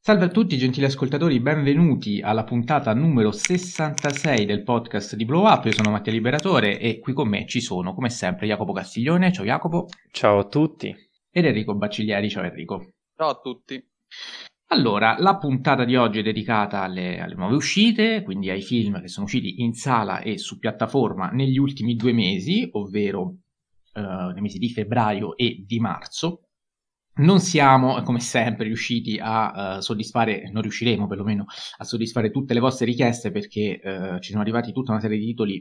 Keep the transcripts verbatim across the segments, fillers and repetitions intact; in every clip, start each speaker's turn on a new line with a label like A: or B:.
A: Salve a tutti gentili ascoltatori, benvenuti alla puntata numero sessantasei del podcast di Blow Up. Io sono Mattia Liberatore e qui con me ci sono, come sempre, Jacopo Castiglione. Ciao Jacopo.
B: Ciao a tutti.
A: Ed Enrico Bacciglieri. Ciao Enrico.
C: Ciao a tutti.
A: Allora, la puntata di oggi è dedicata alle, alle nuove uscite, quindi ai film che sono usciti in sala e su piattaforma negli ultimi due mesi, ovvero eh, nei mesi di febbraio e di marzo. Non siamo, come sempre, riusciti a uh, soddisfare, non riusciremo perlomeno a soddisfare tutte le vostre richieste perché uh, ci sono arrivati tutta una serie di titoli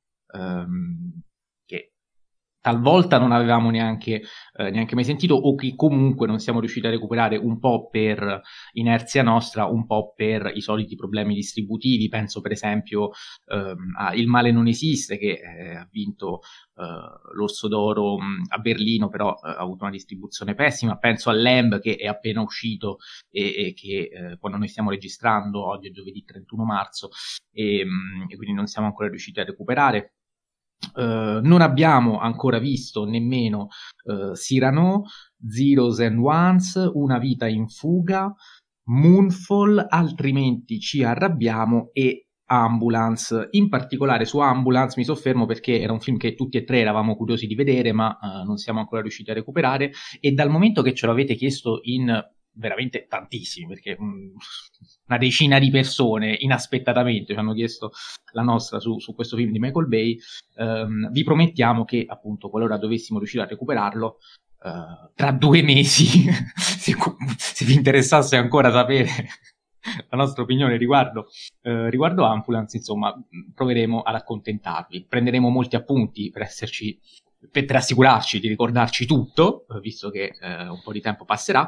A: um, che talvolta non avevamo neanche, uh, neanche mai sentito o che comunque non siamo riusciti a recuperare un po' per inerzia nostra, un po' per i soliti problemi distributivi. Penso per esempio um, a Il male non esiste che eh, ha vinto Uh, l'Orso d'Oro mh, a Berlino, però uh, ha avuto una distribuzione pessima. Penso a Lamb che è appena uscito e, e che uh, quando noi stiamo registrando oggi è giovedì trentuno marzo e, mh, e quindi non siamo ancora riusciti a recuperare. Uh, non abbiamo ancora visto nemmeno uh, Cyrano, Zeros and Ones, Una vita in fuga, Moonfall, Altrimenti ci arrabbiamo e Ambulance. In particolare su Ambulance mi soffermo perché era un film che tutti e tre eravamo curiosi di vedere, ma uh, non siamo ancora riusciti a recuperare, e dal momento che ce lo avete chiesto in veramente tantissimi, perché um, una decina di persone inaspettatamente ci hanno chiesto la nostra su, su questo film di Michael Bay, um, vi promettiamo che appunto qualora dovessimo riuscire a recuperarlo uh, tra due mesi se, se vi interessasse ancora sapere la nostra opinione riguardo, eh, riguardo Ambulance, insomma, proveremo ad accontentarvi. Prenderemo molti appunti per esserci, per, per assicurarci di ricordarci tutto, visto che eh, un po' di tempo passerà.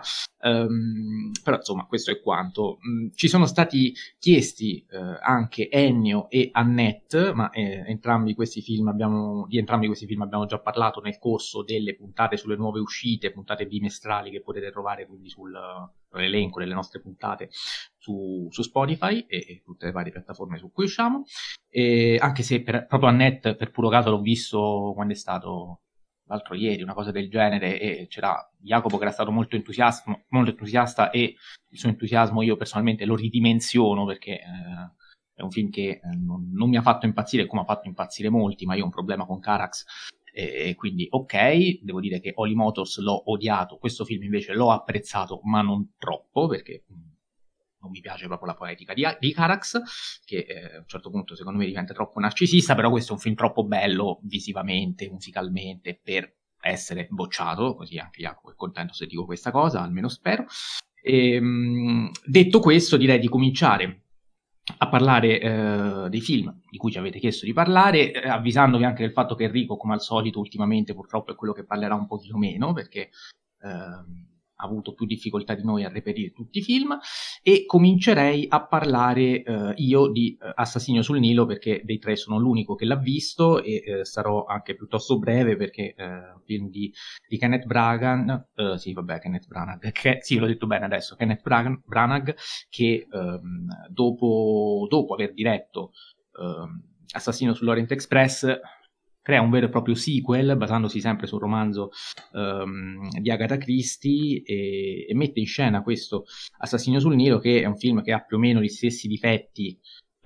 A: Um, però insomma, questo è quanto. Mm, ci sono stati chiesti eh, anche Ennio e Annette, ma eh, entrambi questi film abbiamo, di entrambi questi film abbiamo già parlato nel corso delle puntate sulle nuove uscite, puntate bimestrali che potete trovare quindi sul l'elenco delle nostre puntate su, su Spotify e, e tutte le varie piattaforme su cui usciamo, e anche se per, proprio Annette per puro caso l'ho visto quando è stato l'altro ieri, una cosa del genere, e c'era Jacopo che era stato molto entusiasta, molto entusiasta e il suo entusiasmo io personalmente lo ridimensiono perché eh, è un film che eh, non, non mi ha fatto impazzire come ha fatto impazzire molti, ma io ho un problema con Carax e quindi ok, devo dire che Holy Motors l'ho odiato, questo film invece l'ho apprezzato ma non troppo perché non mi piace proprio la poetica di, di Carax, che eh, a un certo punto secondo me diventa troppo narcisista, però questo è un film troppo bello visivamente, musicalmente, per essere bocciato, così anche Jacopo è contento se dico questa cosa, almeno spero. E, mh, detto questo direi di cominciare a parlare eh, dei film di cui ci avete chiesto di parlare, eh, avvisandovi anche del fatto che Enrico, come al solito ultimamente, purtroppo è quello che parlerà un pochino meno, perché eh, ha avuto più difficoltà di noi a reperire tutti i film, e comincerei a parlare eh, io di eh, Assassinio sul Nilo, perché dei tre sono l'unico che l'ha visto e eh, sarò anche piuttosto breve perché è eh, un film di, di Kenneth Branagh, eh, sì vabbè Kenneth Branagh, che, sì l'ho detto bene adesso, Kenneth Branagh, che ehm, dopo, dopo aver diretto ehm, Assassino sull'Orient Express crea un vero e proprio sequel basandosi sempre sul romanzo um, di Agatha Christie e, e mette in scena questo Assassino sul Nilo, che è un film che ha più o meno gli stessi difetti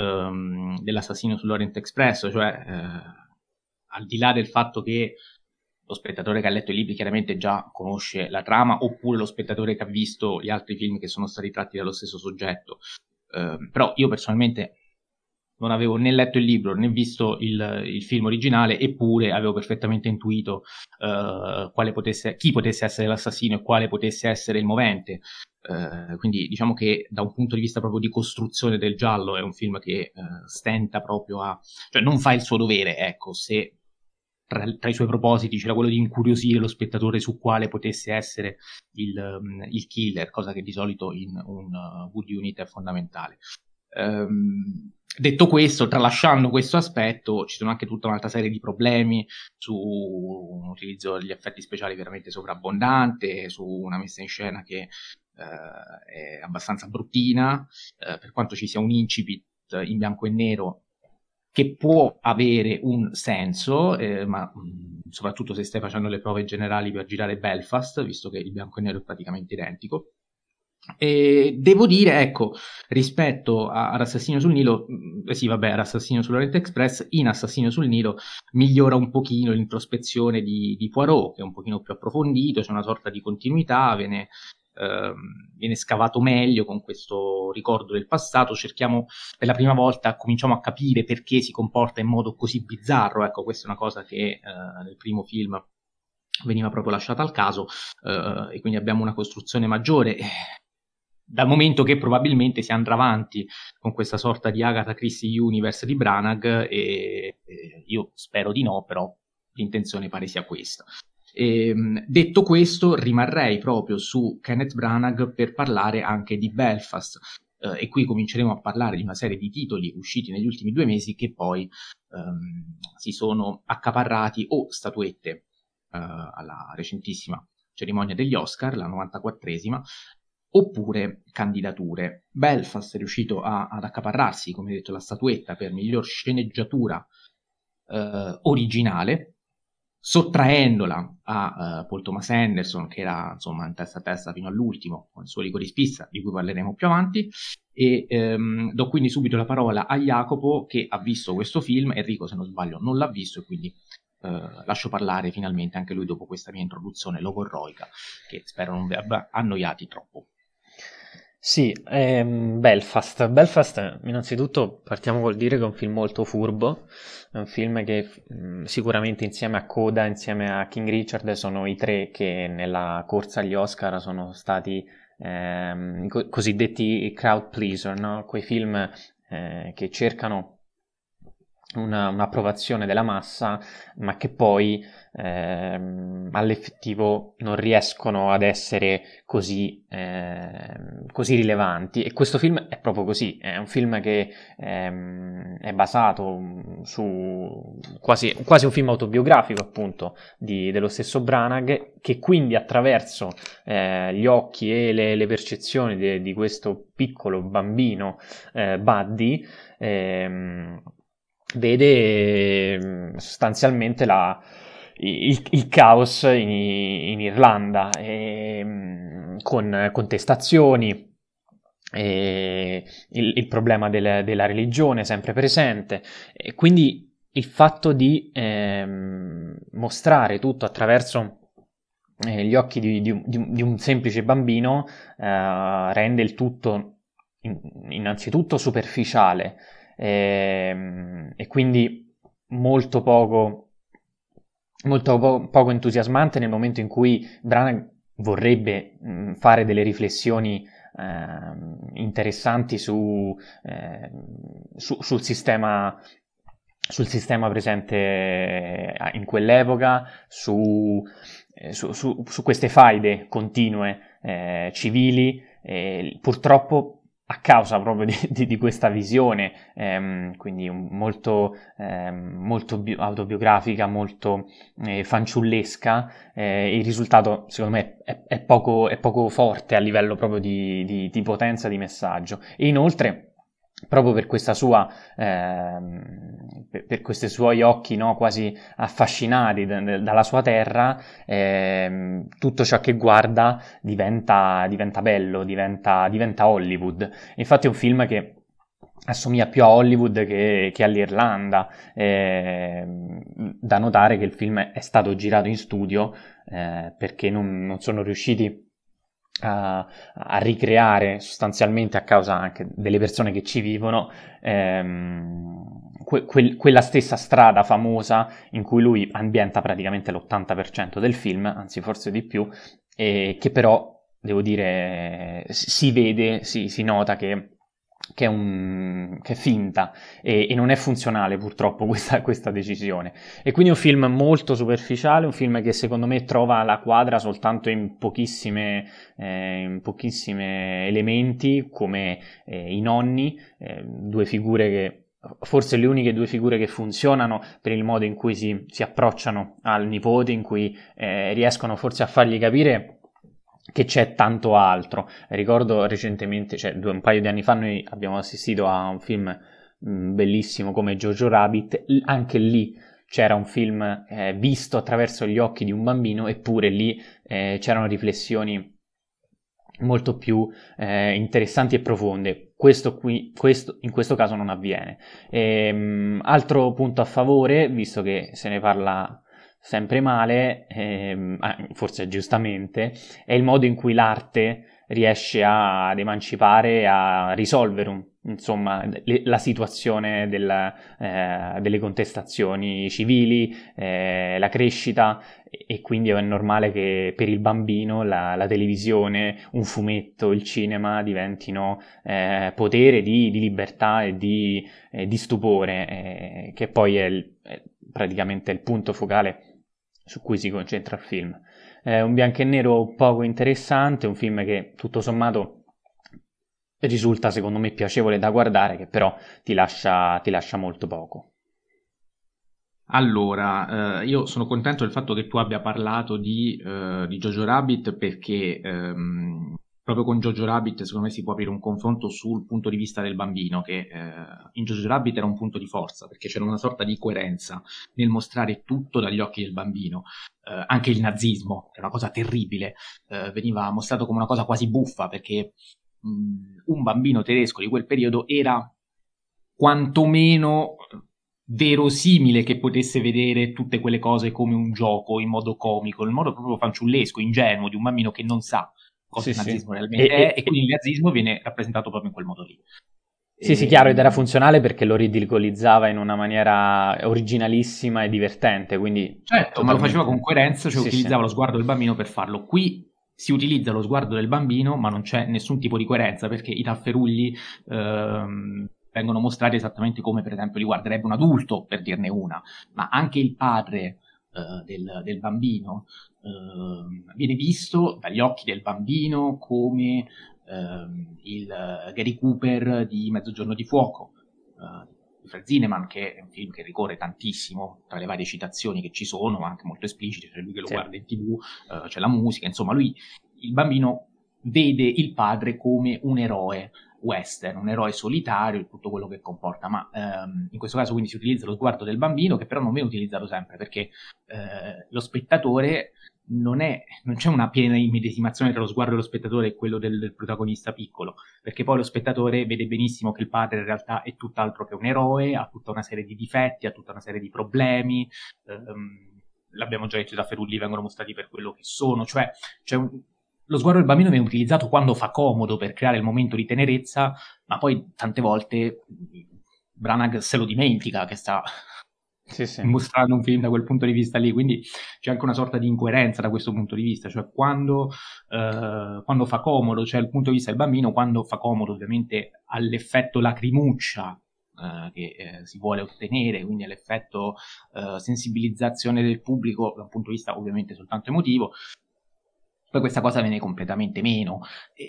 A: um, dell'Assassino sull'Orient Express, cioè eh, al di là del fatto che lo spettatore che ha letto i libri chiaramente già conosce la trama, oppure lo spettatore che ha visto gli altri film che sono stati tratti dallo stesso soggetto, uh, però io personalmente non avevo né letto il libro né visto il, il film originale, eppure avevo perfettamente intuito uh, quale potesse, chi potesse essere l'assassino e quale potesse essere il movente. Uh, quindi diciamo che da un punto di vista proprio di costruzione del giallo è un film che uh, stenta proprio a... cioè non fa il suo dovere, ecco, se tra, tra i suoi propositi c'era quello di incuriosire lo spettatore su quale potesse essere il, um, il killer, cosa che di solito in un uh, Wood Unit è fondamentale. Um, detto questo, tralasciando questo aspetto, ci sono anche tutta un'altra serie di problemi su un utilizzo degli effetti speciali veramente sovrabbondante, su una messa in scena che uh, è abbastanza bruttina, uh, per quanto ci sia un incipit in bianco e nero che può avere un senso, eh, ma mh, soprattutto se stai facendo le prove generali per girare Belfast, visto che il bianco e nero è praticamente identico. E devo dire, ecco, rispetto a, ad Assassino sul Nilo, eh sì, vabbè, ad Assassino sull'Oriente Express, in Assassino sul Nilo migliora un pochino l'introspezione di, di Poirot, che è un pochino più approfondito, c'è una sorta di continuità, viene, ehm, viene scavato meglio con questo ricordo del passato, cerchiamo per la prima volta, cominciamo a capire perché si comporta in modo così bizzarro, ecco, questa è una cosa che eh, nel primo film veniva proprio lasciata al caso, eh, e quindi abbiamo una costruzione maggiore, dal momento che probabilmente si andrà avanti con questa sorta di Agatha Christie Universe di Branagh, e, e io spero di no, però l'intenzione pare sia questa. E, detto questo, rimarrei proprio su Kenneth Branagh per parlare anche di Belfast, eh, e qui cominceremo a parlare di una serie di titoli usciti negli ultimi due mesi che poi ehm, si sono accaparrati o statuette eh, alla recentissima cerimonia degli Oscar, la novantaquattresima, oppure candidature. Belfast è riuscito a, ad accaparrarsi, come detto, la statuetta per miglior sceneggiatura eh, originale, sottraendola a uh, Paul Thomas Anderson, che era insomma in testa a testa fino all'ultimo con il suo Licorice Pizza, di cui parleremo più avanti. E ehm, do quindi subito la parola a Jacopo, che ha visto questo film. Enrico, se non sbaglio, non l'ha visto, e quindi Uh, lascio parlare finalmente anche lui dopo questa mia introduzione logorroica, che spero non vi abbia annoiati troppo.
B: Sì, ehm, Belfast. Belfast, innanzitutto partiamo col dire che è un film molto furbo, è un film che mh, sicuramente insieme a Coda, insieme a King Richard, sono i tre che nella corsa agli Oscar sono stati ehm, i co- cosiddetti crowd pleaser, no? Quei film eh, che cercano una, un'approvazione della massa, ma che poi ehm, all'effettivo non riescono ad essere così, ehm, così rilevanti. E questo film è proprio così, è un film che ehm, è basato su quasi, quasi un film autobiografico, appunto, di, dello stesso Branagh, che quindi attraverso eh, gli occhi e le, le percezioni de, di questo piccolo bambino eh, Buddy ehm, vede sostanzialmente la, il, il caos in, in Irlanda, e, con contestazioni, e il, il problema del, della religione sempre presente, e quindi il fatto di ehm, mostrare tutto attraverso eh, gli occhi di, di, di, un, di un semplice bambino eh, rende il tutto in, innanzitutto superficiale, e, e quindi molto poco, molto po- poco entusiasmante nel momento in cui Branagh vorrebbe mh, fare delle riflessioni eh, interessanti su, eh, su, sul sistema sul sistema presente in quell'epoca, su, eh, su, su, su queste faide continue eh, civili. Eh, purtroppo a causa proprio di, di, di questa visione, ehm, quindi un, molto, ehm, molto bi- autobiografica, molto eh, fanciullesca, eh, il risultato secondo me è, è, poco, è poco forte a livello proprio di, di, di potenza di messaggio. E inoltre, proprio per questa sua, ehm, per, per questi suoi occhi, no, quasi affascinati d- d- dalla sua terra, ehm, tutto ciò che guarda diventa, diventa bello, diventa, diventa Hollywood. Infatti è un film che assomiglia più a Hollywood che, che all'Irlanda. Eh, da notare che il film è stato girato in studio eh, perché non, non sono riusciti a, a ricreare, sostanzialmente a causa anche delle persone che ci vivono, ehm, que- quel- quella stessa strada famosa in cui lui ambienta praticamente l'ottanta per cento del film, anzi forse di più, e che però, devo dire, si vede, si, si nota che che è, un, che è finta, e, e non è funzionale purtroppo questa, questa decisione. E quindi è un film molto superficiale, un film che secondo me trova la quadra soltanto in pochissime, eh, in pochissime elementi, come eh, i nonni, eh, due figure che forse le uniche due figure che funzionano per il modo in cui si, si approcciano al nipote, in cui eh, riescono forse a fargli capire che c'è tanto altro. Ricordo recentemente, cioè due, un paio di anni fa, noi abbiamo assistito a un film mh, bellissimo come Jojo Rabbit. L- anche lì c'era un film eh, visto attraverso gli occhi di un bambino, eppure lì eh, c'erano riflessioni molto più eh, interessanti e profonde. Questo qui, questo, in questo caso non avviene. Ehm, altro punto a favore, visto che se ne parla sempre male, ehm, forse giustamente, è il modo in cui l'arte riesce a, ad emancipare, a risolvere un, insomma, le, la situazione del, eh, delle contestazioni civili, eh, la crescita, e quindi è normale che per il bambino la, la televisione, un fumetto, il cinema diventino eh, potere di, di libertà e di, eh, di stupore, eh, che poi è, il, è praticamente il punto focale su cui si concentra il film. È un bianco e nero poco interessante, un film che tutto sommato risulta secondo me piacevole da guardare, che però ti lascia, ti lascia molto poco.
A: Allora, eh, io sono contento del fatto che tu abbia parlato di, eh, di Jojo Rabbit perché ehm, proprio con Jojo Rabbit secondo me si può aprire un confronto sul punto di vista del bambino che eh, in Jojo Rabbit era un punto di forza perché c'era una sorta di coerenza nel mostrare tutto dagli occhi del bambino. Eh, anche il nazismo, che è una cosa terribile, eh, veniva mostrato come una cosa quasi buffa perché mh, un bambino tedesco di quel periodo era quantomeno verosimile che potesse vedere tutte quelle cose come un gioco in modo comico, in modo proprio fanciullesco, ingenuo, di un bambino che non sa cosa
B: Sì,
A: il nazismo
B: sì.
A: realmente
B: E,
A: è,
B: e,
A: e quindi il nazismo viene rappresentato proprio in quel modo lì.
B: Sì, sì,
A: E,
B: chiaro, ed era funzionale perché lo ridicolizzava in una maniera originalissima e divertente, quindi
A: certo, ma lo faceva con
B: totalmente...
A: coerenza, cioè
B: Sì, sì.
A: utilizzava lo sguardo del bambino per farlo. Qui si utilizza lo sguardo del bambino, ma non c'è nessun tipo di coerenza perché i tafferugli ehm, vengono mostrati esattamente come per esempio li guarderebbe un adulto, per dirne una, ma anche il padre eh, del, del bambino eh, viene visto dagli occhi del bambino come ehm, il Gary Cooper di Mezzogiorno di Fuoco. Eh, Fred Zinnemann, che è un film che ricorre tantissimo tra le varie citazioni che ci sono, ma anche molto esplicite, c'è lui che lo
B: Sì.
A: guarda in tv, eh, c'è la musica, insomma lui, il bambino vede il padre come un eroe western, un eroe solitario, tutto quello che comporta, ma ehm, in questo caso quindi si utilizza lo sguardo del bambino che però non viene utilizzato sempre perché eh, lo spettatore non, è, non c'è una piena immedesimazione tra lo sguardo dello spettatore e quello del, del protagonista piccolo, perché poi lo spettatore vede benissimo che il padre in realtà è tutt'altro che un eroe, ha tutta una serie di difetti, ha tutta una serie di problemi, ehm, l'abbiamo già detto, i Tafferulli vengono mostrati per quello che sono, cioè c'è un, lo sguardo del bambino viene utilizzato quando fa comodo per creare il momento di tenerezza, ma poi tante volte Branagh se lo dimentica che sta
B: Sì, sì.
A: mostrando un film da quel punto di vista lì, quindi c'è anche una sorta di incoerenza da questo punto di vista, cioè quando, eh, quando fa comodo, cioè il punto di vista del bambino, quando fa comodo ovviamente all'effetto lacrimuccia eh, che eh, si vuole ottenere, quindi all'effetto eh, sensibilizzazione del pubblico da un punto di vista ovviamente soltanto emotivo, poi questa cosa viene completamente meno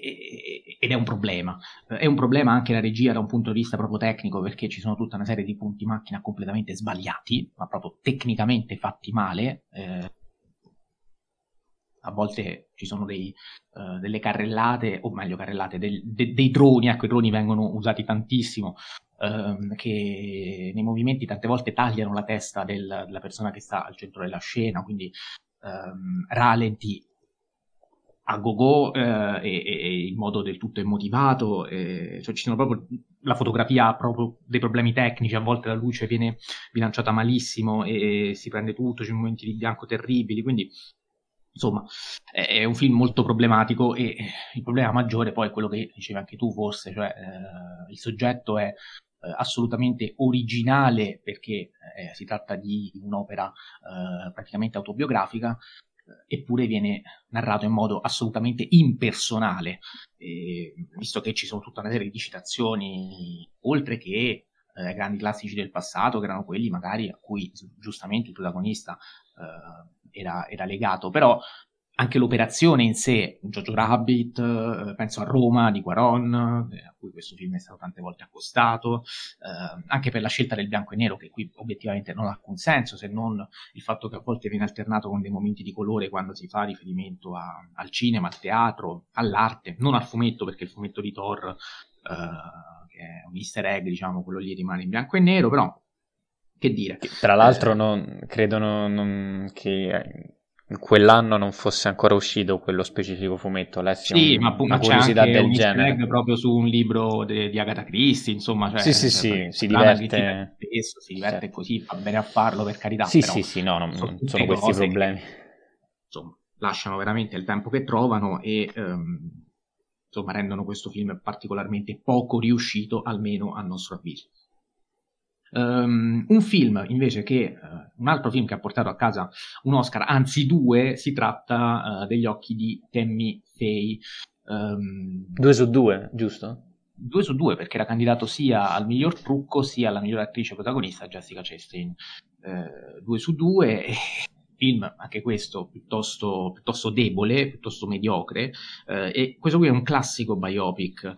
A: e, ed è un problema. È un problema anche la regia da un punto di vista proprio tecnico perché ci sono tutta una serie di punti macchina completamente sbagliati, ma proprio tecnicamente fatti male. Eh, a volte ci sono dei, uh, delle carrellate, o meglio carrellate, del, de, dei droni, ecco i droni vengono usati tantissimo, uh, che nei movimenti tante volte tagliano la testa del, della persona che sta al centro della scena, quindi um, rallenti a go-go eh, e, e in modo del tutto immotivato, eh, cioè ci sono proprio la fotografia ha proprio dei problemi tecnici, a volte la luce viene bilanciata malissimo e si prende tutto, ci sono momenti di bianco terribili, quindi insomma è un film molto problematico e il problema maggiore poi è quello che dicevi anche tu forse, cioè eh, il soggetto è eh, assolutamente originale perché eh, si tratta di un'opera eh, praticamente autobiografica, eppure viene narrato in modo assolutamente impersonale, eh, visto che ci sono tutta una serie di citazioni, oltre che eh, grandi classici del passato, che erano quelli magari a cui giustamente il protagonista eh, era, era legato, però anche l'operazione in sé, Jojo Rabbit, eh, penso a Roma di Cuarón, eh, a cui questo film è stato tante volte accostato, eh, anche per la scelta del bianco e nero, che qui obiettivamente non ha alcun senso, se non il fatto che a volte viene alternato con dei momenti di colore quando si fa riferimento a, al cinema, al teatro, all'arte, non al fumetto, perché il fumetto di Thor, eh, che è un easter egg, diciamo, quello lì rimane in bianco e nero, però che dire.
B: Tra l'altro non, credo non, non, che quell'anno non fosse ancora uscito quello specifico fumetto, lessi
A: Sì,
B: un,
A: ma appunto
B: una
A: c'è
B: curiosità
A: anche
B: del
A: un easter
B: genere.
A: egg proprio su un libro de- di Agatha Christie, insomma,
B: Sì,
A: cioè,
B: sì,
A: cioè,
B: sì, si
A: Lana che gira
B: diverte.
A: spesso, si diverte
B: Certo.
A: così, va bene a farlo per carità,
B: Sì,
A: però
B: sì, sì, no, non,
A: sono
B: non sono
A: tutte
B: questi
A: cose
B: problemi.
A: che, insomma, lasciano veramente il tempo che trovano e, ehm, insomma, rendono questo film particolarmente poco riuscito, almeno a nostro avviso. Um, un film invece che uh, un altro film che ha portato a casa un Oscar, anzi due, si tratta uh, degli occhi di Tammy Faye. Um,
B: Due su due, giusto?
A: Due su due, perché era candidato sia al miglior trucco sia alla miglior attrice protagonista, Jessica Chastain. Uh, due su due, e film anche questo piuttosto, piuttosto debole, piuttosto mediocre, uh, e questo qui è un classico biopic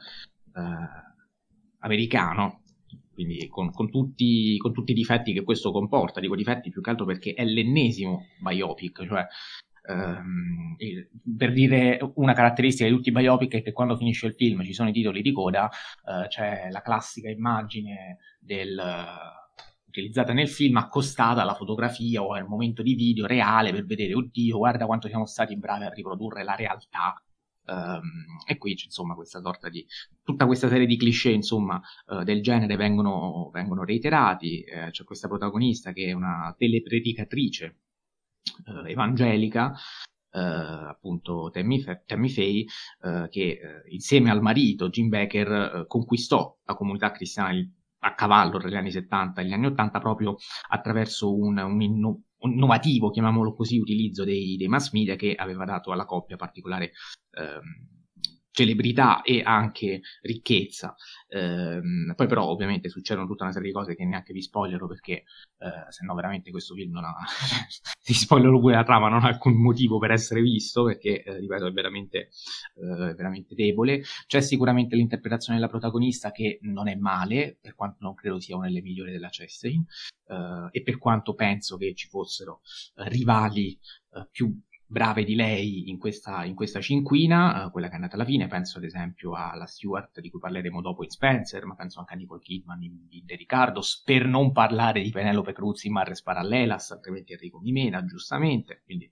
A: americano, quindi con, con, tutti, con tutti i difetti che questo comporta. Dico difetti più che altro perché è l'ennesimo biopic, cioè ehm, per dire una caratteristica di tutti i biopic è che quando finisce il film ci sono i titoli di coda, eh, c'è la classica immagine del, utilizzata nel film accostata alla fotografia o al momento di video reale per vedere, oddio, guarda quanto siamo stati bravi a riprodurre la realtà. Um, e qui c'è insomma questa sorta di tutta questa serie di cliché insomma uh, del genere vengono, vengono reiterati. Eh, c'è questa protagonista che è una telepredicatrice uh, evangelica, uh, appunto Tammy, Tammy Faye, uh, che uh, insieme al marito Jim Baker uh, conquistò la comunità cristiana a cavallo tra gli anni settanta e gli anni ottanta proprio attraverso un, un inno- un innovativo, chiamiamolo così, utilizzo dei, dei mass media che aveva dato alla coppia particolare ehm, celebrità e anche ricchezza. Ehm, poi però ovviamente succedono tutta una serie di cose che neanche vi spoilerò perché eh, se no veramente questo film non ha si spoilerò pure la trama, non ha alcun motivo per essere visto perché eh, ripeto è veramente, eh, veramente debole. C'è sicuramente l'interpretazione della protagonista che non è male, per quanto non credo sia una delle migliori della Chastain, eh, e per quanto penso che ci fossero eh, rivali eh, più brave di lei in questa, in questa cinquina, uh, quella che è andata alla fine, penso ad esempio alla Stewart di cui parleremo dopo in Spencer, ma penso anche a Nicole Kidman in, in De Ricardo, per non parlare di Penelope Cruz in Marres Parallelas, altrimenti Enrico Mimena, giustamente, quindi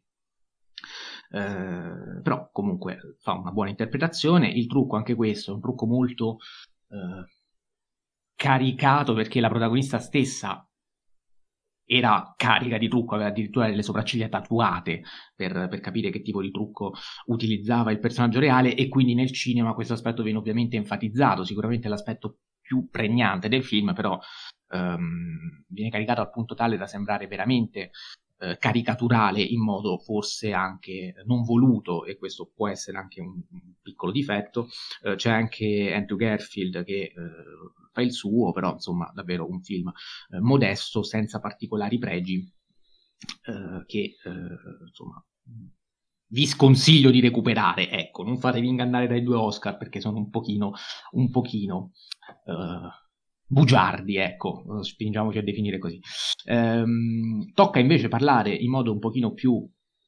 A: eh, però comunque fa una buona interpretazione. Il trucco anche questo è un trucco molto eh, caricato perché la protagonista stessa era carica di trucco, aveva addirittura le sopracciglia tatuate per, per capire che tipo di trucco utilizzava il personaggio reale, e quindi nel cinema questo aspetto viene ovviamente enfatizzato, sicuramente è l'aspetto più pregnante del film, però ehm, viene caricato al punto tale da sembrare veramente eh, caricaturale in modo forse anche non voluto, e questo può essere anche un, un piccolo difetto. Eh, c'è anche Andrew Garfield che eh, fa il suo, però insomma davvero un film eh, modesto, senza particolari pregi, eh, che eh, insomma vi sconsiglio di recuperare. Ecco, non fatevi ingannare dai due Oscar perché sono un pochino un pochino eh, bugiardi, ecco, spingiamoci a definire così. Ehm, tocca invece parlare in modo un pochino più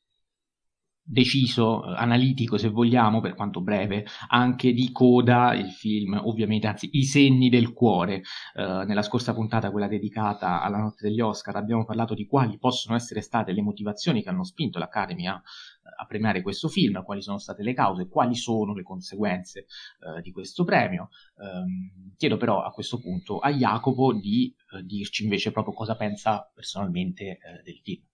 A: deciso, analitico se vogliamo, per quanto breve, anche di Coda, il film, ovviamente, anzi, I senni del cuore. Eh, nella scorsa puntata, quella dedicata alla notte degli Oscar, abbiamo parlato di quali possono essere state le motivazioni che hanno spinto l'Academy a, a premiare questo film, quali sono state le cause, quali sono le conseguenze eh, di questo premio. Eh, chiedo però a questo punto a Jacopo di eh, dirci invece proprio cosa pensa personalmente eh, del film.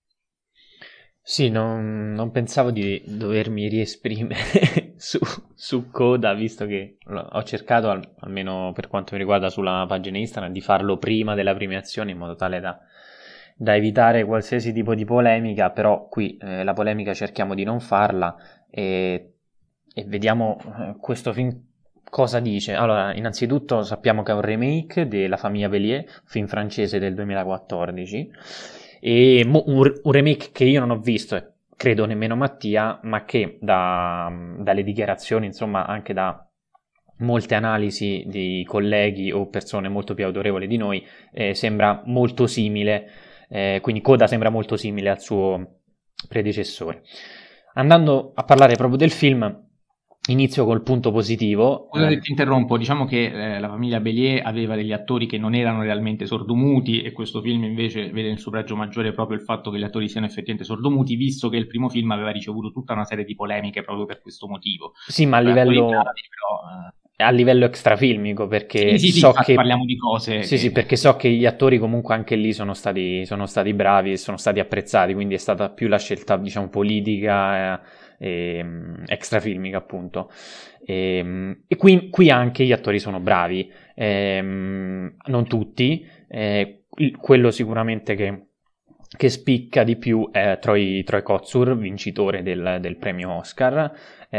B: Sì, non, non pensavo di dovermi riesprimere su, su Coda, visto che ho cercato, al, almeno per quanto mi riguarda sulla pagina Instagram, di farlo prima della premiazione in modo tale da, da evitare qualsiasi tipo di polemica, però qui eh, la polemica cerchiamo di non farla e, e vediamo eh, questo film cosa dice. Allora, innanzitutto sappiamo che è un remake della Famiglia Bélier, film francese del duemilaquattordici, e un, un remake che io non ho visto, credo nemmeno Mattia, ma che da, dalle dichiarazioni, insomma anche da molte analisi di colleghi o persone molto più autorevoli di noi, eh, sembra molto simile, eh, quindi Coda sembra molto simile al suo predecessore. Andando a parlare proprio del film, inizio col punto positivo.
A: Scusa se
B: eh,
A: ti interrompo, diciamo che eh, la famiglia Bélier aveva degli attori che non erano realmente sordomuti e questo film invece vede nel suo pregio maggiore proprio il fatto che gli attori siano effettivamente sordomuti, visto che il primo film aveva ricevuto tutta una serie di polemiche proprio per questo motivo.
B: Sì, ma a
A: Cioè, attori
B: livello,
A: bravi, però, eh,
B: a livello extrafilmico, perché
A: sì, sì, sì,
B: so
A: infatti
B: che...
A: parliamo di cose
B: Sì, sì,
A: che...
B: perché so che gli attori comunque anche lì sono stati, sono stati bravi e sono stati apprezzati, quindi è stata più la scelta, diciamo, politica e, e extrafilmica, appunto. E, e qui, qui anche gli attori sono bravi, ehm, non tutti, eh, il- quello sicuramente che, che spicca di più è Troy, Troy Kotsur, vincitore del, del premio Oscar,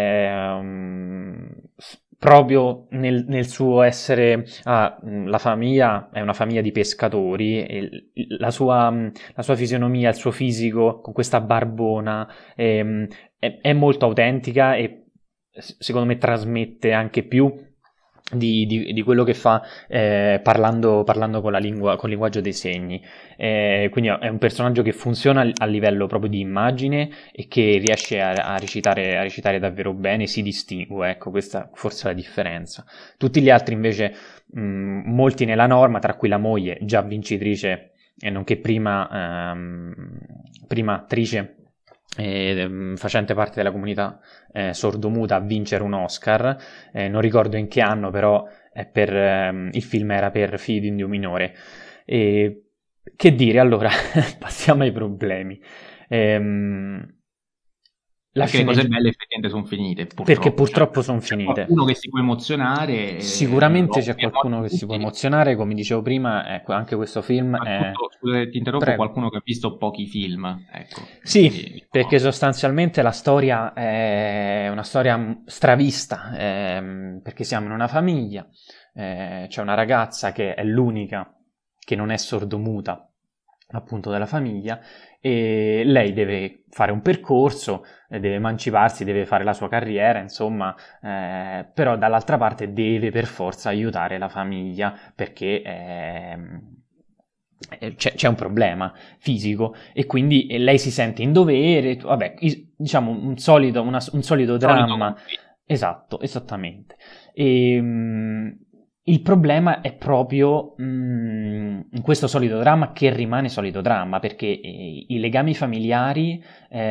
B: ehm, proprio nel, nel suo essere, ah, la famiglia è una famiglia di pescatori e la sua, la sua fisionomia, il suo fisico con questa barbona ehm, è, è molto autentica e secondo me trasmette anche più di, di, di quello che fa eh, parlando, parlando con la lingua, con il linguaggio dei segni. Eh, quindi è un personaggio che funziona a livello proprio di immagine e che riesce a, a, recitare, a recitare davvero bene, si distingue, ecco, questa forse è la differenza. Tutti gli altri invece, mh, molti nella norma, tra cui la moglie, già vincitrice e nonché prima, ehm, prima attrice eh, facente parte della comunità eh, sordomuta a vincere un Oscar, eh, non ricordo in che anno, però è per, ehm, il film era per Figli di un Dio minore. E, che dire, allora, passiamo ai problemi. Ehm, la
A: Perché le cose
B: sceneggiatura...
A: belle effettivamente sono finite,
B: Perché
A: purtroppo. Cioè,
B: purtroppo sono
A: c'è
B: finite.
A: qualcuno che si può emozionare, eh,
B: Sicuramente
A: lo
B: c'è
A: abbiamo
B: qualcuno che si può
A: tutti.
B: emozionare, come dicevo prima, ecco, anche questo film è...
A: Soprattutto, scusa se ti interrompo,
B: Prego.
A: qualcuno che ha visto pochi film, ecco.
B: Sì,
A: Quindi, diciamo,
B: perché sostanzialmente la storia è una storia stravista, ehm, perché siamo in una famiglia, eh, c'è una ragazza che è l'unica che non è sordomuta, appunto, della famiglia, e lei deve fare un percorso, eh, deve emanciparsi, deve fare la sua carriera, insomma, eh, però dall'altra parte deve per forza aiutare la famiglia perché ehm, eh, c'è, c'è un problema fisico e quindi eh, lei si sente in dovere, vabbè, i- diciamo un solito, una- un solito
A: solito
B: dramma.
A: conflitto.
B: Esatto, esattamente. E, mh, il problema è proprio mh, in questo solito dramma che rimane solito dramma, perché eh, i legami familiari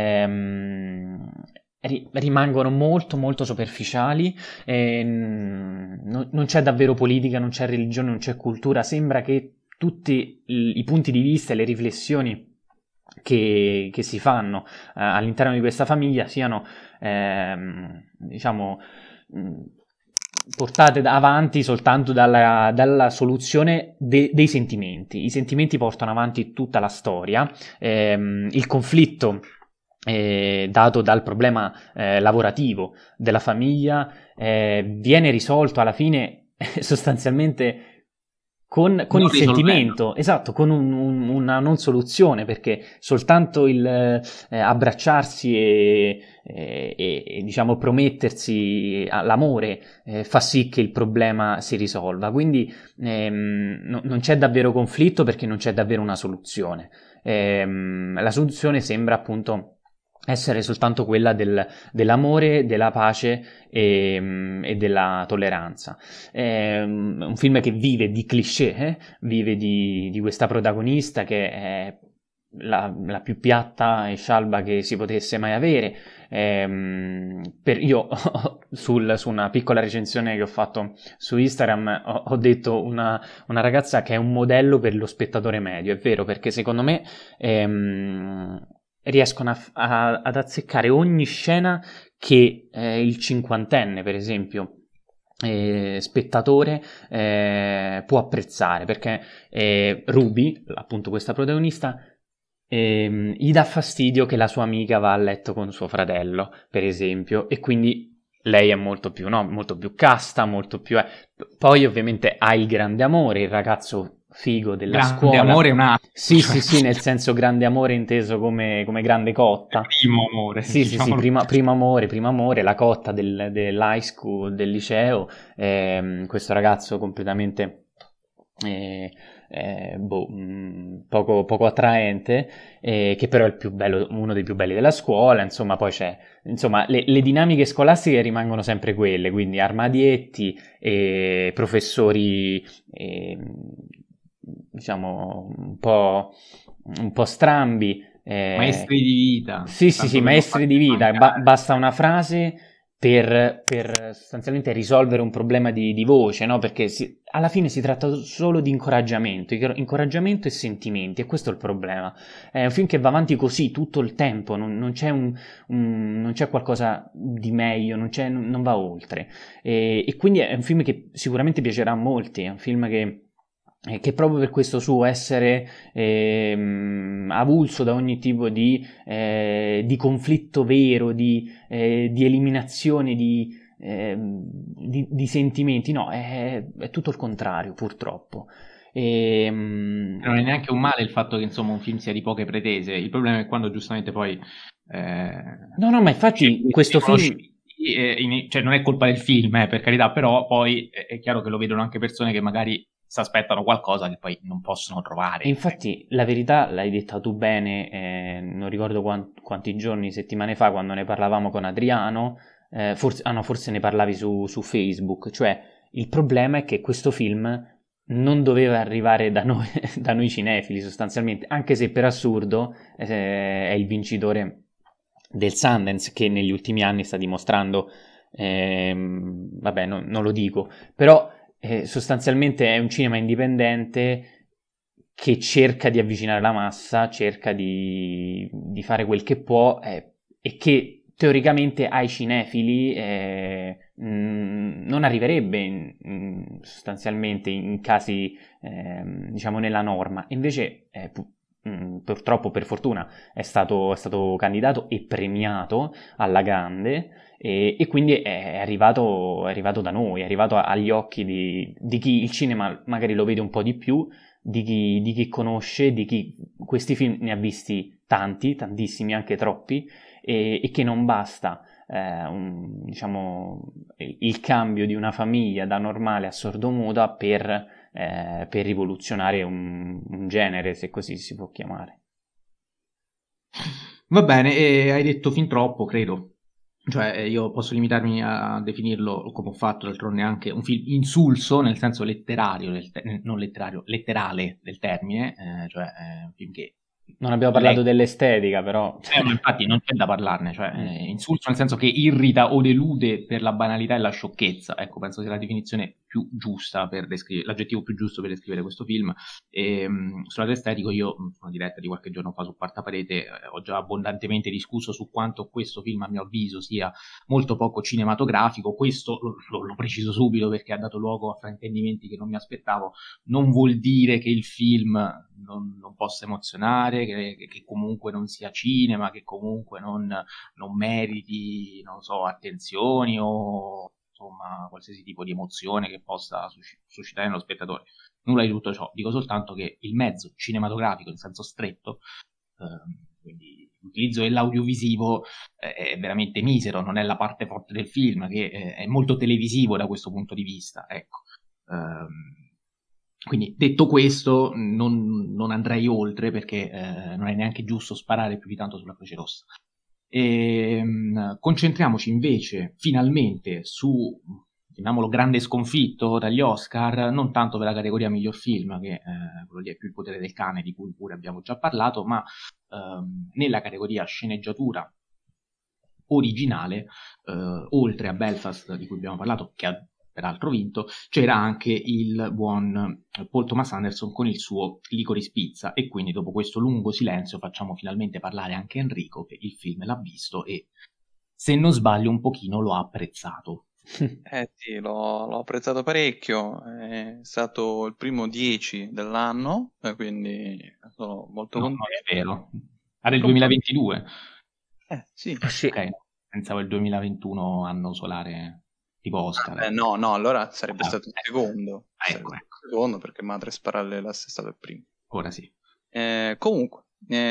B: ehm, ri- rimangono molto molto superficiali, e, mh, non, non c'è davvero politica, non c'è religione, non c'è cultura, sembra che tutti i, i punti di vista e le riflessioni che, che si fanno eh, all'interno di questa famiglia siano ehm, diciamo mh, portate avanti soltanto dalla, dalla soluzione de, dei sentimenti. I sentimenti portano avanti tutta la storia, ehm, il conflitto eh, dato dal problema eh, lavorativo della famiglia eh, viene risolto alla fine sostanzialmente con, con
A: Non
B: il
A: risolvendo.
B: sentimento, esatto, con un, un, una non soluzione, perché soltanto il eh, abbracciarsi e, e, e, diciamo promettersi all'amore eh, fa sì che il problema si risolva. Quindi ehm, no, non c'è davvero conflitto perché non c'è davvero una soluzione. Ehm, la soluzione sembra appunto essere soltanto quella del, dell'amore, della pace e, e della tolleranza. È un film che vive di cliché, eh? Vive di, di questa protagonista che è la, la più piatta e scialba che si potesse mai avere. Ehm, per, io sul, su una piccola recensione che ho fatto su Instagram ho, ho detto una, una ragazza che è un modello per lo spettatore medio, è vero, perché secondo me ehm, riescono a, a, ad azzeccare ogni scena che eh, il cinquantenne, per esempio, eh, spettatore eh, può apprezzare, perché eh, Ruby, appunto questa protagonista, ehm, gli dà fastidio che la sua amica va a letto con suo fratello, per esempio, e quindi lei è molto più, no, molto più casta, molto più... Eh. Poi ovviamente ha il grande amore, il ragazzo figo della
A: Grande
B: scuola.
A: amore è un attimo.
B: Sì,
A: Cioè,
B: sì, sì, nel senso grande amore inteso come, come grande cotta.
A: primo amore,
B: Sì, sì, sì,
A: diciamolo.
B: prima, primo amore, primo amore, la cotta del, dell'high school, del liceo, ehm, questo ragazzo completamente eh, eh, boh, mh, poco, poco attraente, eh, che però è il più bello, uno dei più belli della scuola. Insomma, poi c'è, insomma, le, le dinamiche scolastiche rimangono sempre quelle, quindi armadietti e professori, eh, diciamo, un po', un po' strambi. Eh,
A: Maestri di vita,
B: sì, sì, sì,
A: tanto per non
B: maestri di
A: farli
B: vita. Ba-
A: mancare.
B: basta una frase per, per sostanzialmente risolvere un problema di, di voce, no? Perché si- alla fine si tratta solo di incoraggiamento, incoraggiamento e sentimenti, e questo è il problema. È un film che va avanti così tutto il tempo, non, non c'è, un, un- non c'è qualcosa di meglio, non, c'è- non va oltre. E, e quindi è un film che sicuramente piacerà a molti, è un film che eh, che proprio per questo suo essere ehm, avulso da ogni tipo di, eh, di conflitto vero, di, eh, di eliminazione di, ehm, di, di sentimenti, no, è, è tutto il contrario, purtroppo. E, mm,
A: Non è neanche un male il fatto che insomma un film sia di poche pretese, il problema è quando giustamente poi eh,
B: no, no, ma
A: c'è
B: infatti
A: questi
B: questo film...
A: riconoscimenti, eh, in- cioè non è colpa del film, eh, per carità, però poi è, è chiaro che lo vedono anche persone che magari si aspettano qualcosa che poi non possono
B: E
A: trovare.
B: infatti la verità l'hai detta tu bene, eh, non ricordo quan- quanti giorni, settimane fa, quando ne parlavamo con Adriano, eh, forse, ah no, forse ne parlavi su, su Facebook, cioè il problema è che questo film non doveva arrivare da noi, da noi cinefili sostanzialmente, anche se per assurdo eh, è il vincitore del Sundance, che negli ultimi anni sta dimostrando, ehm, vabbè, no- non lo dico, però eh, sostanzialmente è un cinema indipendente che cerca di avvicinare la massa, cerca di, di fare quel che può, eh, e che teoricamente ai cinefili eh, mh, non arriverebbe in- in- sostanzialmente in casi, ehm, diciamo, nella norma. Invece, eh, pu- mh, purtroppo, per fortuna, è stato, è stato candidato e premiato alla grande. E, e quindi è, è arrivato, è arrivato da noi, è arrivato agli occhi di, di chi il cinema magari lo vede un po' di più, di chi, di chi conosce, di chi questi film ne ha visti tanti, tantissimi, anche troppi, e, e che non basta, eh, un- diciamo, il cambio di una famiglia da normale a sordomuta per, eh, per rivoluzionare un, un genere, se così si può chiamare.
A: Va bene, e hai detto fin troppo, credo. Cioè, eh, io posso limitarmi a definirlo, come ho fatto d'altronde, anche un film insulso, nel senso letterario, del te- non letterario, letterale del termine, eh, cioè è un film che
B: Non abbiamo parlato
A: leggo.
B: dell'estetica, però...
A: Eh, ma infatti non c'è da parlarne, cioè
B: Mm.
A: eh, insulso nel senso che irrita o delude per la banalità e la sciocchezza. Ecco, penso sia la definizione più giusta per descrivere, l'aggettivo più giusto per descrivere questo film. E, mh, sulla estetico io, mh, una diretta di qualche giorno fa su Quarta Parete, eh, ho già abbondantemente discusso su quanto questo film, a mio avviso, sia molto poco cinematografico. Questo lo, lo- lo preciso subito perché ha dato luogo a fraintendimenti che non mi aspettavo. Non vuol dire che il film non, non possa emozionare, che, che comunque non sia cinema, che comunque non, non meriti, non so, attenzioni o insomma qualsiasi tipo di emozione che possa suscitare nello spettatore. Nulla di tutto ciò, dico soltanto che il mezzo cinematografico in senso stretto, ehm, quindi l'utilizzo dell'audiovisivo, eh, è veramente misero, non è la parte forte del film, che eh, è molto televisivo da questo punto di vista, ecco. Ehm, quindi detto questo, non, non andrei oltre perché eh, non è neanche giusto sparare più di tanto sulla Croce Rossa. E, mh, concentriamoci invece finalmente su, chiamiamolo grande sconfitto dagli Oscar, non tanto per la categoria miglior film, che eh, quello lì è più il potere del cane di cui pure abbiamo già parlato, ma ehm, nella categoria sceneggiatura originale, eh, oltre a Belfast di cui abbiamo parlato, che ha peraltro vinto, c'era anche il buon Paul Thomas Anderson con il suo Licorice Pizza, e quindi dopo questo lungo silenzio facciamo finalmente parlare anche Enrico, che il film l'ha visto e, se non sbaglio, un pochino lo ha apprezzato.
C: Eh sì, l'ho, l'ho apprezzato parecchio, è stato il primo dieci dell'anno, eh, quindi sono molto
A: No, non
C: contento.
A: è vero. Ah, del
C: Come-
A: duemilaventidue.
C: Eh sì.
B: Ah, sì.
A: Ok, no, pensavo il duemilaventuno anno solare tipo Oscar.
C: Eh, no, no, allora sarebbe
A: Ah,
C: stato il
A: ecco.
C: secondo.
A: Ah,
C: Sarebbe
A: ecco,
C: stato
A: ecco.
C: il secondo perché Madres Parallelas è stato il primo.
A: Ora sì.
C: Eh, comunque,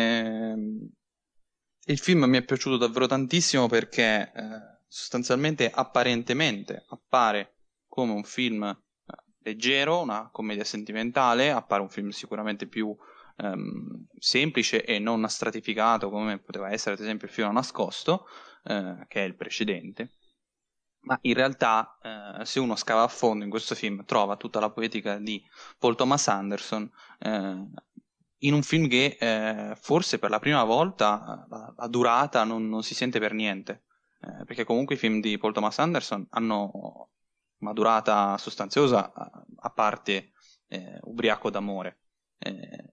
C: ehm, il film mi è piaciuto davvero tantissimo perché eh, sostanzialmente, apparentemente, appare come un film eh, leggero, una commedia sentimentale, appare un film sicuramente più um, semplice e non stratificato come poteva essere ad esempio Il filo nascosto, uh, che è il precedente. Ma in realtà, eh, se uno scava a fondo in questo film, trova tutta la poetica di Paul Thomas Anderson eh, in un film che eh, forse per la prima volta la, la durata non, non si sente per niente, eh, perché comunque i film di Paul Thomas Anderson hanno una durata sostanziosa, a, a parte eh, Ubriaco d'amore. Eh,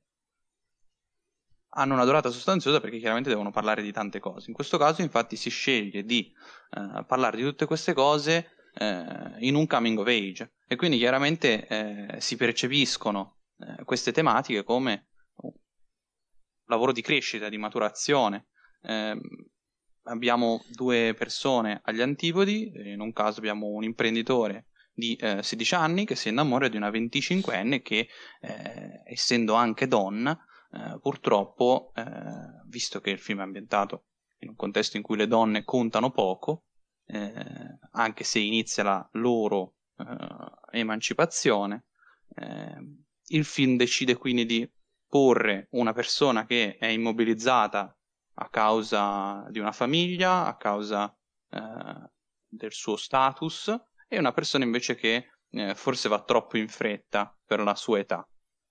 C: hanno una durata sostanziosa perché chiaramente devono parlare di tante cose. In questo caso infatti si sceglie di eh, parlare di tutte queste cose eh, in un coming of age e quindi chiaramente eh, si percepiscono eh, queste tematiche come un lavoro di crescita, di maturazione. Eh, abbiamo due persone agli antipodi, in un caso abbiamo un imprenditore di eh, sedici anni che si innamora di una venticinquenne che eh, essendo anche donna Uh, purtroppo, uh, visto che il film è ambientato in un contesto in cui le donne contano poco, uh, anche se inizia la loro uh, emancipazione, uh, il film decide quindi di porre una persona che è immobilizzata a causa di una famiglia, a causa uh, del suo status, e una persona invece che uh, forse va troppo in fretta per la sua età.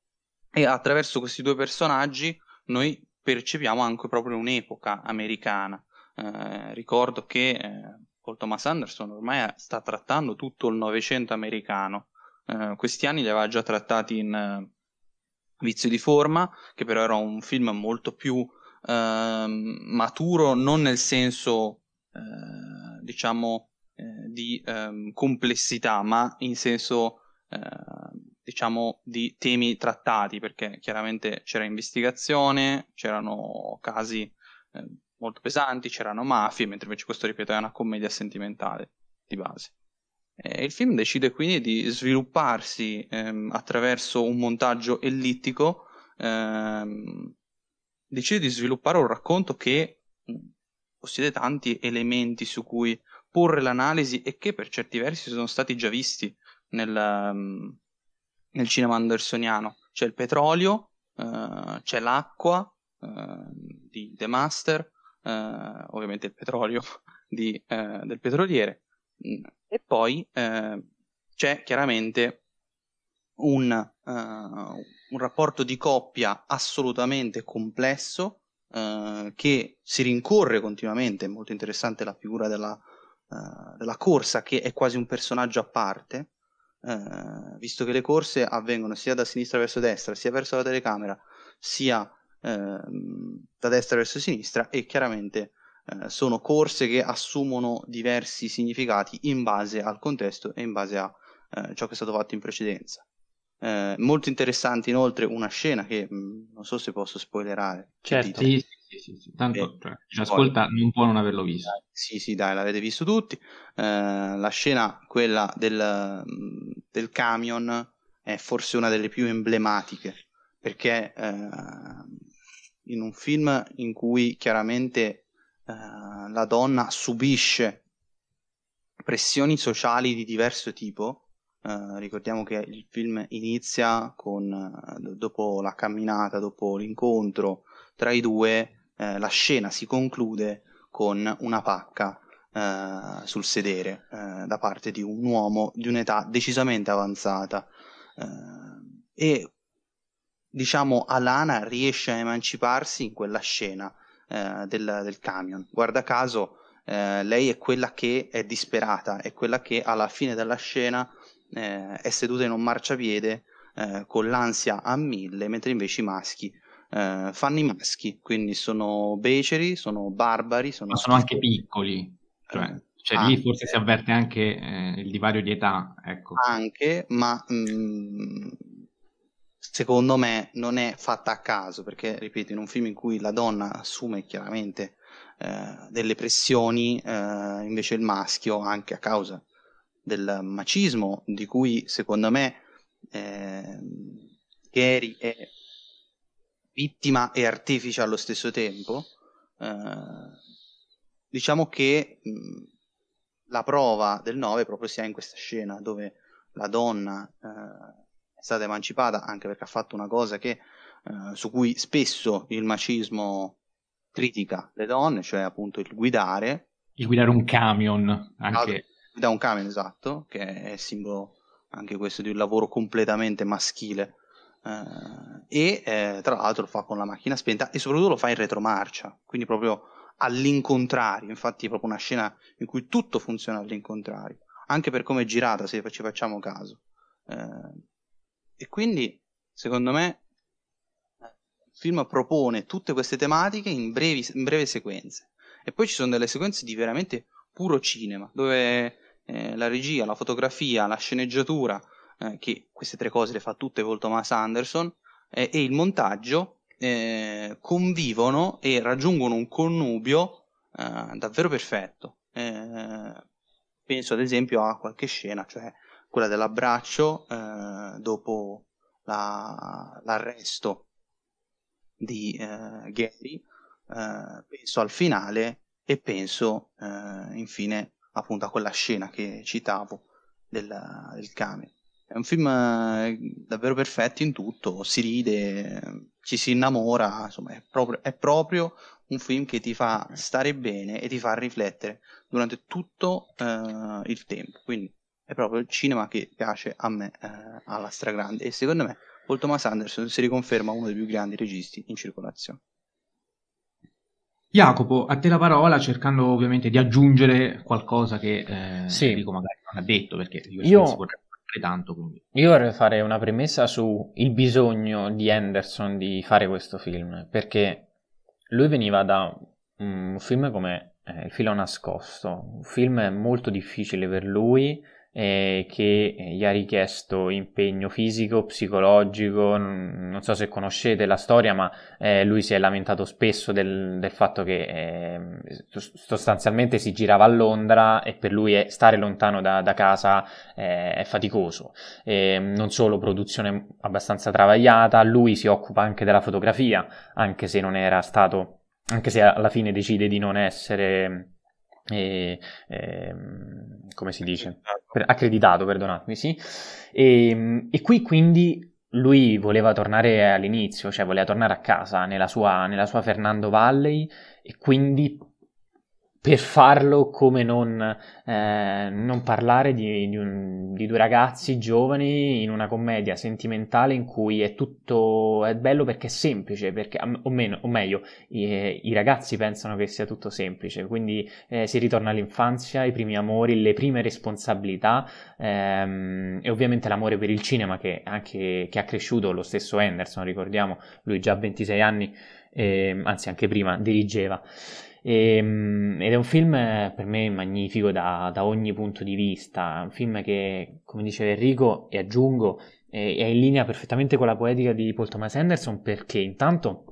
C: E attraverso questi due personaggi noi percepiamo anche proprio un'epoca americana. Eh, ricordo che eh, Paul Thomas Anderson ormai sta trattando tutto il Novecento americano. Eh, questi anni li aveva già trattati in eh, Vizio di forma, che però era un film molto più eh, maturo, non nel senso eh, diciamo eh, di eh, complessità, ma in senso eh, diciamo di temi trattati, perché chiaramente c'era investigazione, c'erano casi eh, molto pesanti, c'erano mafie, mentre invece questo, ripeto, è una commedia sentimentale di base. E il film decide quindi di svilupparsi ehm, attraverso un montaggio ellittico, ehm, decide di sviluppare un racconto che mh, possiede tanti elementi su cui porre l'analisi e che per certi versi sono stati già visti nel, um, nel cinema andersoniano. C'è il petrolio, uh, c'è l'acqua uh, di The Master, uh, ovviamente il petrolio di, uh, del petroliere, e poi uh, c'è chiaramente un, uh, un rapporto di coppia assolutamente complesso uh, che si rincorre continuamente. È molto interessante la figura della, uh, della corsa, che è quasi un personaggio a parte. Uh, visto che le corse avvengono sia da sinistra verso destra, sia verso la telecamera, sia uh, da destra verso sinistra, e chiaramente uh, sono corse che assumono diversi significati in base al contesto e in base a uh, ciò che è stato fatto in precedenza. Uh, molto interessante inoltre una scena che mh, non so se posso spoilerare.
A: Certo, sì, sì, sì, sì. Tanto cioè, chi ci ascolta non può non averlo visto.
C: Dai, sì, sì, dai, l'avete visto tutti. Uh, la scena, quella del, del camion, è forse una delle più emblematiche, perché uh, in un film in cui chiaramente uh, la donna subisce pressioni sociali di diverso tipo. Uh, ricordiamo che il film inizia con uh, dopo la camminata, dopo l'incontro tra i due, uh, la scena si conclude con una pacca uh, sul sedere uh, da parte di un uomo di un'età decisamente avanzata, uh, e diciamo Alana riesce a emanciparsi in quella scena uh, del, del camion. Guarda caso uh, lei è quella che è disperata, è quella che alla fine della scena Eh, è seduta in un marciapiede eh, con l'ansia a mille, mentre invece i maschi eh, fanno i maschi, quindi sono beceri, sono barbari, sono
A: Ma sono
C: schifosi.
A: anche piccoli, cioè,
C: Eh,
A: cioè lì
C: anche,
A: forse si avverte anche eh, il divario di età, ecco.
C: anche, ma mh, secondo me non è fatta a caso, perché, ripeto, in un film in cui la donna assume chiaramente eh, delle pressioni, eh, invece il maschio, anche a causa del macismo di cui secondo me eh, Gary è vittima e artefice allo stesso tempo, eh, diciamo che mh, la prova del nove proprio si ha in questa scena dove la donna eh, stata emancipata, anche perché ha fatto una cosa che, eh, su cui spesso il macismo critica le donne, cioè appunto il guidare.
A: Il guidare un camion, anche...
C: Da un camion, esatto, che è simbolo anche questo di un lavoro completamente maschile. Eh, e eh, tra l'altro lo fa con la macchina spenta e soprattutto lo fa in retromarcia, quindi proprio all'incontrario. Infatti è proprio una scena in cui tutto funziona all'incontrario, anche per come è girata, se ci facciamo caso. Eh, e quindi secondo me il film propone tutte queste tematiche in brevi, in breve sequenze, e poi ci sono delle sequenze di veramente puro cinema, dove eh, la regia, la fotografia, la sceneggiatura, eh, che queste tre cose le fa tutte Paul Thomas Anderson, eh, e il montaggio eh, convivono e raggiungono un connubio eh, davvero perfetto. Eh, penso ad esempio a qualche scena, cioè quella dell'abbraccio eh, dopo la, l'arresto di eh, Gary, eh, penso al finale e penso eh, infine appunto a quella scena che citavo del, del camion. È un film eh, davvero perfetto in tutto, si ride, ci si innamora, insomma è proprio, è proprio un film che ti fa stare bene e ti fa riflettere durante tutto eh, il tempo, quindi è proprio il cinema che piace a me eh, alla stragrande, e secondo me Paul Thomas Anderson si riconferma uno dei più grandi registi in circolazione.
A: Jacopo, a te la parola, cercando ovviamente di aggiungere qualcosa che eh,
B: Sì.
A: Enrico magari non ha detto, perché di questo
B: Io-
A: si vorrebbe parlare tanto. Quindi.
B: Io vorrei fare una premessa su il bisogno di Anderson di fare questo film, perché lui veniva da un film come eh, Il filo nascosto, un film molto difficile per lui, eh, che eh, gli ha richiesto impegno fisico, psicologico. Non, non so se conoscete la storia, ma eh, lui si è lamentato spesso del, del fatto che eh, sostanzialmente si girava a Londra e per lui è, stare lontano da, da casa eh, è faticoso. Eh, non solo produzione abbastanza travagliata, lui si occupa anche della fotografia, anche se non era stato, anche se alla fine decide di non essere eh, eh, come si dice? Per, accreditato, perdonatemi, sì. E, e qui quindi lui voleva tornare all'inizio, cioè voleva tornare a casa nella sua, nella sua Fernando Valley, e quindi per farlo come non, eh, non parlare di, di, un, di due ragazzi giovani in una commedia sentimentale in cui è tutto è bello perché è semplice, perché, o, meno, o meglio i, i ragazzi pensano che sia tutto semplice, quindi eh, si ritorna all'infanzia, i primi amori, le prime responsabilità, ehm, e ovviamente l'amore per il cinema che, anche, che ha cresciuto lo stesso Anderson, ricordiamo, lui già a ventisei anni, eh, anzi anche prima, dirigeva. E, ed è un film per me magnifico da, da ogni punto di vista, un film che, come diceva Enrico, e aggiungo, è, è in linea perfettamente con la poetica di Paul Thomas Anderson, perché intanto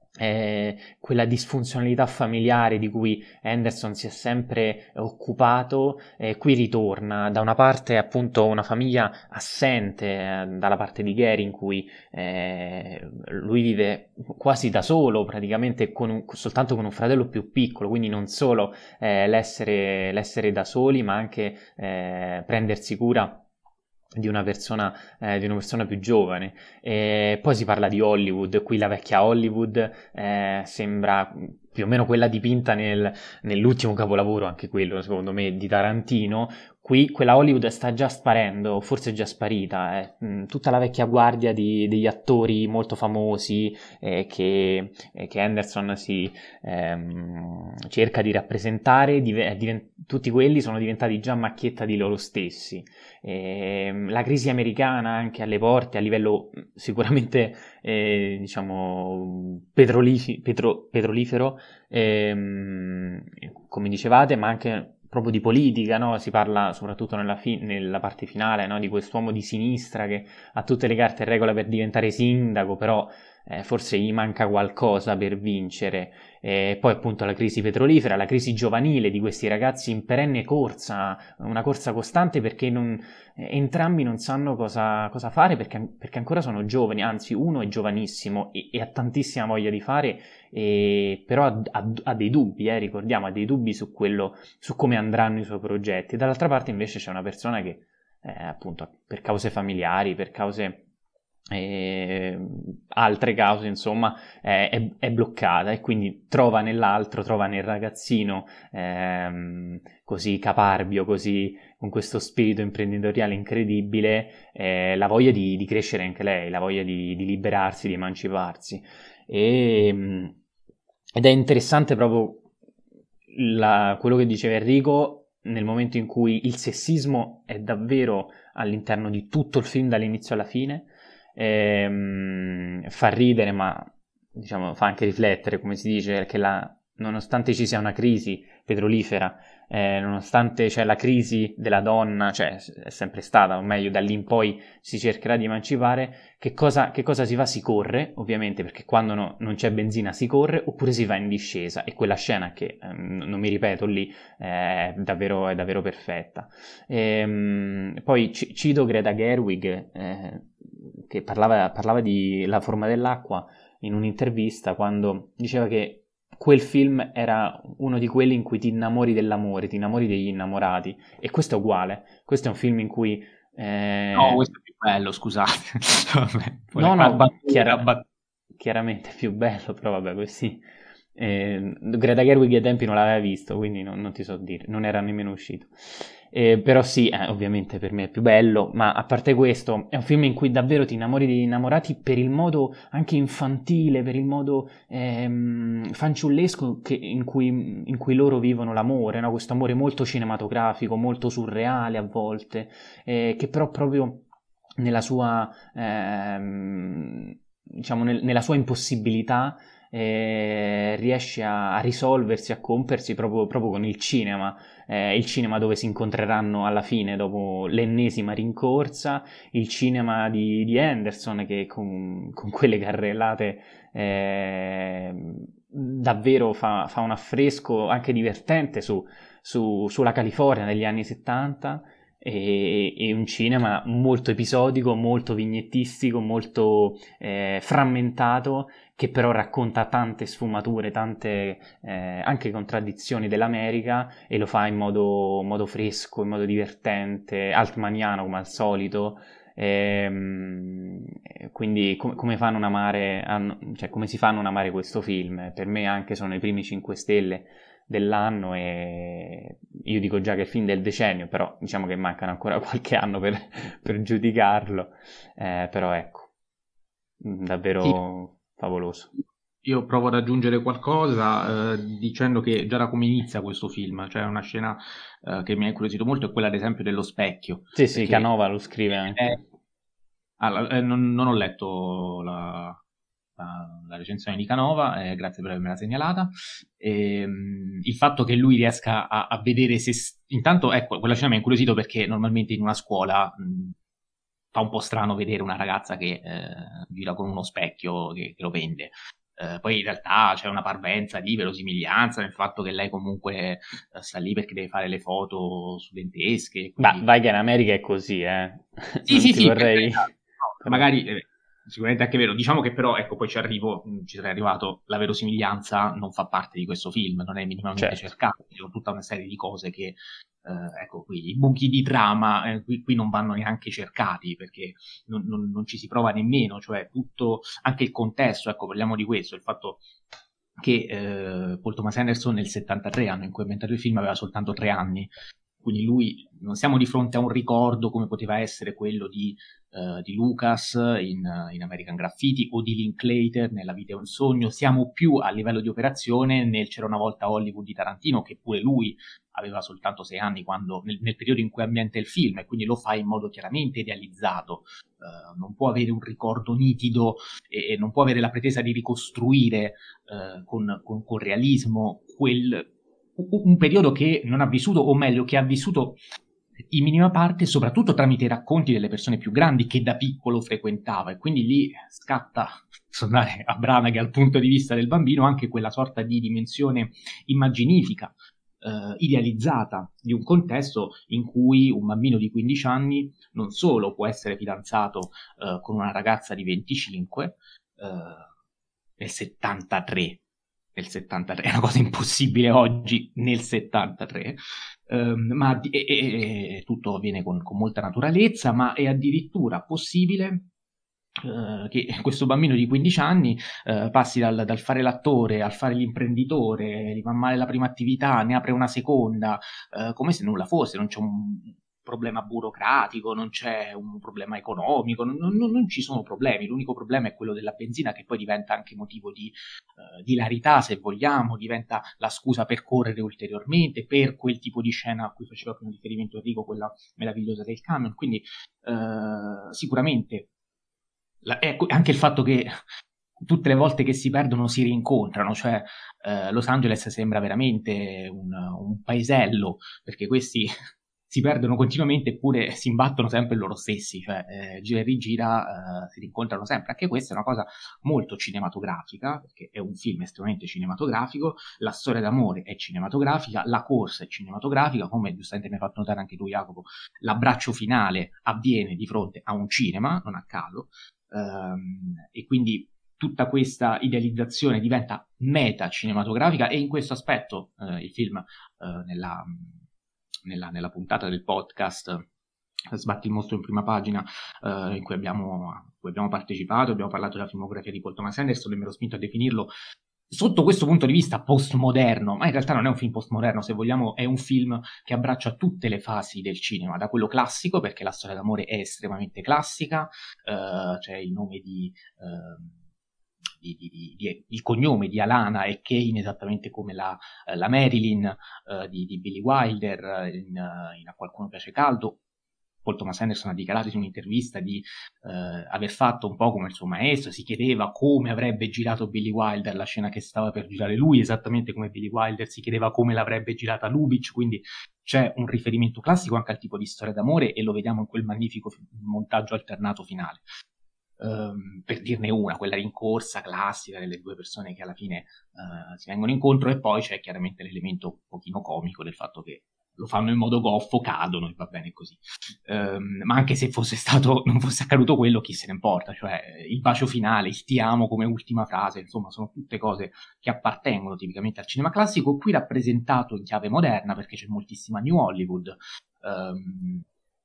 B: è quella disfunzionalità familiare di cui Anderson si è sempre occupato, eh, qui ritorna. Da una parte appunto una famiglia assente eh, dalla parte di Gary, in cui eh, lui vive quasi da solo, praticamente con un, soltanto con un fratello più piccolo, quindi non solo eh, l'essere, l'essere da soli, ma anche eh, prendersi cura di una persona, eh, di una persona più giovane. E poi si parla di Hollywood, qui la vecchia Hollywood eh, sembra più o meno quella dipinta nel, nell'ultimo capolavoro, anche quello secondo me di Tarantino. Qui quella Hollywood sta già sparendo, forse è già sparita, eh. Tutta la vecchia guardia di, degli attori molto famosi eh, che, eh, che Anderson si ehm, cerca di rappresentare, div- divent- tutti quelli sono diventati già macchietta di loro stessi. Eh, la crisi americana anche alle porte, a livello sicuramente eh, diciamo petrolif- petro- petrolifero, ehm, come dicevate, ma anche proprio di politica, no? Si parla soprattutto nella, fi- nella parte finale, no? Di quest'uomo di sinistra che ha tutte le carte in regola per diventare sindaco, però eh, forse gli manca qualcosa per vincere. E poi appunto la crisi petrolifera, la crisi giovanile di questi ragazzi in perenne corsa, una corsa costante perché non, eh, entrambi non sanno cosa, cosa fare perché, perché ancora sono giovani, anzi uno è giovanissimo e, e ha tantissima voglia di fare, e, però ha, ha, ha dei dubbi, eh, ricordiamo, ha dei dubbi su quello, su come andranno i suoi progetti. Dall'altra parte invece c'è una persona che eh, appunto per cause familiari, per cause e altre cause, insomma, eh, è, è bloccata, e quindi trova nell'altro, trova nel ragazzino ehm, così caparbio, così con questo spirito imprenditoriale incredibile, eh, la voglia di, di crescere anche lei, la voglia di, di liberarsi, di emanciparsi. E, ed è interessante proprio la, quello che diceva Enrico, nel momento in cui il sessismo è davvero all'interno di tutto il film dall'inizio alla fine. Ehm, fa ridere, ma diciamo fa anche riflettere, come si dice, perché la, nonostante ci sia una crisi petrolifera, eh, nonostante c'è la crisi della donna, cioè è sempre stata, o meglio da lì in poi si cercherà di emancipare, che cosa, che cosa si fa? Si corre, ovviamente, perché quando no, non c'è benzina si corre, oppure si va in discesa, e quella scena che, ehm, non mi ripeto lì, è davvero, è davvero perfetta. Ehm, poi c- cito Greta Gerwig, eh, che parlava, parlava di La forma dell'acqua in un'intervista, quando diceva che quel film era uno di quelli in cui ti innamori dell'amore, ti innamori degli innamorati, e questo è uguale. Questo è un film in cui eh...
A: no, questo è più bello, scusate. Vabbè,
B: no, no,
A: battuta,
B: chiara...
A: bat...
B: chiaramente è più bello, però vabbè, così. Eh, Greta Gerwig ai tempi non l'aveva visto, quindi non, non ti so dire, non era nemmeno uscito. Eh, però sì, eh, ovviamente per me è più bello, ma a parte questo è un film in cui davvero ti innamori degli innamorati per il modo anche infantile, per il modo ehm, fanciullesco che, in, cui, in cui loro vivono l'amore, no? Questo amore molto cinematografico, molto surreale a volte, eh, che però proprio nella sua, ehm, diciamo, nel, nella sua impossibilità eh, riesce a, a risolversi, a compiersi proprio, proprio con il cinema. Eh, il cinema dove si incontreranno alla fine dopo l'ennesima rincorsa, il cinema di, di Anderson che con, con quelle carrellate eh, davvero fa, fa un affresco anche divertente su, su, sulla California negli anni settanta, e, e un cinema molto episodico, molto vignettistico, molto eh, frammentato, che però racconta tante sfumature, tante eh, anche contraddizioni dell'America, e lo fa in modo, modo fresco, in modo divertente, altmaniano come al solito. Ehm, quindi com- come fanno ad amare, hanno, cioè come si fanno ad amare questo film? Per me anche sono i primi cinque stelle dell'anno, e io dico già che è il film del decennio, però diciamo che mancano ancora qualche anno per, per giudicarlo, eh, però ecco, davvero
A: Sì.
B: favoloso.
A: Io provo ad aggiungere qualcosa eh, dicendo che già da come inizia questo film, cioè una scena eh, che mi ha incuriosito molto è quella ad esempio dello specchio.
B: Sì, sì,
A: Perché
B: Canova lo scrive anche.
A: è... ah, eh, non, non ho letto la, la, la recensione di Canova, eh, grazie per avermela segnalata. E, mh, il fatto che lui riesca a, a vedere se... Intanto, ecco, quella scena mi ha incuriosito perché normalmente in una scuola... Mh, fa un po' strano vedere una ragazza che eh, gira con uno specchio che, che lo vende. Eh, poi in realtà c'è una parvenza di verosimiglianza nel fatto che lei comunque eh, sta lì perché deve fare le foto studentesche. Quindi...
B: Ma vai che in America è così, eh.
A: Sì,
B: Non
A: sì,
B: ti
A: sì, per
B: vorrei...
A: carità. No, magari eh, sicuramente anche vero. Diciamo che però, ecco, poi ci arrivo, mh, ci sarei arrivato, la verosimiglianza non fa parte di questo film, non è minimamente
B: Certo.
A: cercata, ci sono tutta una serie di cose che, eh, ecco, qui i buchi di trama eh, qui, qui non vanno neanche cercati, perché non, non, non ci si prova nemmeno, cioè tutto, anche il contesto, ecco, parliamo di questo, il fatto che eh, Paul Thomas Anderson nel settantatré, anno in cui ha inventato il film, aveva soltanto tre anni. Quindi lui, non siamo di fronte a un ricordo come poteva essere quello di, uh, di Lucas in, in American Graffiti o di Linklater nella Vita è un sogno, siamo più a livello di operazione nel C'era una volta Hollywood di Tarantino, che pure lui aveva soltanto sei anni quando, nel, nel periodo in cui ambienta il film, e quindi lo fa in modo chiaramente idealizzato. Uh, non può avere un ricordo nitido e, e non può avere la pretesa di ricostruire uh, con, con, con realismo quel... un periodo che non ha vissuto, o meglio, che ha vissuto in minima parte, soprattutto tramite i racconti delle persone più grandi che da piccolo frequentava, e quindi lì scatta, tornare a Branagh al punto di vista del bambino, anche quella sorta di dimensione immaginifica, eh, idealizzata di un contesto in cui un bambino di quindici anni non solo può essere fidanzato eh, con una ragazza di venticinque eh, nel settantatré, nel settantatré, è una cosa impossibile oggi nel settantatré, ehm, ma di, e, e, e, tutto avviene con, con molta naturalezza, ma è addirittura possibile Uh, che questo bambino di quindici anni uh, passi dal, dal fare l'attore al fare l'imprenditore, gli va male la prima attività, ne apre una seconda, uh, come se nulla fosse, non c'è un problema burocratico, non c'è un problema economico, non, non, non ci sono problemi, l'unico problema è quello della benzina, che poi diventa anche motivo di, uh, di hilarità, se vogliamo, diventa la scusa per correre ulteriormente, per quel tipo di scena a cui faceva prima riferimento Enrico, quella meravigliosa del camion, quindi uh, sicuramente La, ecco, anche il fatto che tutte le volte che si perdono si rincontrano, cioè eh, Los Angeles sembra veramente un, un paesello, perché questi si perdono continuamente eppure si imbattono sempre loro stessi, cioè eh, gira e rigira, eh, si rincontrano sempre. Anche questa è una cosa molto cinematografica, perché è un film estremamente cinematografico, la storia d'amore è cinematografica, la corsa è cinematografica, come giustamente mi hai fatto notare anche tu, Jacopo, l'abbraccio finale avviene di fronte a un cinema, non a caso, ehm, e quindi tutta questa idealizzazione diventa meta cinematografica, e in questo aspetto eh, il film eh, nella... Nella, nella puntata del podcast Sbatti il mostro in prima pagina, eh, in cui abbiamo, in cui abbiamo partecipato, abbiamo parlato della filmografia di Paul Thomas Anderson e mi ero spinto a definirlo sotto questo punto di vista postmoderno, ma in realtà non è un film postmoderno, se vogliamo è un film che abbraccia tutte le fasi del cinema, da quello classico, perché la storia d'amore è estremamente classica, eh, c'è il nome di... Eh, Di, di, di, il cognome di Alana è Kane, esattamente come la, la Marilyn uh, di, di Billy Wilder in, in A qualcuno piace caldo. Paul Thomas Anderson ha dichiarato in un'intervista di uh, aver fatto un po' come il suo maestro, si chiedeva come avrebbe girato Billy Wilder la scena che stava per girare lui, esattamente come Billy Wilder si chiedeva come l'avrebbe girata Lubitsch, quindi c'è un riferimento classico anche al tipo di storia d'amore e lo vediamo in quel magnifico montaggio alternato finale. Um, per dirne una, quella rincorsa classica delle due persone che alla fine uh, si vengono incontro, e poi c'è chiaramente l'elemento un pochino comico del fatto che lo fanno in modo goffo, cadono e va bene così. Um, ma anche se fosse stato, non fosse accaduto quello, chi se ne importa, cioè il bacio finale, il ti amo come ultima frase, insomma sono tutte cose che appartengono tipicamente al cinema classico, qui rappresentato in chiave moderna perché c'è moltissima New Hollywood. Um,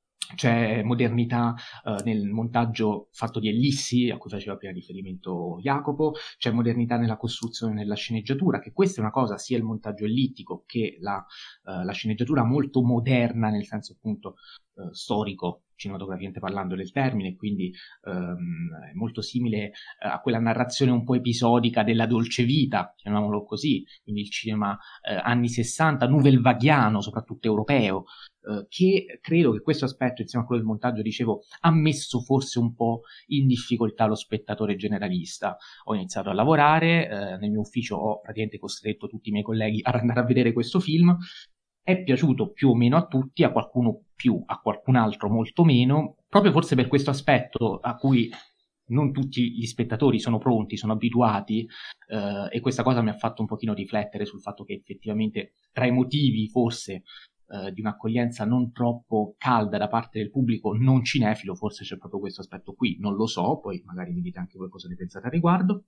A: C'è modernità uh, nel montaggio fatto di ellissi, a cui faceva prima riferimento Jacopo, c'è modernità nella costruzione della sceneggiatura, che questa è una cosa, sia il montaggio ellittico che la, uh, la sceneggiatura molto moderna, nel senso appunto uh, storico, cinematograficamente parlando del termine, quindi um, è molto simile uh, a quella narrazione un po' episodica della dolce vita, chiamiamolo così, quindi il cinema uh, anni sessanta, nouvelle-vaghiano, soprattutto europeo, Uh, che credo che questo aspetto, insieme a quello del montaggio, dicevo, ha messo forse un po' in difficoltà lo spettatore generalista. Ho iniziato a lavorare, uh, nel mio ufficio ho praticamente costretto tutti i miei colleghi ad andare a vedere questo film, è piaciuto più o meno a tutti, a qualcuno più, a qualcun altro molto meno, proprio forse per questo aspetto a cui non tutti gli spettatori sono pronti, sono abituati, uh, e questa cosa mi ha fatto un pochino riflettere sul fatto che effettivamente tra i motivi forse di un'accoglienza non troppo calda da parte del pubblico non cinefilo, forse c'è proprio questo aspetto qui, non lo so, poi magari mi dite anche voi cosa ne pensate al riguardo.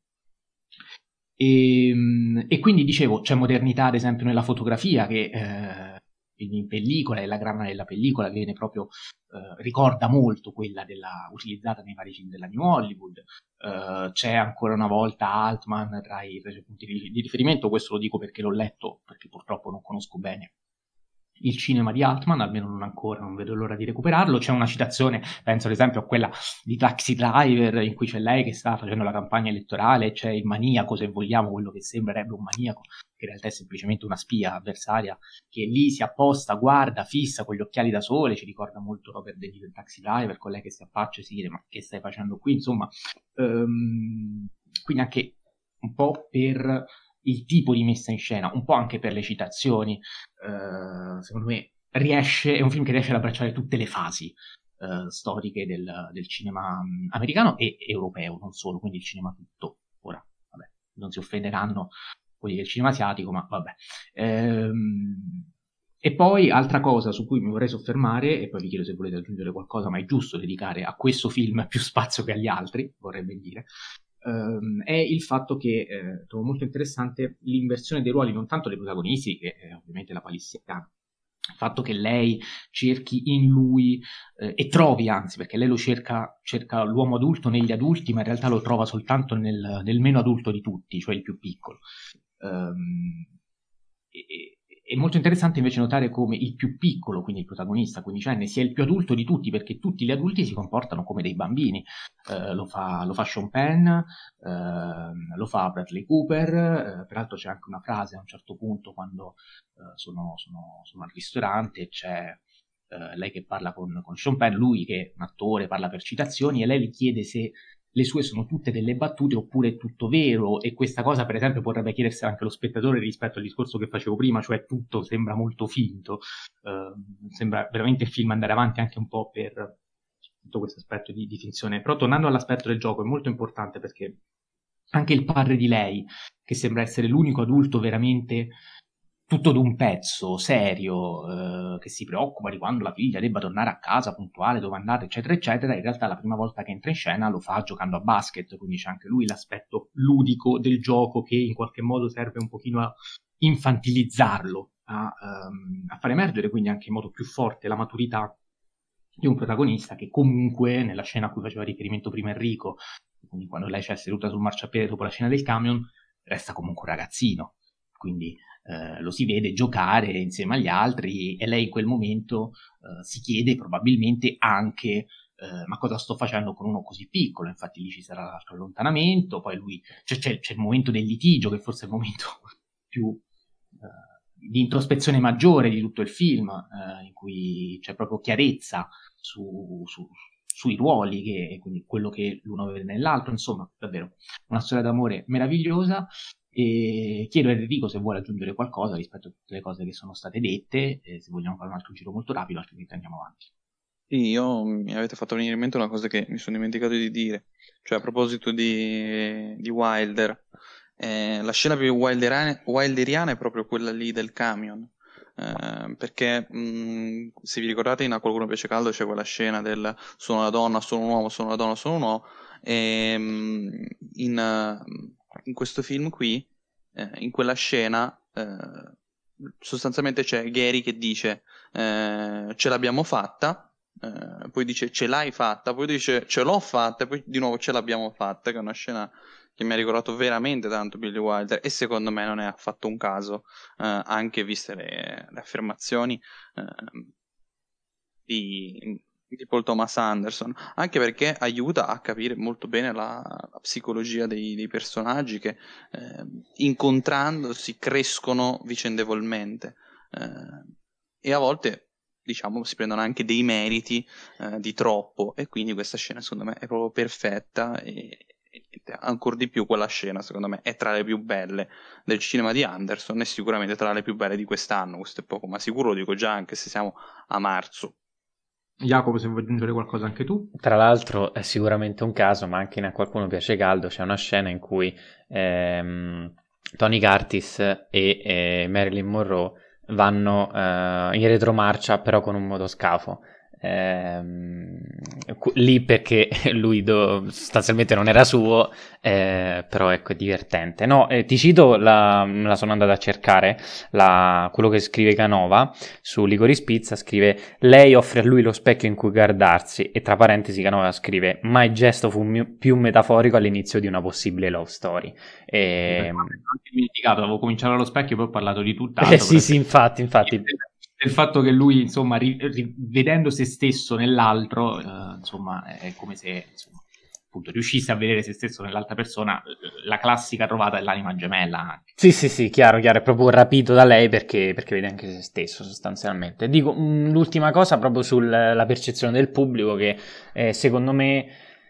A: E, e quindi dicevo, c'è modernità ad esempio nella fotografia, che eh, in pellicola, e la grana della pellicola viene proprio eh, ricorda molto quella della, utilizzata nei vari film della New Hollywood. Uh, c'è ancora una volta Altman tra i, tra i punti di, di riferimento, questo lo dico perché l'ho letto, perché purtroppo non conosco bene il cinema di Altman, almeno non ancora, non vedo l'ora di recuperarlo. C'è una citazione, penso ad esempio a quella di Taxi Driver, in cui c'è lei che sta facendo la campagna elettorale, c'è il maniaco, se vogliamo, quello che sembrerebbe un maniaco, che in realtà è semplicemente una spia avversaria, che lì si apposta, guarda, fissa con gli occhiali da sole, ci ricorda molto Robert De Niro in Taxi Driver, con lei che si affaccia e si chiede ma che stai facendo qui, insomma. Um, quindi anche un po' per il tipo di messa in scena, un po' anche per le citazioni, uh, secondo me riesce, è un film che riesce ad abbracciare tutte le fasi uh, storiche del, del cinema um, americano e europeo, non solo, quindi il cinema tutto. Ora, vabbè, non si offenderanno quelli del cinema asiatico, ma vabbè. Ehm, e poi, altra cosa su cui mi vorrei soffermare, e poi vi chiedo se volete aggiungere qualcosa, ma è giusto dedicare a questo film più spazio che agli altri, vorrei ben dire, Um, è il fatto che eh, trovo molto interessante l'inversione dei ruoli, non tanto dei protagonisti, che è ovviamente la palissiana, il fatto che lei cerchi in lui eh, e trovi, anzi, perché lei lo cerca, cerca l'uomo adulto negli adulti, ma in realtà lo trova soltanto nel, nel meno adulto di tutti, cioè il più piccolo. Um, e, è molto interessante invece notare come il più piccolo, quindi il protagonista quindicenne, sia il più adulto di tutti, perché tutti gli adulti si comportano come dei bambini. Eh, lo, fa, lo fa Sean Penn, eh, lo fa Bradley Cooper, eh, peraltro c'è anche una frase a un certo punto quando eh, sono, sono, sono al ristorante e c'è eh, lei che parla con, con Sean Penn, lui che è un attore, parla per citazioni e lei gli chiede se le sue sono tutte delle battute oppure è tutto vero, e questa cosa per esempio potrebbe chiedersi anche lo spettatore rispetto al discorso che facevo prima, cioè tutto sembra molto finto, uh, sembra veramente il film andare avanti anche un po' per tutto questo aspetto di, di finzione. Però tornando all'aspetto del gioco è molto importante perché anche il padre di lei, che sembra essere l'unico adulto veramente tutto d'un pezzo, serio, eh, che si preoccupa di quando la figlia debba tornare a casa puntuale, dove andare, eccetera, eccetera, in realtà la prima volta che entra in scena lo fa giocando a basket, quindi c'è anche lui l'aspetto ludico del gioco che in qualche modo serve un pochino a infantilizzarlo, a, um, a far emergere quindi anche in modo più forte la maturità di un protagonista che comunque, nella scena a cui faceva riferimento prima Enrico, quindi quando lei c'è seduta sul marciapiede dopo la scena del camion, resta comunque un ragazzino, quindi eh, lo si vede giocare insieme agli altri e lei in quel momento eh, si chiede probabilmente anche eh, ma cosa sto facendo con uno così piccolo. Infatti lì ci sarà l'altro allontanamento, poi lui cioè, c'è, c'è il momento del litigio che forse è il momento più eh, di introspezione maggiore di tutto il film, eh, in cui c'è proprio chiarezza su, su, sui ruoli, che, quindi quello che l'uno vede nell'altro, insomma davvero una storia d'amore meravigliosa. E chiedo a Enrico se vuole aggiungere qualcosa rispetto a tutte le cose che sono state dette, eh, se vogliamo fare un altro giro molto rapido, altrimenti andiamo avanti.
C: Sì, io mi avete fatto venire in mente una cosa che mi sono dimenticato di dire, cioè a proposito di, di Wilder, eh, la scena più wilderiana, wilderiana è proprio quella lì del camion, eh, perché mh, se vi ricordate in A qualcuno piace caldo c'è quella scena del sono una donna, sono un uomo, sono una donna, sono un uomo, e mh, in... Uh, in questo film qui, eh, in quella scena, eh, sostanzialmente c'è Gary che dice eh, ce l'abbiamo fatta, eh, poi dice ce l'hai fatta, poi dice ce l'ho fatta, e poi di nuovo ce l'abbiamo fatta, che è una scena che mi ha ricordato veramente tanto Billy Wilder, e secondo me non è affatto un caso, eh, anche viste le, le affermazioni eh, di... di Paul Thomas Anderson, anche perché aiuta a capire molto bene la, la psicologia dei, dei personaggi che eh, incontrandosi crescono vicendevolmente eh, e a volte diciamo si prendono anche dei meriti eh, di troppo, e quindi questa scena secondo me è proprio perfetta, e, e ancora di più quella scena secondo me è tra le più belle del cinema di Anderson e sicuramente tra le più belle di quest'anno. Questo è poco ma sicuro, lo dico già anche se siamo a marzo.
A: Jacopo, se vuoi aggiungere qualcosa anche tu.
B: Tra l'altro è sicuramente un caso, ma anche in A qualcuno piace caldo c'è una scena in cui ehm, Tony Curtis e, e Marilyn Monroe vanno eh, in retromarcia però con un motoscafo. Ehm, lì perché lui do, sostanzialmente non era suo, eh, però ecco è divertente. No, eh, ti cito, la, me la sono andata a cercare, la, quello che scrive Canova su Licorice Pizza, scrive lei offre a lui lo specchio in cui guardarsi, e tra parentesi Canova scrive ma il gesto fu mi- più metaforico all'inizio di una possibile love story. E...
A: Non ho dimenticato, avevo cominciato allo specchio e poi ho parlato di tutt'altro.
B: Eh, sì, sì, infatti, infatti.
A: Il fatto che lui, insomma, ri- ri- vedendo se stesso nell'altro, eh, insomma, è come se insomma, appunto riuscisse a vedere se stesso nell'altra persona, la classica trovata dell'anima gemella anche.
B: Sì, sì, sì, chiaro, chiaro, è proprio rapito da lei perché, perché vede anche se stesso sostanzialmente. Dico mh, l'ultima cosa proprio sulla percezione del pubblico, che eh, secondo me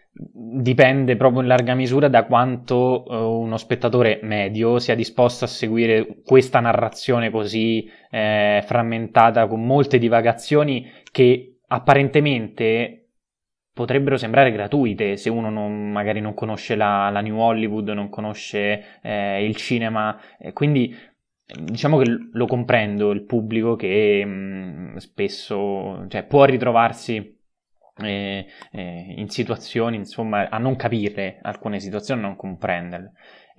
B: dipende proprio in larga misura da quanto uh, uno spettatore medio sia disposto a seguire questa narrazione così eh, frammentata, con molte divagazioni che apparentemente potrebbero sembrare gratuite se uno non, magari non conosce la, la New Hollywood, non conosce eh, il cinema, eh, quindi diciamo che lo comprendo il pubblico che mh, spesso cioè, può ritrovarsi eh, eh, in situazioni, insomma, a non capire alcune situazioni, a non comprenderle.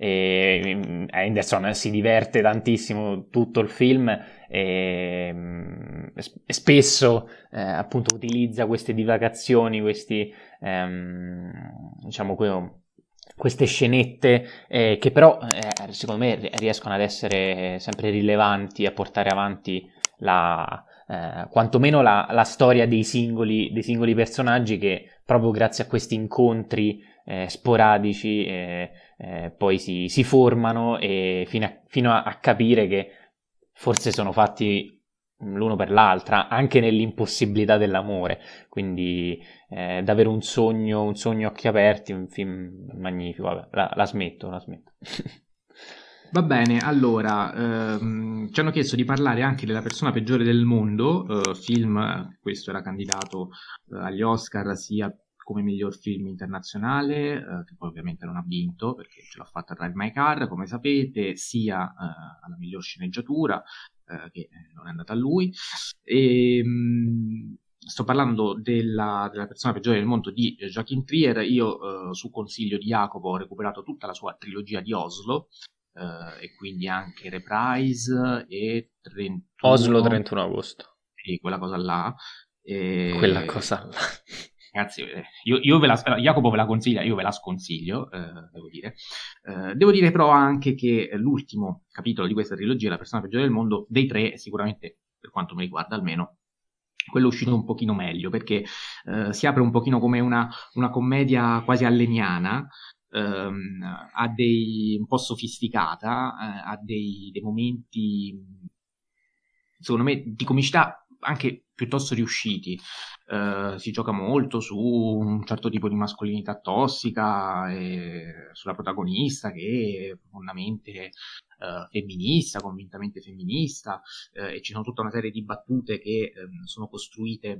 B: E Henderson si diverte tantissimo tutto il film e, e spesso eh, appunto utilizza queste divagazioni, questi ehm, diciamo que- queste scenette eh, che però eh, secondo me riescono ad essere sempre rilevanti, a portare avanti la eh, quantomeno la, la storia dei singoli, dei singoli personaggi, che proprio grazie a questi incontri eh, sporadici eh, eh, poi si, si formano e fino, a, fino a, a capire che forse sono fatti l'uno per l'altra, anche nell'impossibilità dell'amore. Quindi eh, davvero un sogno, un sogno a occhi aperti, un film magnifico. Vabbè, la, la smetto, la smetto.
A: Va bene, allora, ehm, ci hanno chiesto di parlare anche della persona peggiore del mondo, eh, film, questo era candidato eh, agli Oscar sia come miglior film internazionale, eh, che poi ovviamente non ha vinto perché ce l'ha fatta Drive My Car, come sapete, sia eh, alla miglior sceneggiatura, eh, che non è andata a lui. E, mh, sto parlando della, della persona peggiore del mondo di Joachim Trier. Io, eh, su consiglio di Jacopo, ho recuperato tutta la sua trilogia di Oslo, Uh, e quindi anche Reprise e trentuno
B: Oslo trentuno agosto.
A: E quella cosa là. E...
B: Quella cosa là.
A: Ragazzi, io, io ve la, Jacopo ve la consiglia, io ve la sconsiglio, eh, devo dire. Eh, devo dire però anche che l'ultimo capitolo di questa trilogia, La persona peggiore del mondo, dei tre, sicuramente, per quanto mi riguarda almeno, quello è uscito un pochino meglio, perché eh, si apre un pochino come una, una commedia quasi alleniana, ehm, ha dei un po' sofisticata, eh, ha dei, dei momenti, secondo me, di comicità anche piuttosto riusciti. Uh, si gioca molto su un certo tipo di mascolinità tossica, e sulla protagonista che è profondamente uh, femminista, convintamente femminista, uh, e ci sono tutta una serie di battute che um, sono costruite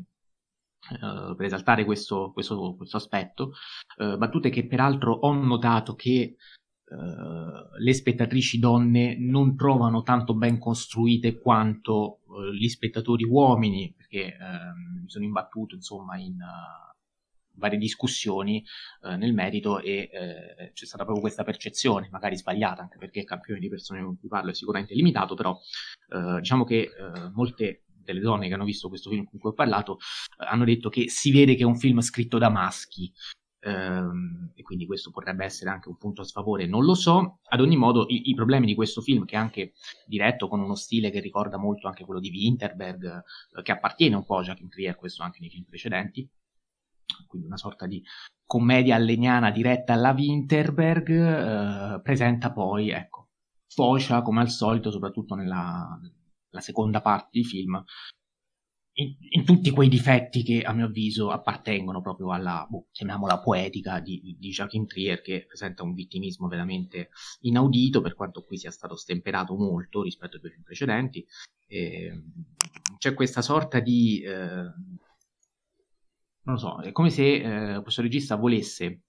A: uh, per esaltare questo, questo, questo aspetto, uh, battute che peraltro ho notato che Uh, le spettatrici donne non trovano tanto ben costruite quanto uh, gli spettatori uomini, perché uh, mi sono imbattuto insomma in uh, varie discussioni uh, nel merito e uh, c'è stata proprio questa percezione, magari sbagliata, anche perché il campione di persone con cui parlo è sicuramente limitato, però uh, diciamo che uh, molte delle donne che hanno visto questo film con cui ho parlato uh, hanno detto che si vede che è un film scritto da maschi. Um, e quindi questo potrebbe essere anche un punto a sfavore, non lo so. Ad ogni modo i, i problemi di questo film, che è anche diretto con uno stile che ricorda molto anche quello di Winterberg, eh, che appartiene un po' a Joachim Trier, questo anche nei film precedenti, quindi una sorta di commedia alleniana diretta alla Winterberg, eh, presenta poi, ecco, focia come al solito, soprattutto nella, nella seconda parte di film, In, in tutti quei difetti che a mio avviso appartengono proprio alla, boh, chiamiamola poetica di, di Joachim Trier, che presenta un vittimismo veramente inaudito, per quanto qui sia stato stemperato molto rispetto ai due film precedenti. E c'è questa sorta di eh, non lo so, è come se eh, questo regista volesse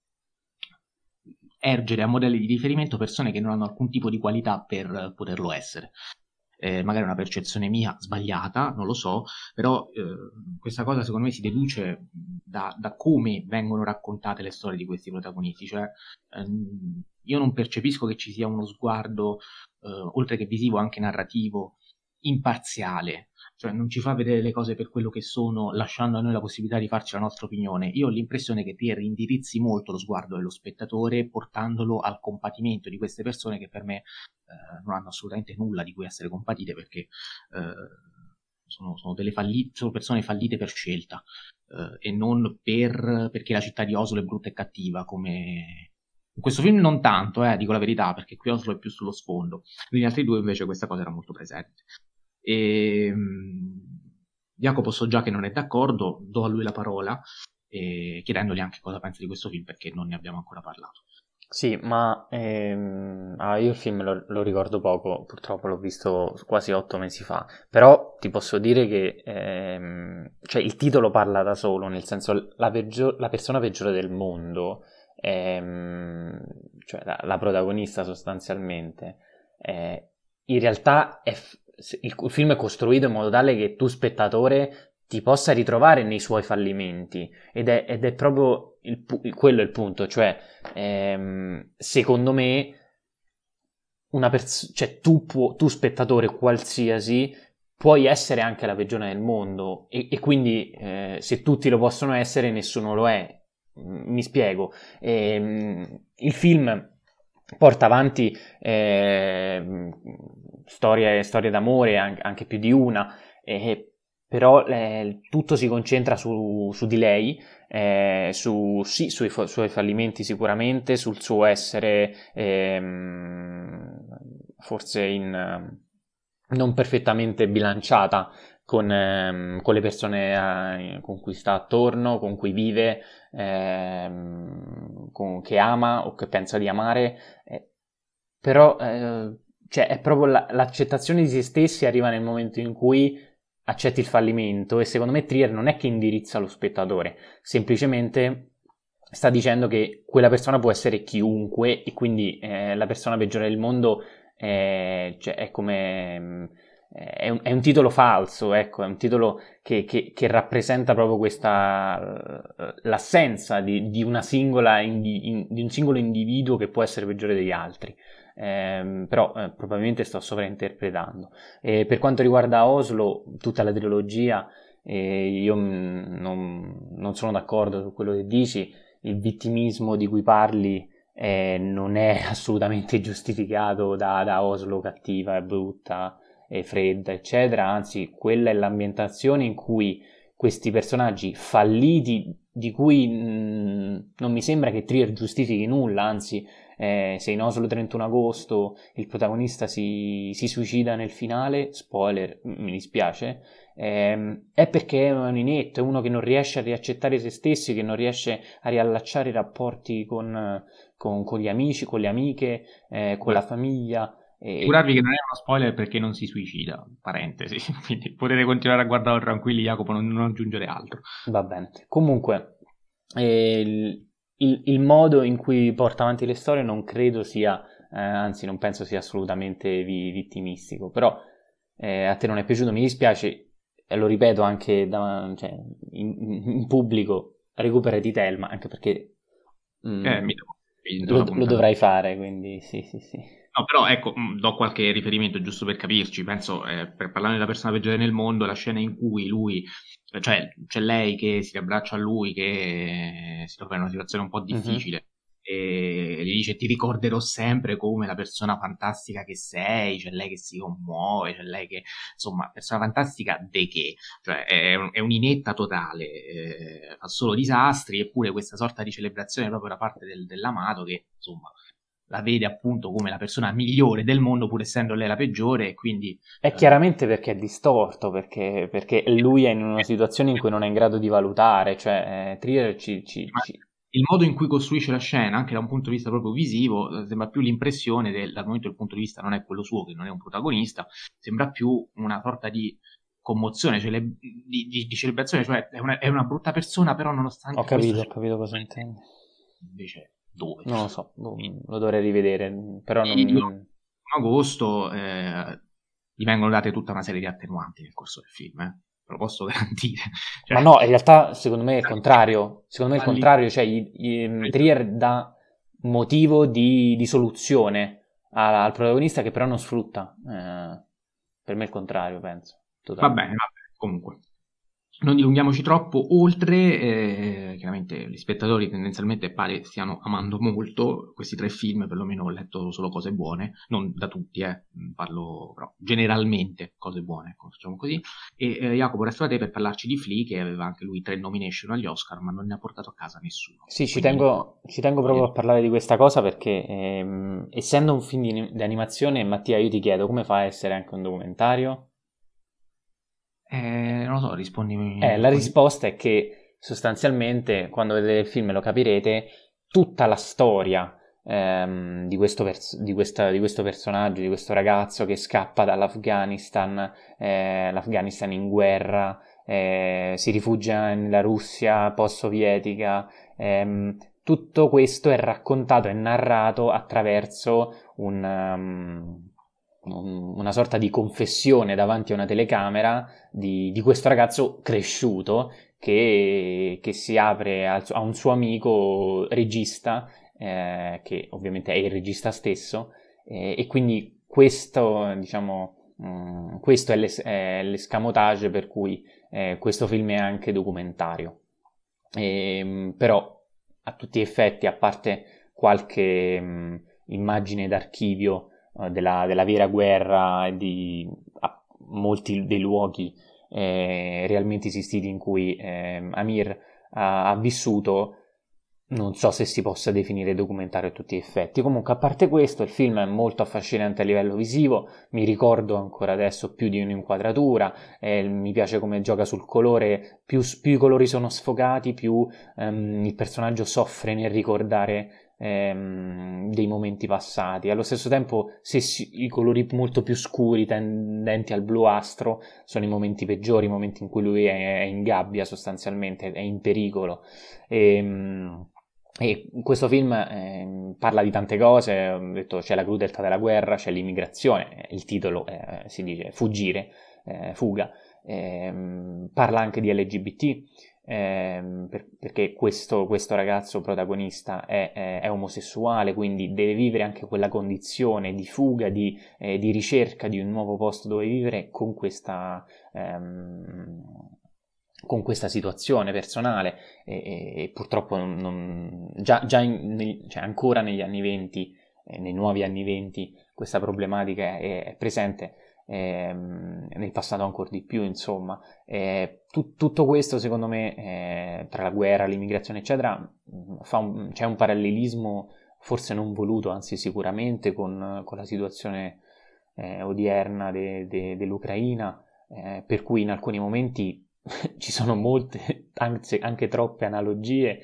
A: ergere a modelli di riferimento persone che non hanno alcun tipo di qualità per poterlo essere. Eh, magari una percezione mia sbagliata, non lo so, però eh, questa cosa secondo me si deduce da, da come vengono raccontate le storie di questi protagonisti, cioè ehm, io non percepisco che ci sia uno sguardo, eh, oltre che visivo anche narrativo, imparziale, cioè non ci fa vedere le cose per quello che sono, lasciando a noi la possibilità di farci la nostra opinione. Io ho l'impressione che Trier indirizzi molto lo sguardo dello spettatore, portandolo al compatimento di queste persone che per me eh, non hanno assolutamente nulla di cui essere compatite, perché eh, sono, sono, delle falli- sono persone fallite per scelta, eh, e non per, perché la città di Oslo è brutta e cattiva, come in questo film non tanto, eh, dico la verità, perché qui Oslo è più sullo sfondo. Negli altri due invece questa cosa era molto presente. E Jacopo so già che non è d'accordo, do a lui la parola, e chiedendogli anche cosa pensa di questo film, perché non ne abbiamo ancora parlato.
B: Sì, ma ehm, ah, io il film lo, lo ricordo poco, purtroppo l'ho visto quasi otto mesi fa, però ti posso dire che ehm, cioè il titolo parla da solo, nel senso la, peggior, la persona peggiore del mondo, ehm, cioè la, la protagonista sostanzialmente, eh, in realtà è, il, il film è costruito in modo tale che tu spettatore ti possa ritrovare nei suoi fallimenti, ed è, ed è proprio il, quello è il punto, cioè ehm, secondo me una pers- cioè tu, può, tu spettatore qualsiasi puoi essere anche la peggiore del mondo, e, e quindi eh, se tutti lo possono essere nessuno lo è. Mi spiego. Ehm, il film porta avanti eh, storie, storie d'amore, anche, anche più di una, eh, però eh, tutto si concentra su, su di lei, eh, su, sì, sui fa- suoi fallimenti sicuramente, sul suo essere ehm, forse in, non perfettamente bilanciata con, ehm, con le persone eh, con cui sta attorno, con cui vive, ehm, con, che ama o che pensa di amare, eh, però eh, cioè, è proprio la, l'accettazione di se stessi arriva nel momento in cui accetti il fallimento, e secondo me Trier non è che indirizza lo spettatore, semplicemente sta dicendo che quella persona può essere chiunque, e quindi eh, la persona peggiore del mondo è, cioè, è come... È un, è un titolo falso, ecco, è un titolo che, che, che rappresenta proprio questa l'assenza di, di una singola indi, in, di un singolo individuo che può essere peggiore degli altri. Eh, però eh, probabilmente sto sovrainterpretando. E per quanto riguarda Oslo, tutta la trilogia, eh, io mh, non, non sono d'accordo su quello che dici. Il vittimismo di cui parli eh, non è assolutamente giustificato da, da Oslo cattiva e brutta e fredda, eccetera, anzi quella è l'ambientazione in cui questi personaggi falliti, di cui mh, non mi sembra che Trier giustifichi nulla, anzi eh, se in Oslo trentuno agosto il protagonista si, si suicida nel finale, spoiler, mi dispiace, ehm, è perché è un inetto, è uno che non riesce a riaccettare se stessi, che non riesce a riallacciare i rapporti con, con, con gli amici, con le amiche, eh, con la famiglia.
A: Assicurarvi che non è uno spoiler perché non si suicida, parentesi, quindi potete continuare a guardarlo tranquilli, Jacopo, non, non aggiungere altro.
B: Va bene. Comunque, eh, il, il, il modo in cui porta avanti le storie non credo sia, eh, anzi non penso sia assolutamente vi, vittimistico, però eh, a te non è piaciuto, mi dispiace, e lo ripeto anche da, cioè, in, in pubblico, recuperati Thelma, anche perché mm,
A: Eh, mi devo,
B: lo, lo dovrai fare, quindi sì, sì, sì.
A: No, però ecco, mh, do qualche riferimento giusto per capirci. Penso, eh, per parlare della persona peggiore nel mondo, la scena in cui lui, eh, cioè c'è lei che si abbraccia a lui, che si trova in una situazione un po' difficile, mm-hmm. E gli dice: ti ricorderò sempre come la persona fantastica che sei. C'è lei che si commuove, c'è lei che, insomma, persona fantastica de che? Cioè è, un, è un'inetta totale, eh, fa solo disastri, eppure questa sorta di celebrazione proprio da parte del, dell'amato che, insomma, la vede appunto come la persona migliore del mondo, pur essendo lei la peggiore, e quindi...
B: È chiaramente perché è distorto, perché, perché lui è in una situazione in cui non è in grado di valutare, cioè eh, Trier ci... ci, ci...
A: Il modo in cui costruisce la scena, anche da un punto di vista proprio visivo, sembra più l'impressione del, dal momento che il punto di vista non è quello suo, che non è un protagonista, sembra più una sorta di commozione, cioè le, di, di, di celebrazione, cioè è una, è una brutta persona, però nonostante...
B: Ho capito,
A: questo,
B: ho capito cosa intendi.
A: Invece... Dove?
B: Non lo so, lo dovrei rivedere, però non... In
A: agosto eh, gli vengono date tutta una serie di attenuanti nel corso del film, eh? Ve lo posso garantire. Cioè,
B: ma no, in realtà secondo me è il contrario, secondo me è il contrario, cioè gli, gli, Trier dà motivo di, di soluzione al, al protagonista che però non sfrutta, eh, per me è il contrario, penso.
A: Totalmente. Va bene, va bene, comunque. Non dilunghiamoci troppo oltre, eh, chiaramente gli spettatori tendenzialmente pare stiano amando molto questi tre film, perlomeno ho letto solo cose buone, non da tutti, eh, parlo però generalmente cose buone, facciamo così. E eh, Jacopo, resto da te per parlarci di Flea, che aveva anche lui tre nomination agli Oscar, ma non ne ha portato a casa nessuno.
B: Sì, ci tengo, ci tengo proprio a parlare di questa cosa perché ehm, essendo un film di, di animazione, Mattia, io ti chiedo come fa a essere anche un documentario?
A: Eh, non lo so, rispondimi.
B: Eh, la risposta è che sostanzialmente, quando vedete il film lo capirete, tutta la storia ehm, di, questo pers- di, questa, di questo personaggio, di questo ragazzo che scappa dall'Afghanistan, eh, l'Afghanistan in guerra, eh, si rifugia nella Russia post-sovietica, ehm, tutto questo è raccontato e narrato attraverso un... Um, un, una sorta di confessione davanti a una telecamera di, di questo ragazzo cresciuto che, che si apre a, a un suo amico regista, eh, che ovviamente è il regista stesso, eh, e quindi questo, diciamo, mh, questo è, l'es- è l'escamotage per cui eh, questo film è anche documentario. E, però a tutti gli effetti, a parte qualche mh, immagine d'archivio uh, della, della vera guerra e di a, molti dei luoghi eh, realmente esistiti in cui eh, Amir ha, ha vissuto, non so se si possa definire documentario a tutti gli effetti. Comunque, a parte questo, il film è molto affascinante a livello visivo, mi ricordo ancora adesso più di un'inquadratura, eh, mi piace come gioca sul colore, più, più i colori sono sfocati, più ehm, il personaggio soffre nel ricordare ehm, dei momenti passati. Allo stesso tempo, se si, i colori molto più scuri, tendenti al bluastro, sono i momenti peggiori, i momenti in cui lui è, è in gabbia sostanzialmente, è in pericolo. E, e questo film eh, parla di tante cose, ho detto c'è la crudeltà della guerra, c'è l'immigrazione, il titolo eh, si dice fuggire, eh, fuga, eh, parla anche di L G B T, eh, per, perché questo, questo ragazzo protagonista è, è, è omosessuale, quindi deve vivere anche quella condizione di fuga, di, eh, di ricerca di un nuovo posto dove vivere con questa... Ehm, con questa situazione personale e, e, e purtroppo non, non, già, già in, nel, cioè ancora negli anni venti, eh, nei nuovi anni venti, questa problematica è, è presente, eh, nel passato ancora di più, insomma. Eh, tu, tutto questo, secondo me, eh, tra la guerra, l'immigrazione, eccetera, fa un, c'è un parallelismo forse non voluto, anzi sicuramente, con, con la situazione eh, odierna de, de, dell'Ucraina, eh, per cui in alcuni momenti ci sono molte, anzi anche troppe analogie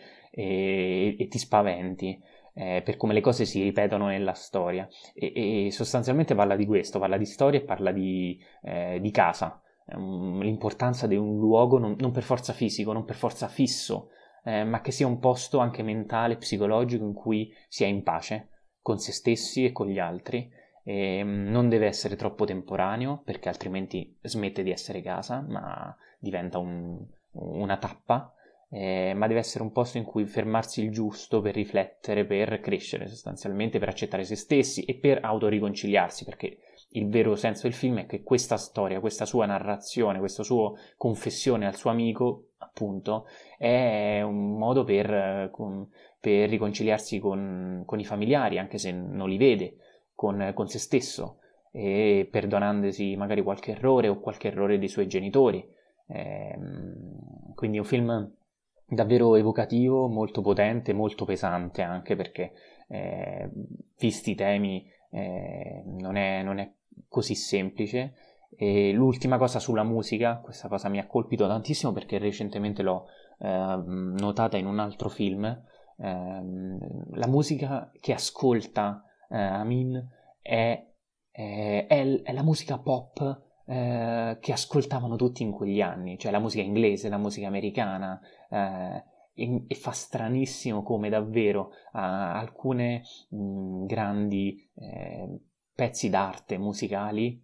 B: e, e ti spaventi eh, per come le cose si ripetono nella storia e, e sostanzialmente parla di questo, parla di storia e parla di, eh, di casa, um, l'importanza di un luogo non, non per forza fisico, non per forza fisso, eh, ma che sia un posto anche mentale, psicologico in cui si è in pace con se stessi e con gli altri. E, um, non deve essere troppo temporaneo perché altrimenti smette di essere casa, ma diventa un, una tappa, eh, ma deve essere un posto in cui fermarsi il giusto per riflettere, per crescere sostanzialmente, per accettare se stessi e per autoriconciliarsi, perché il vero senso del film è che questa storia, questa sua narrazione, questa sua confessione al suo amico, appunto, è un modo per, con, per riconciliarsi con, con i familiari, anche se non li vede, con, con se stesso, e perdonandosi magari qualche errore o qualche errore dei suoi genitori. Eh, quindi è un film davvero evocativo, molto potente, molto pesante anche perché eh, visti i temi eh, non, è, non è così semplice. E l'ultima cosa sulla musica, questa cosa mi ha colpito tantissimo perché recentemente l'ho eh, notata in un altro film, eh, la musica che ascolta eh, Amin è, è, è, è la musica pop Eh, che ascoltavano tutti in quegli anni, cioè la musica inglese, la musica americana, eh, e, e fa stranissimo come davvero eh, alcune mh, grandi eh, pezzi d'arte musicali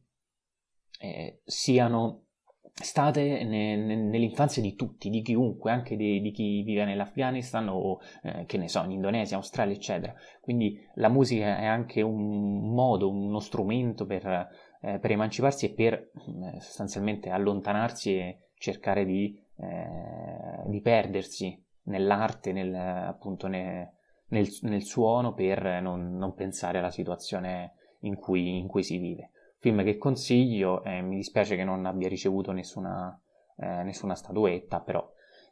B: eh, siano state ne, ne, nell'infanzia di tutti, di chiunque, anche di, di chi vive nell'Afghanistan o eh, che ne so, in Indonesia, Australia, eccetera. Quindi la musica è anche un modo, uno strumento per, eh, per emanciparsi e per eh, sostanzialmente allontanarsi e cercare di, eh, di perdersi nell'arte, nel, appunto ne, nel, nel suono per non, non pensare alla situazione in cui, in cui si vive. Film che consiglio, eh, mi dispiace che non abbia ricevuto nessuna, eh, nessuna statuetta, però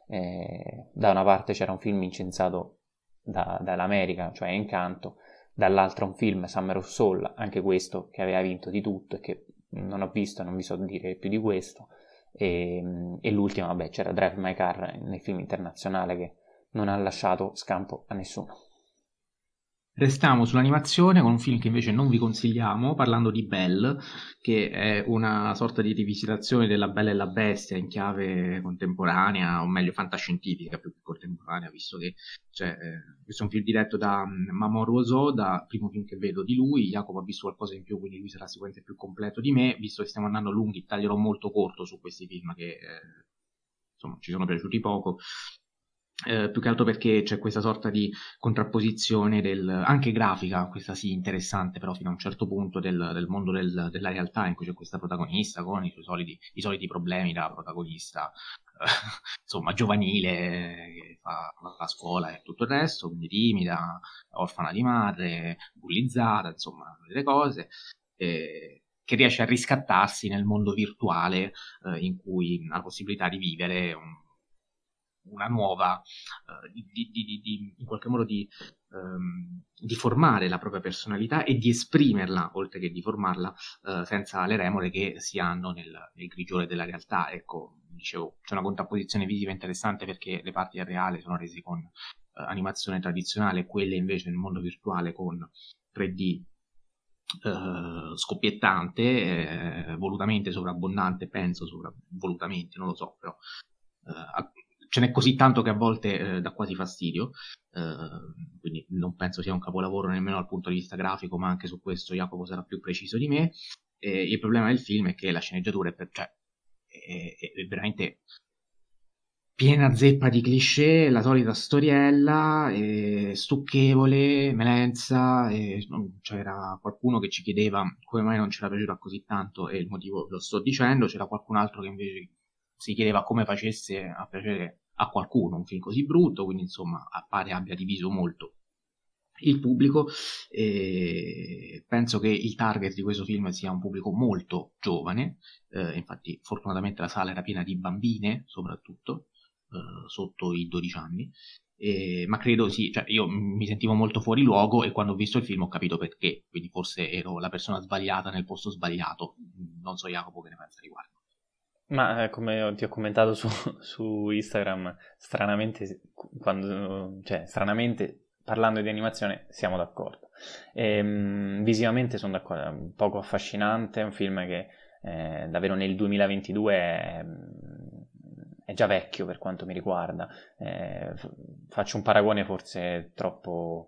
B: eh, da una parte c'era un film incensato da, dall'America, cioè Encanto, dall'altra un film, Summer of Soul, anche questo che aveva vinto di tutto e che non ho visto, non vi so dire più di questo, e, e l'ultima, vabbè, c'era Drive My Car nel film internazionale che non ha lasciato scampo a nessuno.
A: Restiamo sull'animazione con un film che invece non vi consigliamo, parlando di Belle, che è una sorta di rivisitazione della Bella e la Bestia in chiave contemporanea, o meglio fantascientifica più che contemporanea, visto che cioè, eh, questo è un film diretto da um, Mamoru Hosoda, primo film che vedo di lui. Jacopo ha visto qualcosa in più, quindi lui sarà sicuramente più completo di me. Visto che stiamo andando lunghi, taglierò molto corto su questi film che eh, insomma ci sono piaciuti poco. Eh, più che altro perché c'è questa sorta di contrapposizione del, anche grafica, questa sì interessante però fino a un certo punto, del, del mondo del, della realtà, in cui c'è questa protagonista con i suoi soliti, i soliti problemi da protagonista eh, insomma giovanile, che fa la scuola e tutto il resto, quindi timida, orfana di madre, bullizzata, insomma delle cose, eh, che riesce a riscattarsi nel mondo virtuale eh, in cui ha la possibilità di vivere un, una nuova, uh, di, di, di, di, in qualche modo di, um, di formare la propria personalità e di esprimerla, oltre che di formarla, uh, senza le remore che si hanno nel, nel grigiore della realtà. Ecco, dicevo, c'è una contrapposizione visiva interessante perché le parti del reale sono rese con uh, animazione tradizionale, quelle invece nel mondo virtuale con tre D Uh, scoppiettante, eh, volutamente sovrabbondante, penso, sovra- volutamente, non lo so, però uh, ce n'è così tanto che a volte eh, dà quasi fastidio, uh, quindi non penso sia un capolavoro nemmeno dal punto di vista grafico, ma anche su questo Jacopo sarà più preciso di me. E il problema del film è che la sceneggiatura è, per, cioè, è, è veramente piena zeppa di cliché, la solita storiella, eh, stucchevole, melenza, e c'era qualcuno che ci chiedeva come mai non c'era piaciuta così tanto, e il motivo lo sto dicendo. C'era qualcun altro che invece si chiedeva come facesse a piacere a qualcuno un film così brutto, quindi insomma appare abbia diviso molto il pubblico. E penso che il target di questo film sia un pubblico molto giovane, eh, infatti fortunatamente la sala era piena di bambine soprattutto, Uh, sotto i dodici anni, eh, ma credo sì, cioè io mi sentivo molto fuori luogo e quando ho visto il film ho capito perché, quindi forse ero la persona sbagliata nel posto sbagliato. Non so Jacopo che ne pensa riguardo.
B: Ma eh, come ti ho commentato su, su Instagram, stranamente, quando, cioè, stranamente parlando di animazione siamo d'accordo. Ehm, visivamente sono d'accordo, è un poco affascinante, è un film che eh, davvero nel duemilaventidue è, è già vecchio per quanto mi riguarda. Eh, faccio un paragone forse troppo,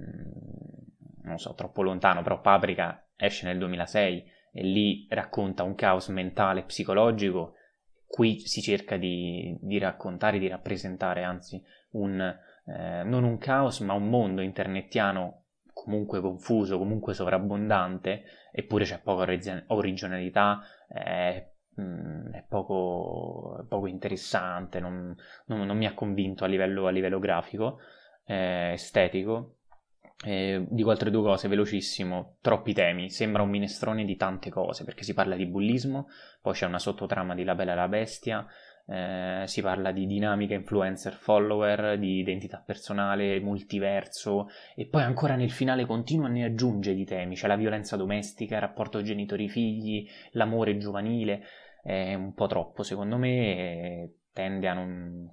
B: mh, non so, troppo lontano, però Paprika esce nel duemilasei e lì racconta un caos mentale e psicologico. Qui si cerca di, di raccontare, di rappresentare anzi un, eh, non un caos ma un mondo internettiano comunque confuso, comunque sovrabbondante, eppure c'è poca originalità, è, mh, è, poco, è poco interessante, non, non, non mi ha convinto a livello, a livello grafico, eh, estetico. Eh, dico altre due cose velocissimo: troppi temi, sembra un minestrone di tante cose, perché si parla di bullismo, poi c'è una sottotrama di La Bella e la Bestia, eh, si parla di dinamica influencer follower, di identità personale, multiverso, e poi ancora nel finale continua ne aggiunge di temi, c'è la violenza domestica, il rapporto genitori-figli, l'amore giovanile. È un po' troppo secondo me, e tende a non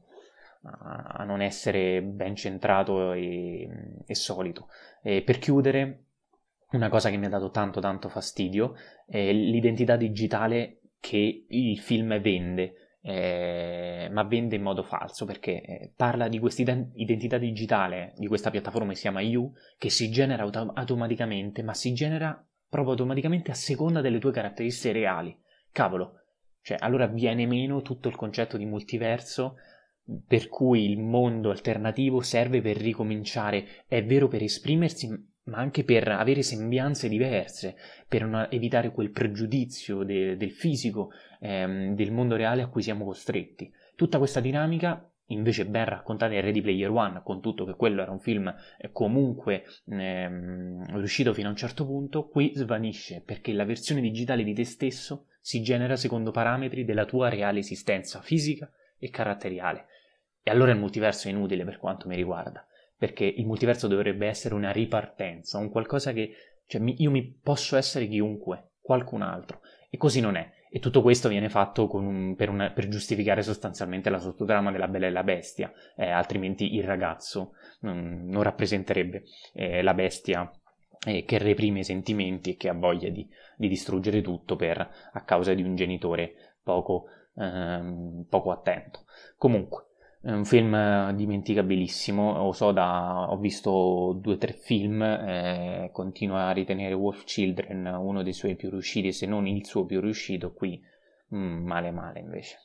B: a non essere ben centrato e, e solito. E per chiudere, una cosa che mi ha dato tanto tanto fastidio è l'identità digitale che il film vende, eh, ma vende in modo falso, perché eh, parla di questa identità digitale di questa piattaforma che si chiama You, che si genera auto- automaticamente, ma si genera proprio automaticamente a seconda delle tue caratteristiche reali. Cavolo, cioè allora viene meno tutto il concetto di multiverso, per cui il mondo alternativo serve per ricominciare, è vero, per esprimersi, ma anche per avere sembianze diverse, per non evitare quel pregiudizio de- del fisico, ehm, del mondo reale a cui siamo costretti. Tutta questa dinamica invece ben raccontata in Ready Player One, con tutto che quello era un film eh, comunque ehm, riuscito fino a un certo punto, qui svanisce, perché la versione digitale di te stesso si genera secondo parametri della tua reale esistenza fisica e caratteriale. E allora il multiverso è inutile per quanto mi riguarda, perché il multiverso dovrebbe essere una ripartenza, un qualcosa che, cioè, mi, io mi posso essere chiunque, qualcun altro, e così non è. E tutto questo viene fatto con un, per, una, per giustificare sostanzialmente la sottotrama della Bella e la Bestia, eh, altrimenti il ragazzo non, non rappresenterebbe eh, la bestia eh, che reprime i sentimenti e che ha voglia di, di distruggere tutto per, a causa di un genitore poco, ehm, poco attento. Comunque, è un film dimenticabilissimo, lo so, da, ho visto due o tre film, eh, continuo a ritenere Wolf Children uno dei suoi più riusciti, se non il suo più riuscito, qui mm, male male invece.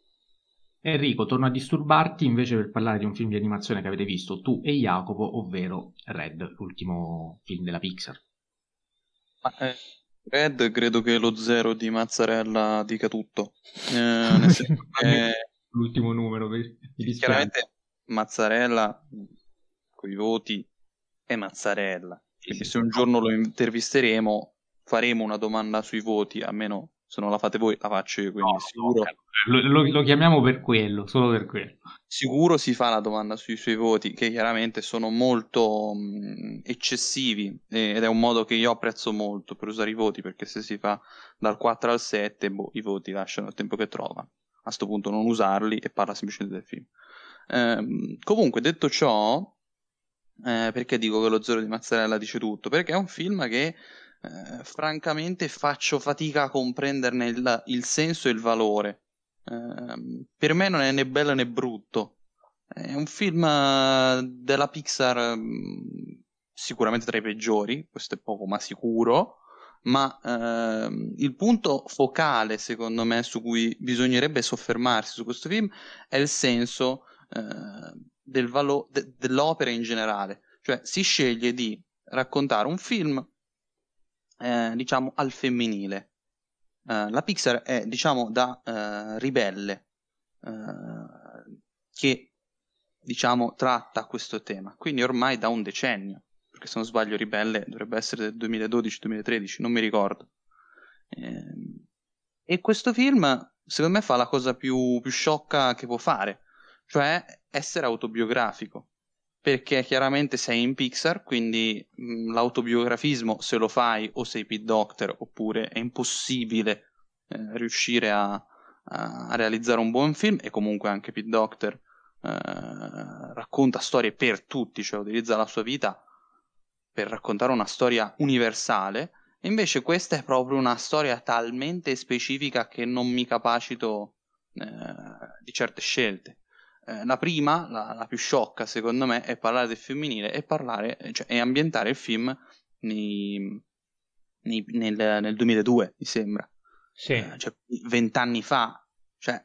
A: Enrico, torno a disturbarti invece per parlare di un film di animazione che avete visto tu e Jacopo, ovvero Red, l'ultimo film della Pixar.
C: Ma, eh, Red, credo che lo zero di Mazzarella dica tutto. Eh, nel senso che
A: l'ultimo numero, mi dispiace.
C: Chiaramente Mazzarella con i voti è Mazzarella, quindi
A: sì,
C: se un giorno lo intervisteremo faremo una domanda sui voti, almeno se non la fate voi la faccio io, quindi
A: no,
C: sicuro,
A: no, lo, lo, lo chiamiamo per quello, solo per quello.
C: Sicuro si fa la domanda sui suoi voti, che chiaramente sono molto mh, eccessivi, eh, ed è un modo che io apprezzo molto per usare i voti, perché se si fa dal quattro al sette, boh, i voti lasciano il tempo che trovano. A sto punto non usarli e parla semplicemente del film. Eh, comunque, detto ciò, eh, perché dico che lo zero di Mazzarella dice tutto? Perché è un film che eh, francamente faccio fatica a comprenderne il, il senso e il valore. Uh, per me non è né bello né brutto, è un film uh, della Pixar um, sicuramente tra i peggiori, questo è poco ma sicuro, ma uh, il punto focale secondo me su cui bisognerebbe soffermarsi su questo film è il senso uh, del valo- de- dell'opera in generale, cioè si sceglie di raccontare un film eh, diciamo al femminile. Uh, la Pixar è, diciamo, da uh, ribelle uh, che, diciamo, tratta questo tema. Quindi ormai da un decennio, perché se non sbaglio Ribelle dovrebbe essere del duemiladodici duemilatredici, non mi ricordo. E, e questo film, secondo me, fa la cosa più, più sciocca che può fare, cioè essere autobiografico. Perché chiaramente sei in Pixar, quindi mh, l'autobiografismo se lo fai o sei Pete Docter oppure è impossibile eh, riuscire a, a, a realizzare un buon film, e comunque anche Pete Docter eh, racconta storie per tutti, cioè utilizza la sua vita per raccontare una storia universale, e invece questa è proprio una storia talmente specifica che non mi capacito eh, di certe scelte. Eh, la prima, la, la più sciocca secondo me, è parlare del femminile e parlare, cioè, e ambientare il film nei, nei, nel, nel duemiladue, mi sembra.
B: Sì.
C: Eh, cioè, vent'anni fa, cioè,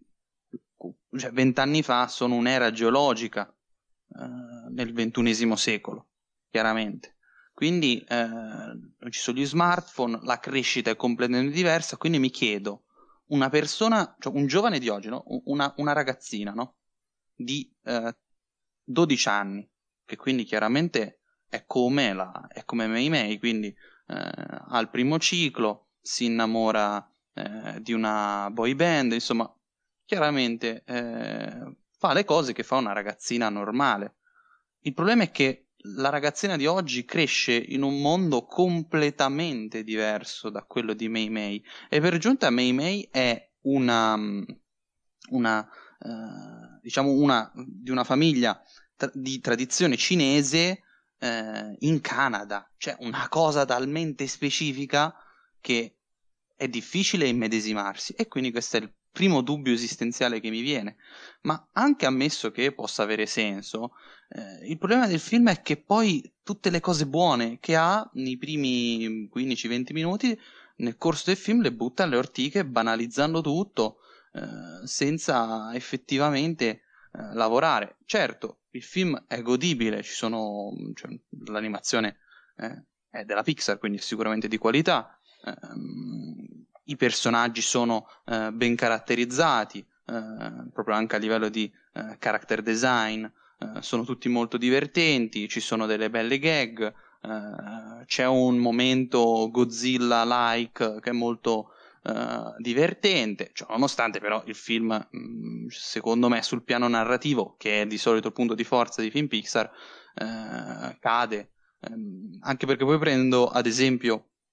C: cioè vent'anni fa sono un'era geologica eh, nel ventunesimo secolo, chiaramente. Quindi eh, non ci sono gli smartphone, la crescita è completamente diversa, quindi mi chiedo, una persona, cioè un giovane di oggi, no? una, una ragazzina, no? di eh, dodici anni, che quindi chiaramente è come, la, è come Mei Mei, quindi eh, al primo ciclo si innamora eh, di una boy band, insomma, chiaramente eh, fa le cose che fa una ragazzina normale. Il problema è che la ragazzina di oggi cresce in un mondo completamente diverso da quello di Mei Mei, e per giunta Mei Mei è una, una eh, diciamo una, di una famiglia tra- di tradizione cinese eh, in Canada, cioè una cosa talmente specifica che è difficile immedesimarsi, e quindi questo è il primo dubbio esistenziale che mi viene. Ma anche ammesso che possa avere senso, eh, il problema del film è che poi tutte le cose buone che ha nei primi quindici venti minuti nel corso del film le butta alle ortiche, banalizzando tutto eh, senza effettivamente eh, lavorare. Certo, il film è godibile, ci sono, cioè, l'animazione eh, è della Pixar, quindi è sicuramente di qualità. Ehm, I personaggi sono eh, ben caratterizzati, eh, proprio anche a livello di eh, character design, eh, sono tutti molto divertenti, ci sono delle belle gag, eh, c'è un momento Godzilla-like che è molto eh, divertente, cioè, nonostante però il film, mh, secondo me, sul piano narrativo, che è di solito il punto di forza di film Pixar, eh, cade, ehm, anche perché poi prendo ad esempio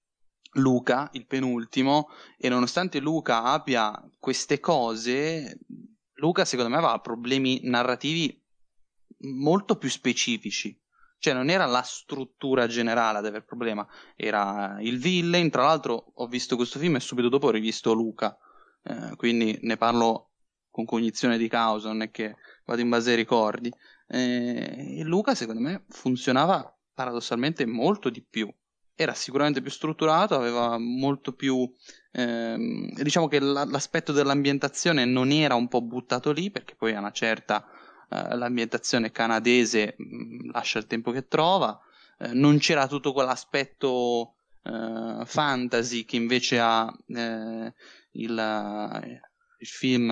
C: Luca, il penultimo, e nonostante Luca abbia queste cose, Luca secondo me aveva problemi narrativi molto più specifici. Cioè non era la struttura generale ad avere problema, era il villain. Tra l'altro ho visto questo film e subito dopo ho rivisto Luca, eh, quindi ne parlo con cognizione di causa, non è che vado in base ai ricordi. Eh, e Luca secondo me funzionava paradossalmente molto di più. Era sicuramente più strutturato, aveva molto più... ehm, diciamo che l- l'aspetto dell'ambientazione non era un po' buttato lì, perché poi a una certa eh, l'ambientazione canadese mh, lascia il tempo che trova, eh, non c'era tutto quell'aspetto eh, fantasy che invece ha eh, il, eh, il film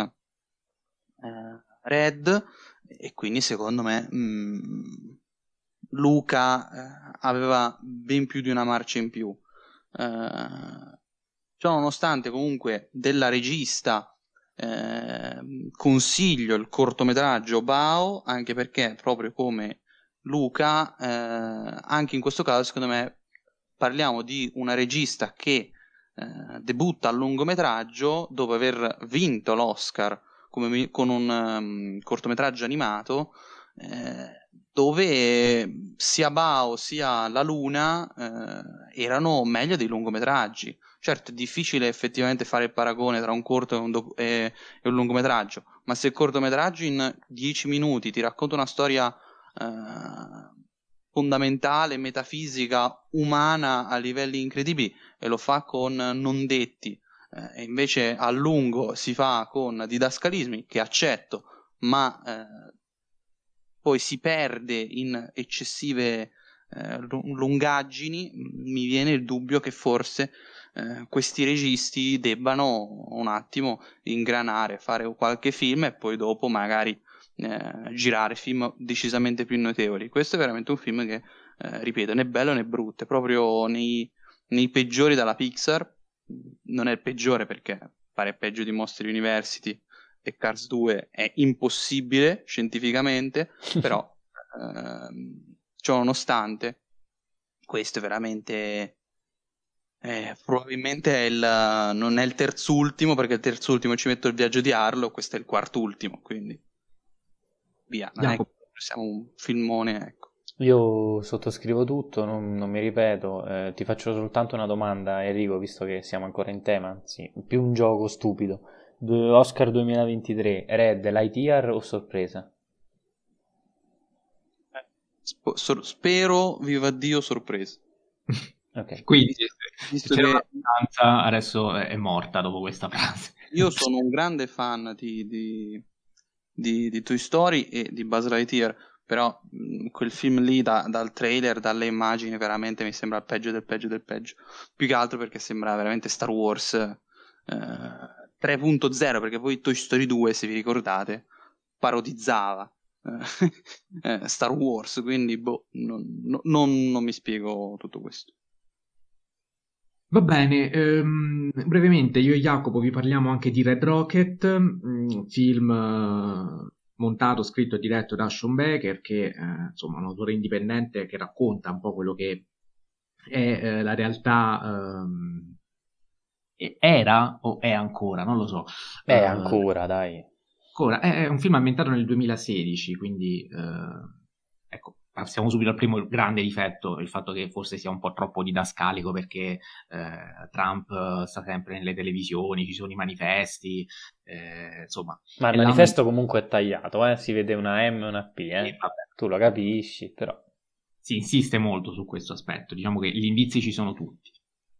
C: eh, Red, e quindi secondo me mh, Luca eh, aveva ben più di una marcia in più. Eh, ciò nonostante, comunque, della regista eh, consiglio il cortometraggio Bao, anche perché proprio come Luca, eh, anche in questo caso, secondo me, parliamo di una regista che eh, debutta al lungometraggio dopo aver vinto l'Oscar come mi- con un um, cortometraggio animato, eh, dove sia Bao sia La Luna eh, erano meglio dei lungometraggi. Certo, è difficile effettivamente fare il paragone tra un corto e un, doc- e- e un lungometraggio, ma se il cortometraggio in dieci minuti ti racconta una storia eh, fondamentale, metafisica, umana a livelli incredibili, e lo fa con non detti, eh, e invece a lungo si fa con didascalismi che accetto, ma eh, poi si perde in eccessive eh, lu- lungaggini, mi viene il dubbio che forse eh, questi registi debbano un attimo ingranare, fare qualche film e poi dopo magari eh, girare film decisamente più notevoli. Questo è veramente un film che, eh, ripeto, né bello né brutto, è proprio nei, nei peggiori dalla Pixar. Non è il peggiore perché fare peggio di Monster University e Cars due è impossibile scientificamente, però ehm, ciò nonostante, questo è veramente eh, probabilmente è il, non è il terzultimo, perché il terzultimo ci metto il viaggio di Arlo, questo è il quartultimo, quindi via, non è che
A: Jacopo,
C: siamo un filmone, ecco.
B: Io sottoscrivo tutto, non, non mi ripeto, eh, ti faccio soltanto una domanda, Enrico, visto che siamo ancora in tema, anzi, più un gioco stupido. Du- Oscar duemilaventitré, Red, Lightyear o sorpresa?
C: Sp- sor- spero, viva Dio, sorpresa.
B: Ok.
A: quindi
C: Visto,
A: se
C: visto
A: c'era una
C: che
A: speranza, adesso è è morta dopo questa frase.
C: io sono un grande fan di, di- di, di Toy Story e di Buzz Lightyear, però mh, quel film lì da- dal trailer, dalle immagini, veramente mi sembra il peggio del peggio del peggio. Più che altro perché sembra veramente Star Wars eh, tre punto zero, perché poi Toy Story due, se vi ricordate, parodizzava eh, eh, Star Wars, quindi boh, non, no- non- non mi spiego tutto questo.
A: Va bene, ehm, brevemente io e Jacopo vi parliamo anche di Red Rocket, un film eh, montato, scritto e diretto da Sean Baker, che eh, insomma è un autore indipendente che racconta un po' quello che è eh, la realtà, ehm, e- era o è ancora, non lo so.
B: Eh,
A: Eh,
B: ancora, dai.
A: ancora, è, è un film ambientato nel duemilasedici, quindi eh, ecco, passiamo subito al primo grande difetto, il fatto che forse sia un po' troppo didascalico perché eh, Trump eh, sta sempre nelle televisioni, ci sono i manifesti, eh, insomma,
B: Ma il
A: è l'anno in
B: manifesto comunque è tagliato, eh? Si vede una M e una P,
A: cui,
B: eh?
A: vabbè,
B: Tu lo capisci, però...
A: si insiste molto su questo aspetto, diciamo che gli indizi ci sono tutti.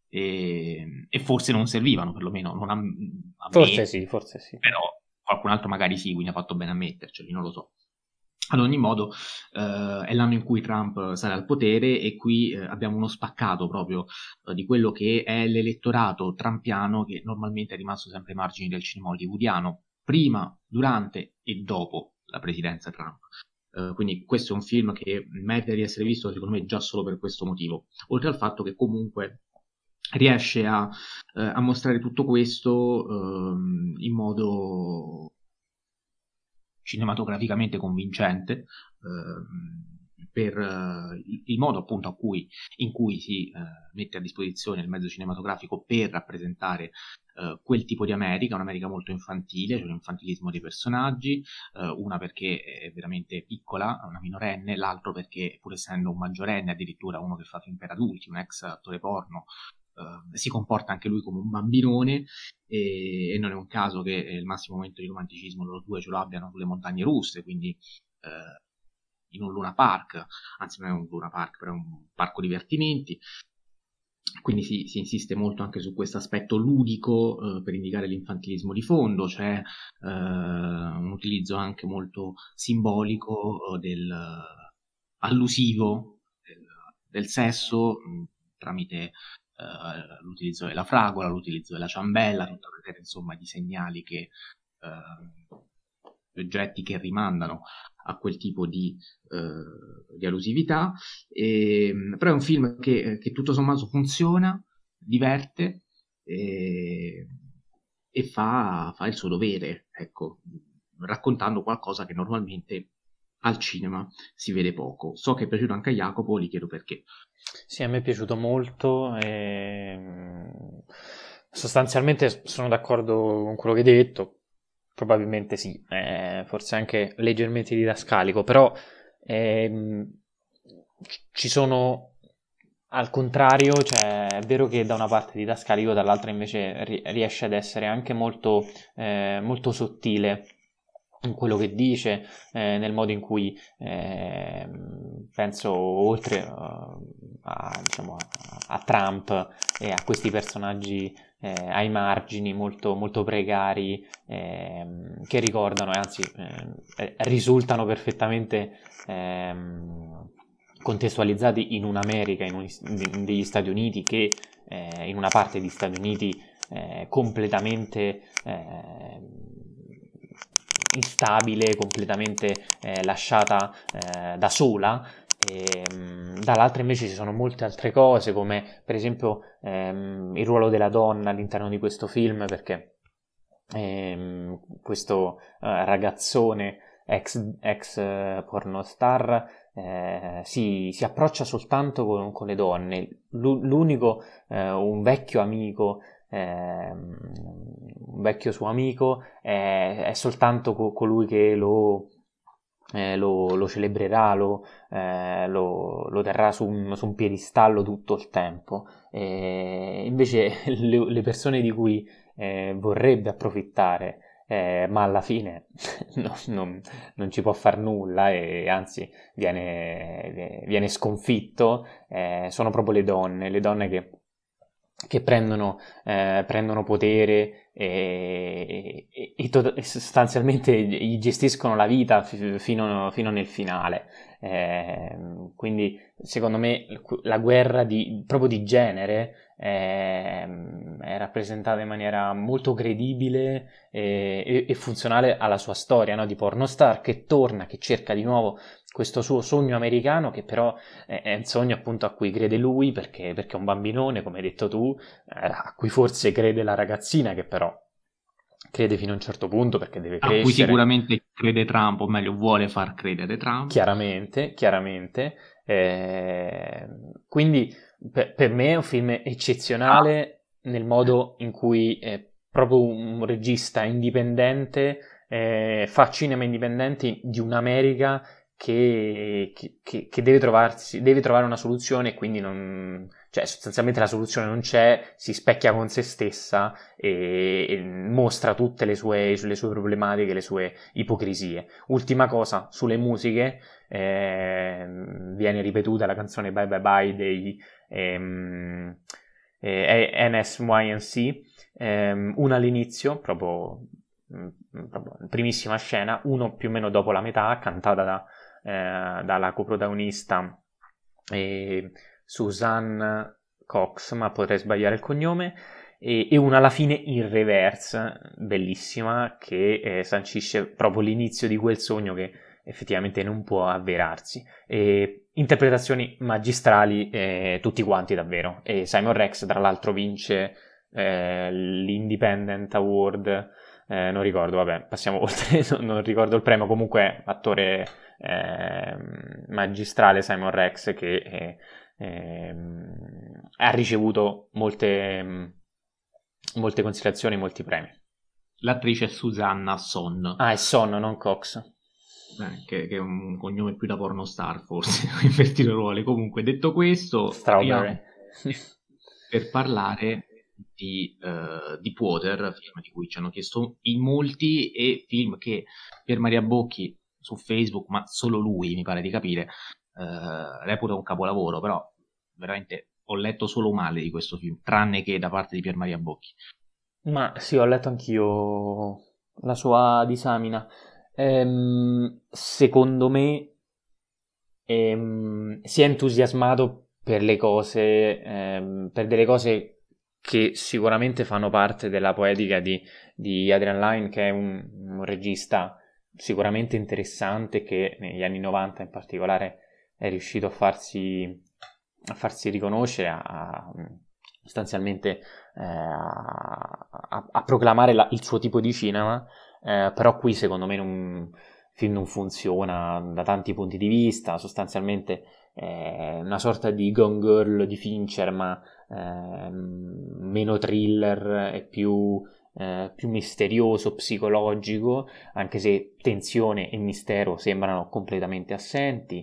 A: E, e forse non servivano, perlomeno non a, a
B: Forse
A: me,
B: sì, forse sì.
A: però qualcun altro magari sì, quindi ha fatto bene a metterceli, non lo so. Ad ogni modo, eh, è l'anno in cui Trump sale al potere e qui eh, abbiamo uno spaccato proprio eh, di quello che è l'elettorato trumpiano che normalmente è rimasto sempre ai margini del cinema hollywoodiano, prima, durante e dopo la presidenza Trump. Eh, quindi questo è un film che merita di essere visto secondo me già solo per questo motivo, oltre al fatto che comunque riesce a, eh, a mostrare tutto questo ehm, in modo cinematograficamente convincente, ehm, per uh, il modo appunto a cui, in cui si uh, mette a disposizione il mezzo cinematografico per rappresentare uh, quel tipo di America, un'America molto infantile, cioè l'infantilismo dei personaggi, uh, una perché è veramente piccola, una minorenne, l'altro perché pur essendo un maggiorenne, addirittura uno che fa film per adulti, un ex attore porno, uh, si comporta anche lui come un bambinone, e, e non è un caso che il massimo momento di romanticismo loro due ce lo abbiano sulle montagne russe, quindi uh, in un Luna Park, anzi non è un Luna Park, però è un parco divertimenti, quindi si, si insiste molto anche su questo aspetto ludico eh, per indicare l'infantilismo di fondo, c'è eh, un utilizzo anche molto simbolico del allusivo del, del sesso mh, tramite eh, l'utilizzo della fragola, l'utilizzo della ciambella, tutta una serie insomma di segnali che eh, oggetti che rimandano a quel tipo di, uh, di allusività, e, però è un film che, che tutto sommato funziona, diverte e, e fa, fa il suo dovere, ecco, raccontando qualcosa che normalmente al cinema si vede poco. So che è piaciuto anche a Jacopo, gli chiedo perché.
B: Sì, a me è piaciuto molto e sostanzialmente sono d'accordo con quello che hai detto. Probabilmente sì, eh, forse anche leggermente didascalico, però ehm, ci sono al contrario, cioè è vero che da una parte didascalico, dall'altra invece ri- riesce ad essere anche molto, eh, molto sottile in quello che dice, eh, nel modo in cui eh, penso oltre uh, a, diciamo, a, a Trump e a questi personaggi eh, ai margini molto, molto precari eh, che ricordano e anzi eh, risultano perfettamente eh, contestualizzati in un'America, in, un, in degli Stati Uniti che eh, in una parte degli Stati Uniti eh, completamente eh, instabile, completamente eh, lasciata eh, da sola. E, mh, dall'altra invece ci sono molte altre cose, come per esempio ehm, il ruolo della donna all'interno di questo film, perché ehm, questo eh, ragazzone ex, ex eh, pornostar eh, si, si approccia soltanto con, con le donne. L- l'unico, eh, un vecchio amico Eh, un vecchio suo amico è, è soltanto co- colui che lo, eh, lo, lo celebrerà, lo, eh, lo, lo terrà su un, su un piedistallo tutto il tempo. E invece le, le persone di cui eh, vorrebbe approfittare eh, ma alla fine no, non, non ci può far nulla e anzi viene, viene sconfitto, eh, sono proprio le donne, le donne che che prendono, eh, prendono potere e, e, e, to- e sostanzialmente gli gestiscono la vita f- fino, fino nel finale. Eh, quindi secondo me la guerra di, proprio di genere eh, è rappresentata in maniera molto credibile e, e, e funzionale alla sua storia, no? Di pornostar che torna, che cerca di nuovo questo suo sogno americano, che però è un sogno appunto a cui crede lui perché, perché è un bambinone, come hai detto tu, eh, a cui forse crede la ragazzina, che però crede fino a un certo punto perché deve crescere.
A: A cui sicuramente crede Trump, o meglio vuole far credere Trump.
B: Chiaramente, chiaramente. Eh, quindi per, per me è un film eccezionale nel modo in cui è proprio un regista indipendente eh, fa cinema indipendente di un'America che, che, che deve trovarsi, deve trovare una soluzione e quindi non, cioè sostanzialmente la soluzione non c'è, si specchia con se stessa e, e mostra tutte le sue, le sue problematiche, le sue ipocrisie. Ultima cosa, sulle musiche, eh, viene ripetuta la canzone Bye Bye Bye dei ehm, eh, N S Y N C, ehm, una all'inizio, proprio, proprio primissima scena, uno più o meno dopo la metà, cantata da Eh, dalla coprotagonista eh, Suzanne Cox, ma potrei sbagliare il cognome, e, e una alla fine in reverse, bellissima, che eh, sancisce proprio l'inizio di quel sogno che effettivamente non può avverarsi. E interpretazioni magistrali eh, tutti quanti davvero, e Simon Rex tra l'altro vince eh, l'Independent Award, eh, non ricordo, vabbè, passiamo oltre, non, non ricordo il premio, comunque attore eh, magistrale Simon Rex, che eh, eh, ha ricevuto molte, molte considerazioni, molti premi.
A: L'attrice è Susanna Son.
B: Ah, è Son, non Cox.
A: Eh, che, che è un cognome più da pornostar, forse, invertire ruoli. Comunque, detto questo,
B: Strawberry.
A: per parlare di, uh, di Water, film di cui ci hanno chiesto in molti, e film che per Maria Bocchi su Facebook, ma solo lui mi pare di capire, uh, reputa un capolavoro, però veramente ho letto solo male di questo film, tranne che da parte di Pier Maria Bocchi.
B: Ma sì, ho letto anch'io la sua disamina. Ehm, secondo me ehm, si è entusiasmato per le cose, ehm, per delle cose che sicuramente fanno parte della poetica di, di Adrian Lyne, che è un, un regista sicuramente interessante, che negli anni novanta in particolare è riuscito a farsi, a farsi riconoscere, a, a sostanzialmente eh, a, a, a proclamare la, il suo tipo di cinema, eh, però qui secondo me non, il film non funziona da tanti punti di vista, sostanzialmente è una sorta di Gone Girl di Fincher, ma eh, meno thriller e più, eh, più misterioso, psicologico, anche se tensione e mistero sembrano completamente assenti.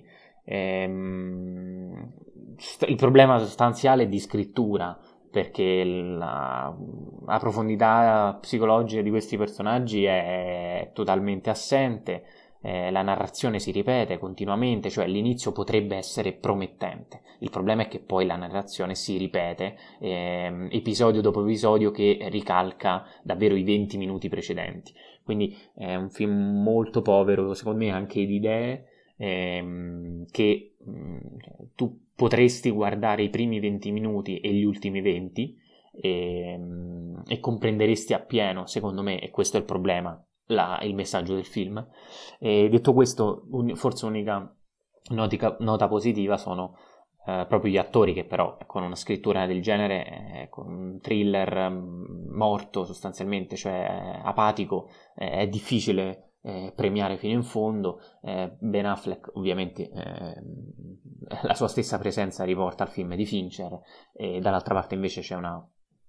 B: Ehm, il problema sostanziale è di scrittura, perché la, la profondità psicologica di questi personaggi è totalmente assente. Eh, la narrazione si ripete continuamente, cioè l'inizio potrebbe essere promettente, il problema è che poi la narrazione si ripete eh, episodio dopo episodio, che ricalca davvero i venti minuti precedenti, quindi è un film molto povero secondo me anche di idee, ehm, che mh, tu potresti guardare i primi venti minuti e gli ultimi venti e, e comprenderesti appieno, secondo me, e questo è il problema, La, il messaggio del film. E detto questo, un, forse l'unica notica, nota positiva sono eh, proprio gli attori, che però con una scrittura del genere, eh, con un thriller um, morto sostanzialmente, cioè apatico, eh, è difficile eh, premiare fino in fondo. eh, Ben Affleck ovviamente eh, la sua stessa presenza riporta al film di Fincher, e dall'altra parte invece c'è una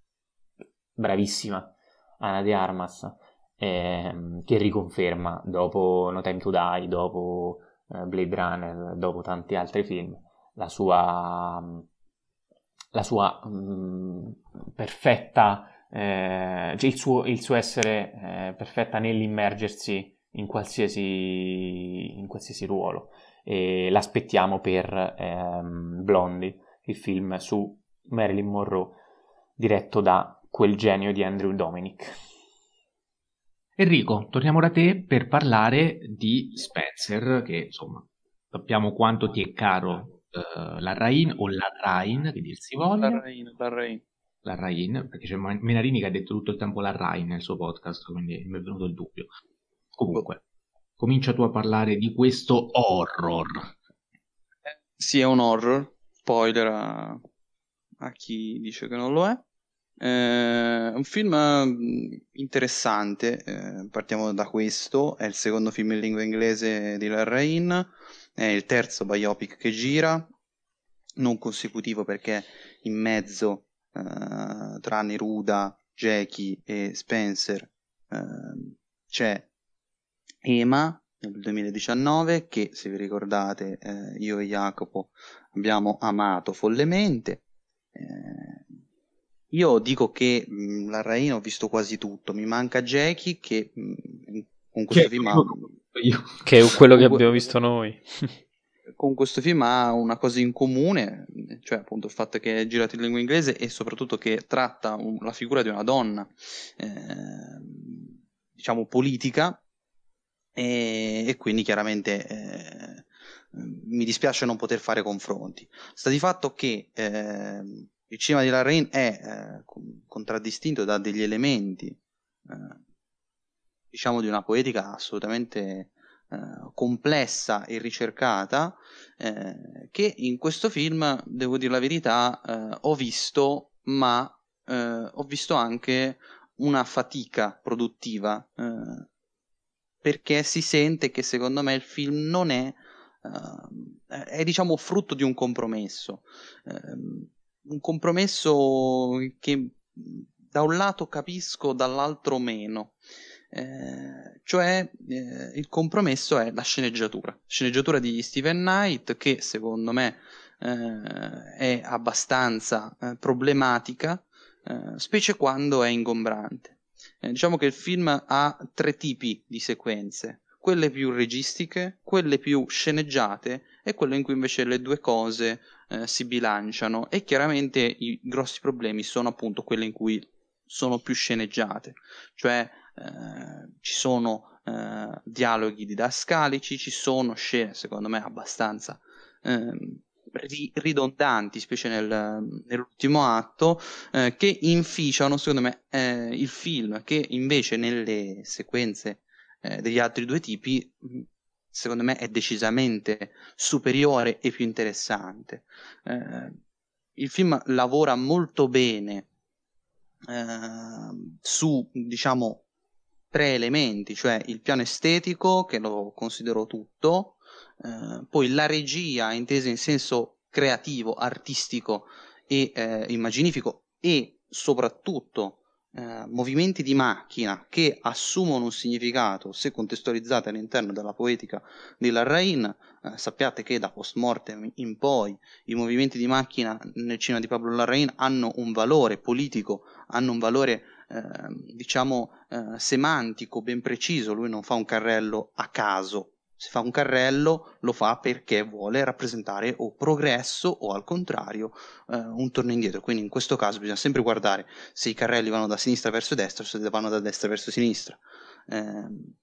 B: bravissima Ana de Armas, Eh, che riconferma dopo No Time to Die, dopo eh, Blade Runner, dopo tanti altri film, la sua la sua mh, perfetta eh, cioè il suo, il suo essere eh, perfetta nell'immergersi in qualsiasi in qualsiasi ruolo, e l'aspettiamo per ehm, Blondie, il film su Marilyn Monroe diretto da quel genio di Andrew Dominik.
A: Enrico, torniamo da te per parlare di Spencer, che insomma sappiamo quanto ti è caro uh, la Rain o la Rain, che dir si voglia.
C: La Rain, la Rain.
A: La Rain, perché c'è Menarini che ha detto tutto il tempo la Rain nel suo podcast, quindi mi è venuto il dubbio. Comunque, comincia tu a parlare di questo horror.
C: Eh, sì, è un horror, spoiler a, a chi dice che non lo è. Eh, un film interessante, eh, partiamo da questo, è il secondo film in lingua inglese di Larraín, è il terzo biopic che gira, non consecutivo perché in mezzo eh, tra Neruda, Jackie e Spencer eh, c'è Ema nel duemiladiciannove, che se vi ricordate eh, io e Jacopo abbiamo amato follemente. eh, Io dico che mh, la Rain ho visto quasi tutto, mi manca Jackie che mh, con questo
A: che
C: film ha,
A: io.
B: Che è quello che
C: con,
B: abbiamo visto noi.
C: con questo film ha una cosa in comune, cioè appunto il fatto che è girato in lingua inglese e soprattutto che tratta un, la figura di una donna eh, diciamo politica, e, e quindi chiaramente eh, mi dispiace non poter fare confronti. Sta di fatto che eh, il cinema di Larraín è eh, contraddistinto da degli elementi, eh, diciamo, di una poetica assolutamente eh, complessa e ricercata, eh, che in questo film, devo dire la verità, eh, ho visto, ma eh, ho visto anche una fatica produttiva. Eh, perché si sente che secondo me il film non è, uh, è diciamo frutto di un compromesso, uh, un compromesso che da un lato capisco, dall'altro meno. Eh, cioè eh, il compromesso è la sceneggiatura, sceneggiatura di Steven Knight, che secondo me eh, è abbastanza eh, problematica, eh, specie quando è ingombrante. Eh, diciamo che il film ha tre tipi di sequenze: quelle più registiche, quelle più sceneggiate e quelle in cui invece le due cose eh, si bilanciano, e chiaramente i grossi problemi sono appunto quelle in cui sono più sceneggiate, cioè eh, ci sono eh, dialoghi didascalici, ci sono scene secondo me abbastanza eh, ri- ridondanti, specie nel, nell'ultimo atto, eh, che inficiano secondo me eh, il film, che invece nelle sequenze eh, degli altri due tipi secondo me è decisamente superiore e più interessante. Eh, il film lavora molto bene eh, su, diciamo, tre elementi, cioè il piano estetico, che lo considero tutto, eh, poi la regia intesa in senso creativo, artistico e eh, immaginifico, e soprattutto eh, movimenti di macchina che assumono un significato se contestualizzati all'interno della poetica di Larraín. Eh, sappiate che da Post Mortem in poi i movimenti di macchina nel cinema di Pablo Larraín hanno un valore politico, hanno un valore eh, diciamo eh, semantico ben preciso. Lui non fa un carrello a caso, se fa un carrello lo fa perché vuole rappresentare o progresso o al contrario eh, un torno indietro. Quindi in questo caso bisogna sempre guardare se i carrelli vanno da sinistra verso destra o se vanno da destra verso sinistra. Eh,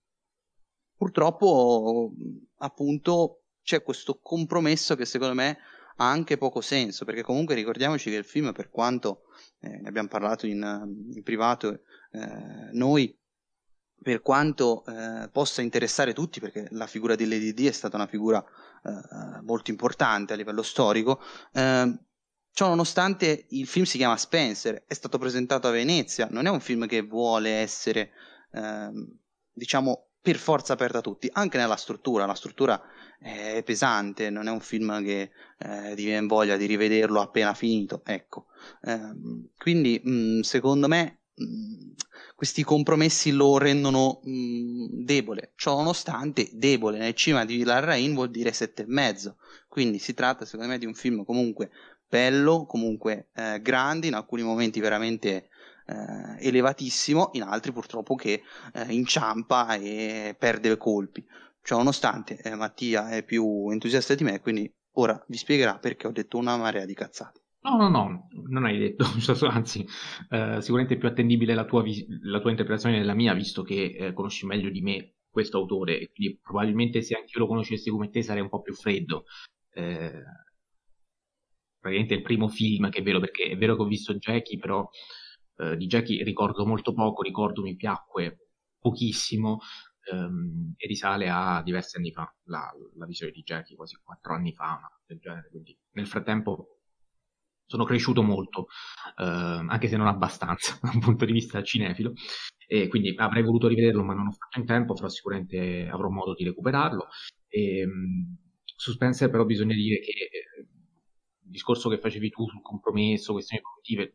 C: purtroppo appunto c'è questo compromesso che secondo me ha anche poco senso, perché comunque ricordiamoci che il film, per quanto eh, ne abbiamo parlato in, in privato eh, noi, per quanto eh, possa interessare tutti, perché la figura di Lady Di è stata una figura eh, molto importante a livello storico, eh, ciò nonostante il film si chiama Spencer, è stato presentato a Venezia, non è un film che vuole essere eh, diciamo per forza aperto a tutti, anche nella struttura. La struttura è pesante, non è un film che eh, ti viene voglia di rivederlo appena finito, ecco. Eh, quindi mh, secondo me mh, questi compromessi lo rendono mh, debole. Ciò nonostante, debole nel cinema di Larraín vuol dire sette e mezzo, quindi si tratta secondo me di un film comunque bello, comunque eh, grande, in alcuni momenti veramente eh, elevatissimo, in altri purtroppo che eh, inciampa e perde colpi. Ciò nonostante eh, Mattia è più entusiasta di me, quindi ora vi spiegherà perché ho detto una marea di cazzate.
A: No, no, no, non hai detto, anzi, eh, sicuramente è più attendibile la tua, vis- la tua interpretazione della mia, visto che eh, conosci meglio di me questo autore, e quindi probabilmente se anche io lo conoscessi come te sarei un po' più freddo. Eh, praticamente è il primo film che è vero, perché è vero che ho visto Jackie, però eh, di Jackie ricordo molto poco, ricordo mi piacque pochissimo, ehm, e risale a diversi anni fa, la, la visione di Jackie, quasi quattro anni fa, una cosa del genere, quindi nel frattempo sono cresciuto molto, eh, anche se non abbastanza da un punto di vista cinefilo, e quindi avrei voluto rivederlo ma non ho fatto in tempo, però sicuramente avrò modo di recuperarlo. E, mh, su Spencer però bisogna dire che eh, il discorso che facevi tu sul compromesso, questioni cognitive,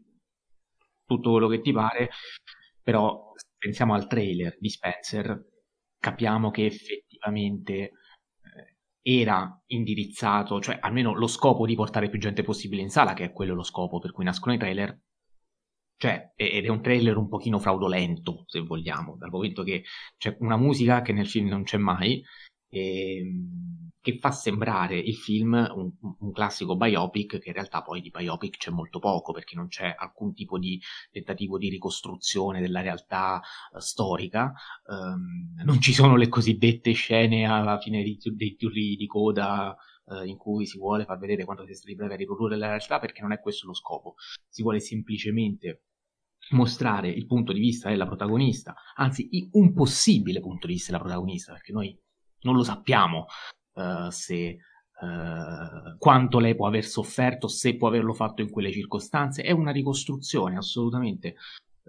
A: tutto quello che ti pare, però se pensiamo al trailer di Spencer, capiamo che effettivamente eh, era indirizzato, cioè almeno lo scopo di portare più gente possibile in sala, che è quello lo scopo per cui nascono i trailer, cioè, ed è un trailer un pochino fraudolento, se vogliamo, dal momento che c'è una musica che nel film non c'è mai, e, che fa sembrare il film un, un classico biopic, che in realtà poi di biopic c'è molto poco, perché non c'è alcun tipo di tentativo di ricostruzione della realtà uh, storica, um, non ci sono le cosiddette scene alla fine dei, dei turni di coda uh, in cui si vuole far vedere quanto si è stati bravi a riprodurre la realtà, perché non è questo lo scopo, si vuole semplicemente mostrare il punto di vista della protagonista, anzi un possibile punto di vista della protagonista, perché noi non lo sappiamo uh, se uh, quanto lei può aver sofferto, se può averlo fatto in quelle circostanze. È una ricostruzione assolutamente uh,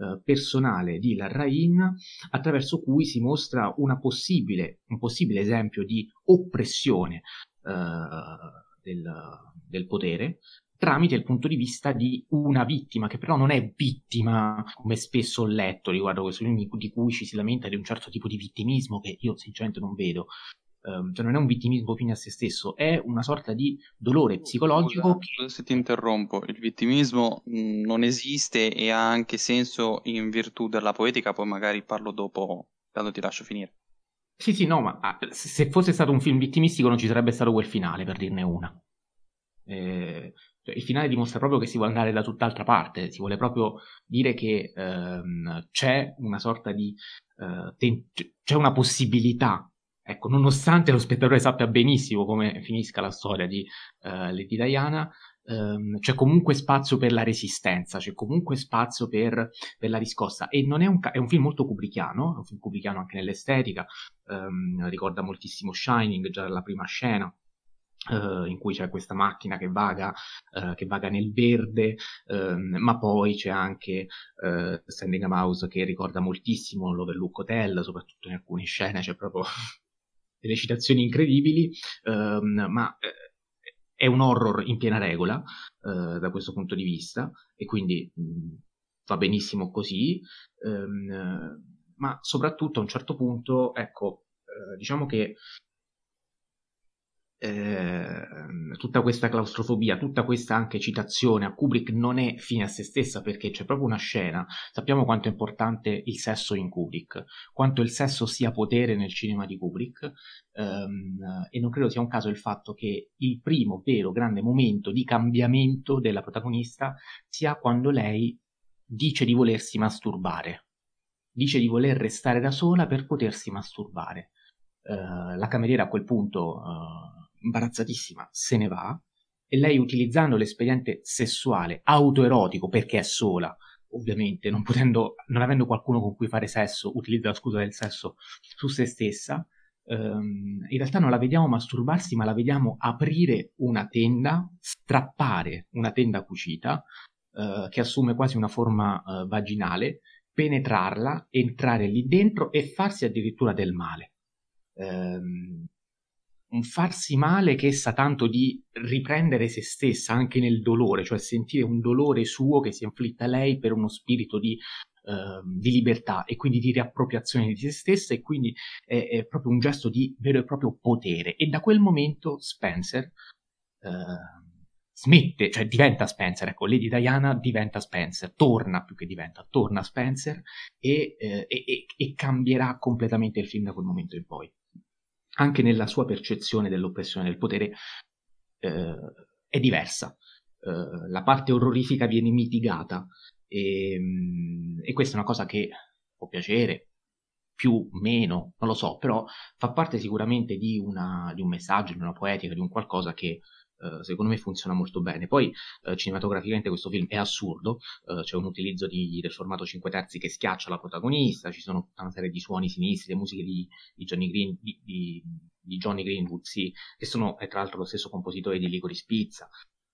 A: eh, personale di Larraín, attraverso cui si mostra una possibile, un possibile esempio di oppressione eh, del, del potere tramite il punto di vista di una vittima, che però non è vittima, come spesso ho letto riguardo questo film, di cui ci si lamenta di un certo tipo di vittimismo che io sinceramente non vedo. Um, cioè non è un vittimismo fine a se stesso, è una sorta di dolore psicologico.
C: Scusa,
A: che...
C: scusa se ti interrompo, il vittimismo mh, non esiste e ha anche senso in virtù della poetica, poi magari parlo dopo, quando ti lascio finire.
A: Sì, sì, no, ma ah, se fosse stato un film vittimistico non ci sarebbe stato quel finale, per dirne una. Eh, cioè, il finale dimostra proprio che si vuole andare da tutt'altra parte, si vuole proprio dire che ehm, c'è una sorta di... eh, ten- c'è una possibilità. Ecco, nonostante lo spettatore sappia benissimo come finisca la storia di uh, Lady Diana, um, c'è comunque spazio per la resistenza, c'è comunque spazio per, per la riscossa. E non è un, ca- è un film molto kubrickiano, è un film kubrickiano anche nell'estetica, um, ricorda moltissimo Shining, già dalla prima scena. Uh, in cui c'è questa macchina che vaga, uh, che vaga nel verde, um, ma poi c'è anche uh, Standing a Mouse che ricorda moltissimo l'Overlook Hotel, soprattutto in alcune scene c'è proprio delle citazioni incredibili, um, ma eh, è un horror in piena regola uh, da questo punto di vista, e quindi mh, va benissimo così, um, ma soprattutto a un certo punto, ecco, uh, diciamo che Eh, tutta questa claustrofobia, tutta questa anche citazione a Kubrick non è fine a se stessa, perché c'è proprio una scena. Sappiamo quanto è importante il sesso in Kubrick, quanto il sesso sia potere nel cinema di Kubrick, ehm, e non credo sia un caso il fatto che il primo vero grande momento di cambiamento della protagonista sia quando lei dice di volersi masturbare, dice di voler restare da sola per potersi masturbare. Uh, la cameriera a quel punto, uh, imbarazzatissima, se ne va, e lei, utilizzando l'espediente sessuale autoerotico, perché è sola, ovviamente, non potendo, non avendo qualcuno con cui fare sesso, utilizza la scusa del sesso su se stessa. Um, in realtà non la vediamo masturbarsi, ma la vediamo aprire una tenda, strappare una tenda cucita, uh, che assume quasi una forma uh, vaginale, penetrarla, entrare lì dentro e farsi addirittura del male. Um, un farsi male che sa tanto di riprendere se stessa anche nel dolore, cioè sentire un dolore suo che si inflitta a lei per uno spirito di, uh, di libertà e quindi di riappropriazione di se stessa, e quindi è, è proprio un gesto di vero e proprio potere. E da quel momento Spencer uh, smette, cioè diventa Spencer, ecco, Lady Diana diventa Spencer, torna più che diventa, torna Spencer e, eh, e, e cambierà completamente il film da quel momento in poi. Anche nella sua percezione dell'oppressione del potere eh, è diversa. Eh, la parte orrorifica viene mitigata e, e questa è una cosa che può piacere, più, meno, non lo so, però fa parte sicuramente di, una, di un messaggio, di una poetica, di un qualcosa che Uh, secondo me funziona molto bene. Poi uh, cinematograficamente questo film è assurdo, uh, c'è un utilizzo di, del formato cinque terzi che schiaccia la protagonista, ci sono tutta una serie di suoni sinistri, le musiche di, di, Johnny, Green, di, di, di Johnny Greenwood, sì, che sono è tra l'altro lo stesso compositore di Licorice Pizza,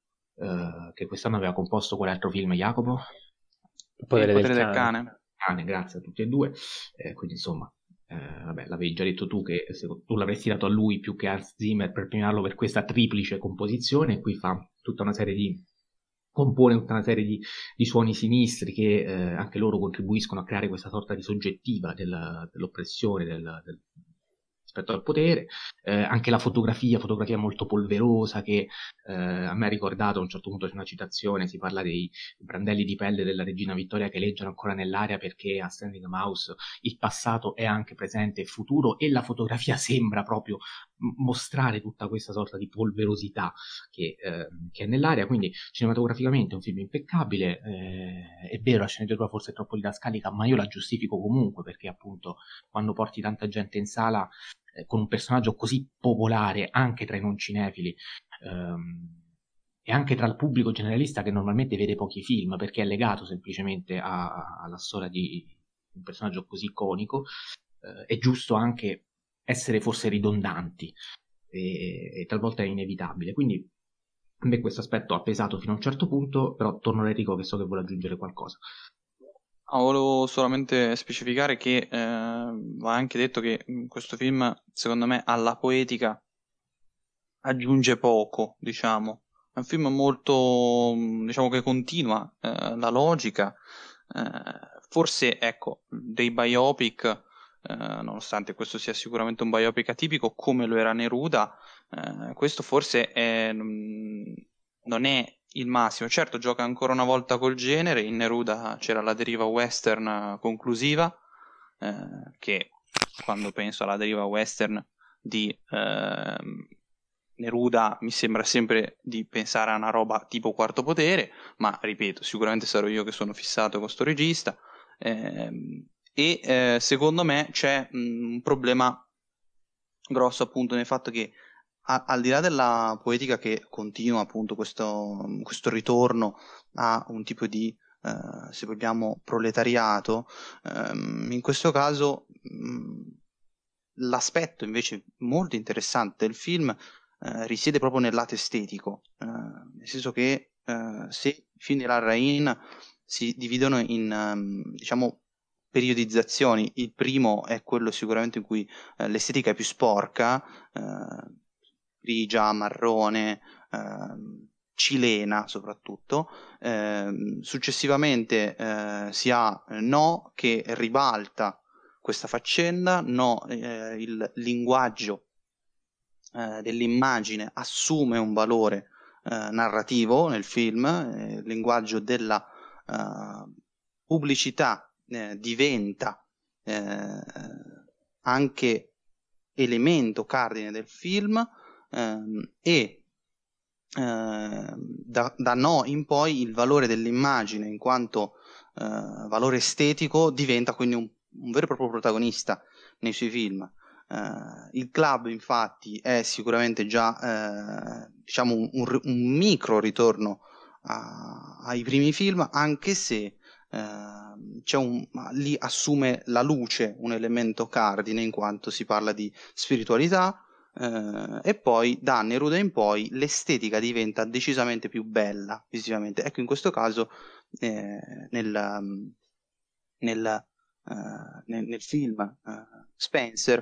A: uh, che quest'anno aveva composto quell'altro film, Jacopo?
B: Il potere,
C: Il potere
B: del,
C: del
B: cane.
C: cane.
A: cane. Grazie a tutti e due, eh, quindi insomma Eh, vabbè, l'avevi già detto tu che se, tu l'avresti dato a lui più che a Hans Zimmer per premiarlo per questa triplice composizione, e qui fa tutta una serie di compone tutta una serie di, di suoni sinistri che eh, anche loro contribuiscono a creare questa sorta di soggettiva della, dell'oppressione del, del, rispetto al potere. Eh, anche la fotografia, fotografia molto polverosa che eh, a me ha ricordato, a un certo punto c'è una citazione, si parla dei brandelli di pelle della regina Vittoria che leggiano ancora nell'aria perché a Standing a Mouse il passato è anche presente e futuro, e la fotografia sembra proprio mostrare tutta questa sorta di polverosità che, eh, che è nell'aria. Quindi cinematograficamente è un film impeccabile, eh, è vero la sceneggiatura forse è troppo didascalica, ma io la giustifico comunque, perché appunto quando porti tanta gente in sala eh, con un personaggio così popolare anche tra i non cinefili, ehm, e anche tra il pubblico generalista che normalmente vede pochi film perché è legato semplicemente a, a, alla storia di un personaggio così iconico, eh, è giusto anche essere forse ridondanti, e, e talvolta è inevitabile. Quindi a me questo aspetto ha pesato fino a un certo punto, però torno a Enrico che so che vuole aggiungere qualcosa.
C: Ah, volevo solamente specificare che eh, va anche detto che mh, questo film, secondo me, alla poetica aggiunge poco, diciamo. È un film molto, mh, diciamo che continua eh, la logica. Eh, forse, ecco, dei biopic, eh, nonostante questo sia sicuramente un biopic atipico, come lo era Neruda, eh, questo forse è, mh, non è il massimo. Certo, gioca ancora una volta col genere. In Neruda c'era la deriva western eh, conclusiva, eh, che quando penso alla deriva western di ehm, Neruda mi sembra sempre di pensare a una roba tipo Quarto Potere, ma ripeto, sicuramente sarò io che sono fissato con sto regista. Ehm, e eh, secondo me c'è mh, un problema grosso appunto nel fatto che a- al di là della poetica che continua appunto questo, questo ritorno a un tipo di, eh, se vogliamo, proletariato, ehm, in questo caso mh, l'aspetto invece molto interessante del film eh, risiede proprio nel lato estetico, eh, nel senso che eh, se i film di Larraín si dividono in, ehm, diciamo, periodizzazioni, il primo è quello sicuramente in cui eh, l'estetica è più sporca, eh, grigia, marrone, ehm, cilena soprattutto. Ehm, successivamente eh, si ha No che ribalta questa faccenda, No, eh, il linguaggio eh, dell'immagine assume un valore eh, narrativo nel film, eh, il linguaggio della eh, pubblicità eh, diventa eh, anche elemento cardine del film ehm, e eh, da, da No in poi il valore dell'immagine in quanto eh, valore estetico diventa quindi un, un vero e proprio protagonista nei suoi film. Eh, il club infatti è sicuramente già eh, diciamo un, un- un micro ritorno a- ai primi film, anche se eh, c'è un, ma lì assume la luce un elemento cardine in quanto si parla di spiritualità. Eh, e poi da Neruda in poi l'estetica diventa decisamente più bella visivamente. Ecco, in questo caso eh, nel, um, nel, eh, nel- nel film eh, Spencer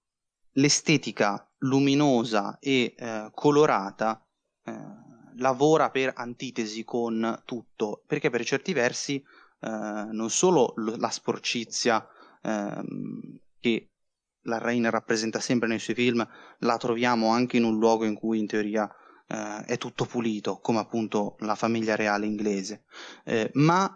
C: l'estetica luminosa e eh, colorata eh, lavora per antitesi con tutto, perché per certi versi eh, non solo l- la sporcizia ehm, che la Rain rappresenta sempre nei suoi film, la troviamo anche in un luogo in cui in teoria eh, è tutto pulito, come appunto la famiglia reale inglese, eh, ma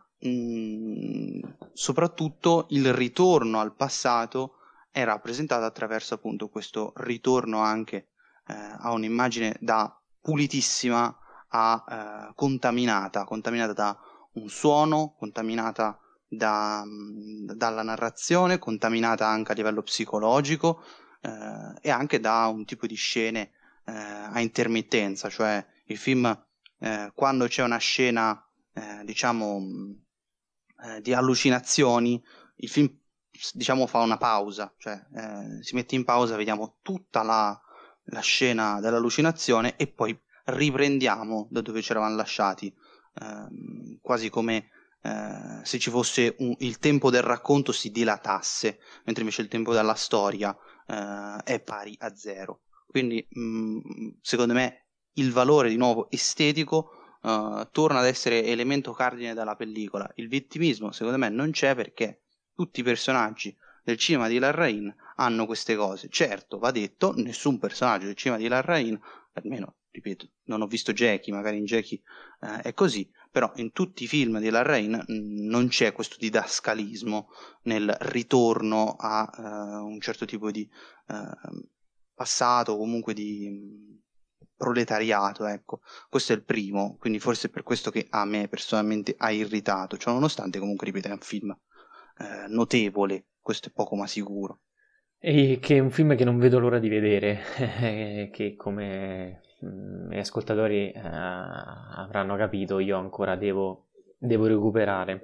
C: mh, soprattutto il ritorno al passato è rappresentato attraverso appunto questo ritorno anche eh, a un'immagine da pulitissima a eh, contaminata, contaminata da un suono, contaminata da, mh, dalla narrazione, contaminata anche a livello psicologico eh, e anche da un tipo di scene eh, a intermittenza, cioè il film eh, quando c'è una scena eh, diciamo mh, eh, di allucinazioni, il film diciamo fa una pausa, cioè eh, si mette in pausa, vediamo tutta la, la scena dell'allucinazione e poi riprendiamo da dove ci eravamo lasciati, ehm, quasi come eh, se ci fosse un- il tempo del racconto si dilatasse, mentre invece il tempo della storia eh, è pari a zero. Quindi, mh, secondo me, il valore di nuovo estetico eh, torna ad essere elemento cardine della pellicola. Il vittimismo, secondo me, non c'è perché tutti i personaggi del cinema di Larraín hanno queste cose. Certo, va detto, nessun personaggio del cinema di Larraín, almeno, ripeto, non ho visto Jackie, magari in Jackie eh, è così, però in tutti i film di Larraín mh, non c'è questo didascalismo nel ritorno a eh, un certo tipo di eh, passato, comunque di mh, proletariato, ecco. Questo è il primo, quindi forse è per questo che a me personalmente ha irritato, cioè nonostante comunque, ripeto, è un film eh, notevole, questo è poco ma sicuro.
B: E che è un film che non vedo l'ora di vedere, che come mm, gli ascoltatori eh, avranno capito, io ancora devo, devo recuperare.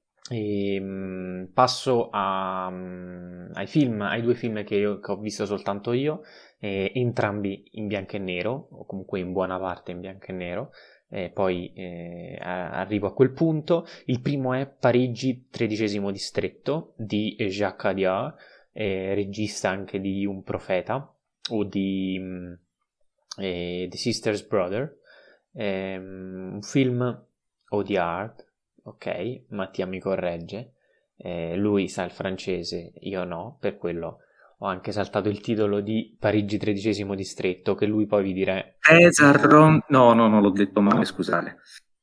B: E, mm, passo a, mm, ai film, ai due film che, io, che ho visto soltanto io, eh, entrambi in bianco e nero, o comunque in buona parte in bianco e nero. eh, poi eh, arrivo a quel punto. Il primo è Parigi, tredicesimo distretto, di Jacques Audiard, eh, regista anche di Un profeta, o di eh, The Sister's Brother, eh, un film Audiard, ok, Mattia mi corregge, eh, lui sa il francese, io no, per quello ho anche saltato il titolo di Parigi, tredicesimo distretto, che lui poi vi dirà...
D: Cesar Rom... No, no, no, l'ho detto male, scusate.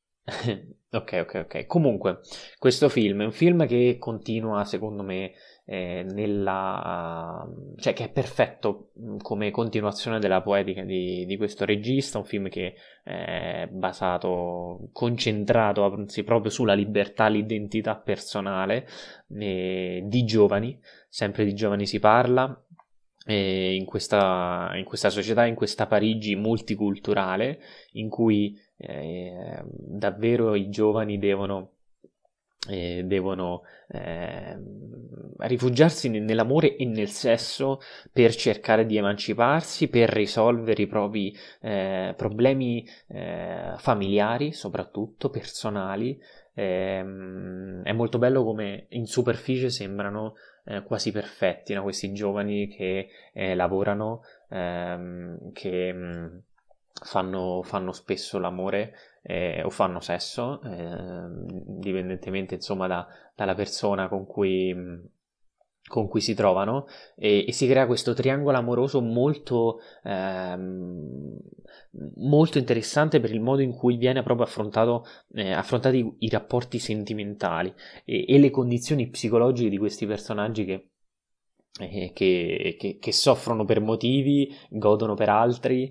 B: ok, ok, ok. Comunque, questo film è un film che continua, secondo me, eh, nella... cioè che è perfetto come continuazione della poetica di, di questo regista, un film che è basato, concentrato anzi, proprio sulla libertà, l'identità personale eh, di giovani, sempre di giovani si parla, eh, in questa, in questa società, in questa Parigi multiculturale, in cui eh, davvero i giovani devono Eh, devono eh, rifugiarsi nell'amore e nel sesso per cercare di emanciparsi, per risolvere i propri eh, problemi eh, familiari, soprattutto personali. Eh, è molto bello come in superficie sembrano eh, quasi perfetti, no? Questi giovani che eh, lavorano, ehm, che mh, fanno, fanno spesso l'amore Eh, o fanno sesso, eh, dipendentemente insomma da, dalla persona con cui, con cui si trovano, e, e si crea questo triangolo amoroso molto, ehm, molto interessante per il modo in cui viene proprio affrontato, eh, affrontati i, i rapporti sentimentali e, e le condizioni psicologiche di questi personaggi che Che, che, che soffrono per motivi, godono per altri,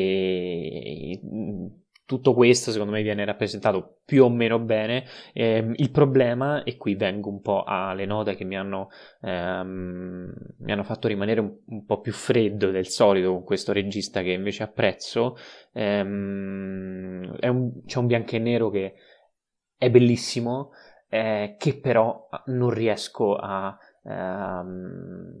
B: e tutto questo secondo me viene rappresentato più o meno bene. Eh, il problema, e qui vengo un po' alle note che mi hanno, ehm, mi hanno fatto rimanere un, un po' più freddo del solito con questo regista che invece apprezzo, ehm, è un, c'è un bianco e nero che è bellissimo, eh, che però non riesco a Um,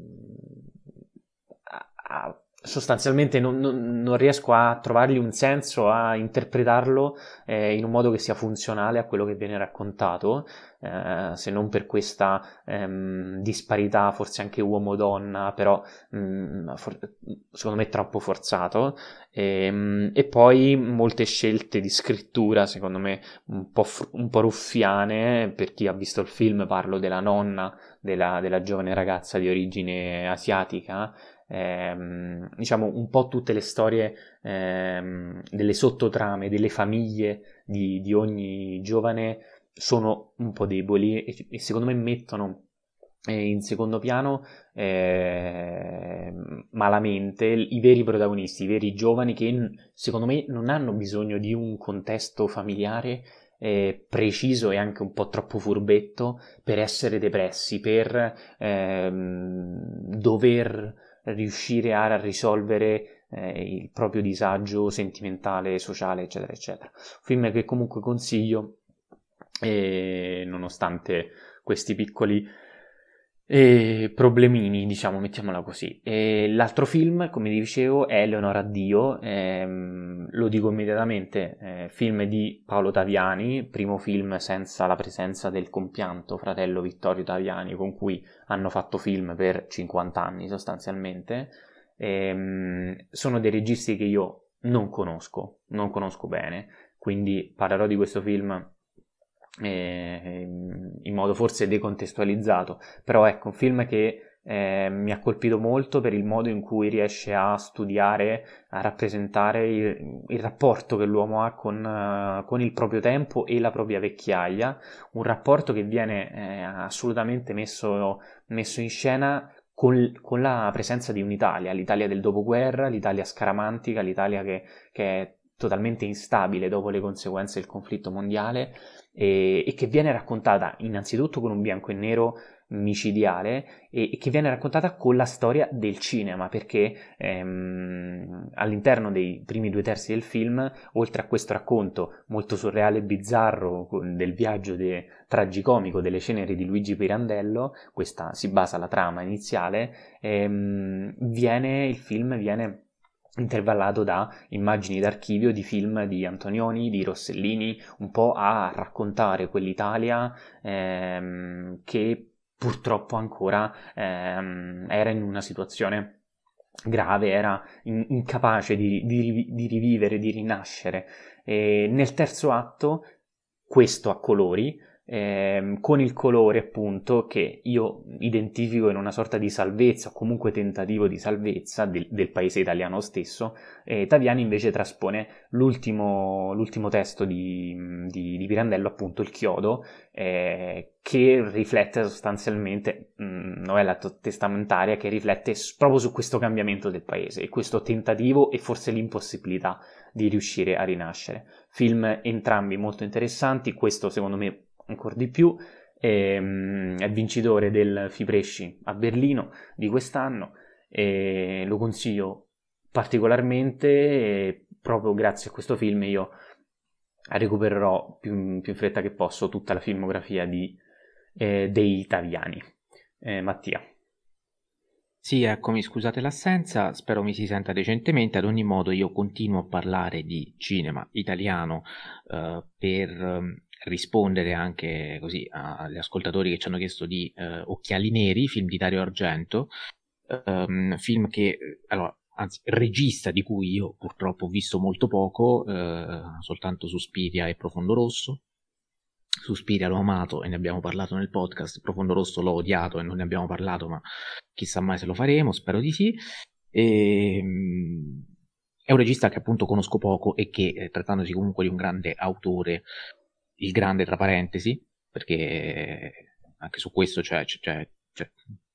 B: a, a, sostanzialmente non, non, non riesco a trovargli un senso, a interpretarlo eh, in un modo che sia funzionale a quello che viene raccontato, eh, se non per questa ehm, disparità, forse anche uomo-donna, però mh, for- secondo me troppo forzato, e, e poi molte scelte di scrittura secondo me un po', fr- un po' ruffiane. Per chi ha visto il film parlo della nonna della, della giovane ragazza di origine asiatica, ehm, diciamo un po' tutte le storie ehm, delle sottotrame, delle famiglie di, di ogni giovane sono un po' deboli e, e secondo me mettono eh, in secondo piano eh, malamente i veri protagonisti, i veri giovani che secondo me non hanno bisogno di un contesto familiare Eh, preciso e anche un po' troppo furbetto per essere depressi, per ehm, dover riuscire a risolvere eh, il proprio disagio sentimentale, sociale, eccetera, eccetera. Film che comunque consiglio, e nonostante questi piccoli e problemini, diciamo, mettiamola così. E l'altro film, come dicevo, è Eleonora Dio, ehm, lo dico immediatamente, eh, film di Paolo Taviani, primo film senza la presenza del compianto fratello Vittorio Taviani, con cui hanno fatto film per cinquanta anni sostanzialmente. Ehm, sono dei registi che io non conosco, non conosco bene, quindi parlerò di questo film in modo forse decontestualizzato, però ecco, un film che eh, mi ha colpito molto per il modo in cui riesce a studiare, a rappresentare il, il rapporto che l'uomo ha con, uh, con il proprio tempo e la propria vecchiaia, un rapporto che viene eh, assolutamente messo, messo in scena con, con la presenza di un'Italia, l'Italia del dopoguerra, l'Italia scaramantica, l'Italia che, che è totalmente instabile dopo le conseguenze del conflitto mondiale, e, e che viene raccontata innanzitutto con un bianco e nero micidiale e, e che viene raccontata con la storia del cinema, perché ehm, all'interno dei primi due terzi del film, oltre a questo racconto molto surreale e bizzarro del viaggio de, tragicomico delle ceneri di Luigi Pirandello, questa si basa la trama iniziale, ehm, viene il film viene intervallato da immagini d'archivio di film di Antonioni, di Rossellini, un po' a raccontare quell'Italia ehm, che purtroppo ancora ehm, era in una situazione grave, era in- incapace di, di, di rivivere, di rinascere. E nel terzo atto, questo a colori, ehm, con il colore appunto che io identifico in una sorta di salvezza o comunque tentativo di salvezza del, del paese italiano stesso, eh, Taviani invece traspone l'ultimo, l'ultimo testo di, di, di Pirandello, appunto Il chiodo, eh, che riflette sostanzialmente, mh, novella testamentaria che riflette proprio su questo cambiamento del paese e questo tentativo e forse l'impossibilità di riuscire a rinascere. Film entrambi molto interessanti, questo secondo me ancora di più, ehm, è vincitore del Fipresci a Berlino di quest'anno e lo consiglio particolarmente e proprio grazie a questo film io recupererò più, più in fretta che posso tutta la filmografia di, eh, dei Taviani. Eh, Mattia.
A: Sì, eccomi, scusate l'assenza, spero mi si senta decentemente. Ad ogni modo io continuo a parlare di cinema italiano eh, per eh, rispondere anche così agli ascoltatori che ci hanno chiesto di eh, Occhiali Neri, film di Dario Argento, um, film che, allora, anzi, regista di cui io purtroppo ho visto molto poco, eh, soltanto Suspiria e Profondo Rosso. Suspiria l'ho amato e ne abbiamo parlato nel podcast, Profondo Rosso l'ho odiato e non ne abbiamo parlato, ma chissà mai se lo faremo, spero di sì. E, um, è un regista che appunto conosco poco e che, eh, trattandosi comunque di un grande autore, il grande tra parentesi, perché anche su questo c'è, c'è, c'è, c'è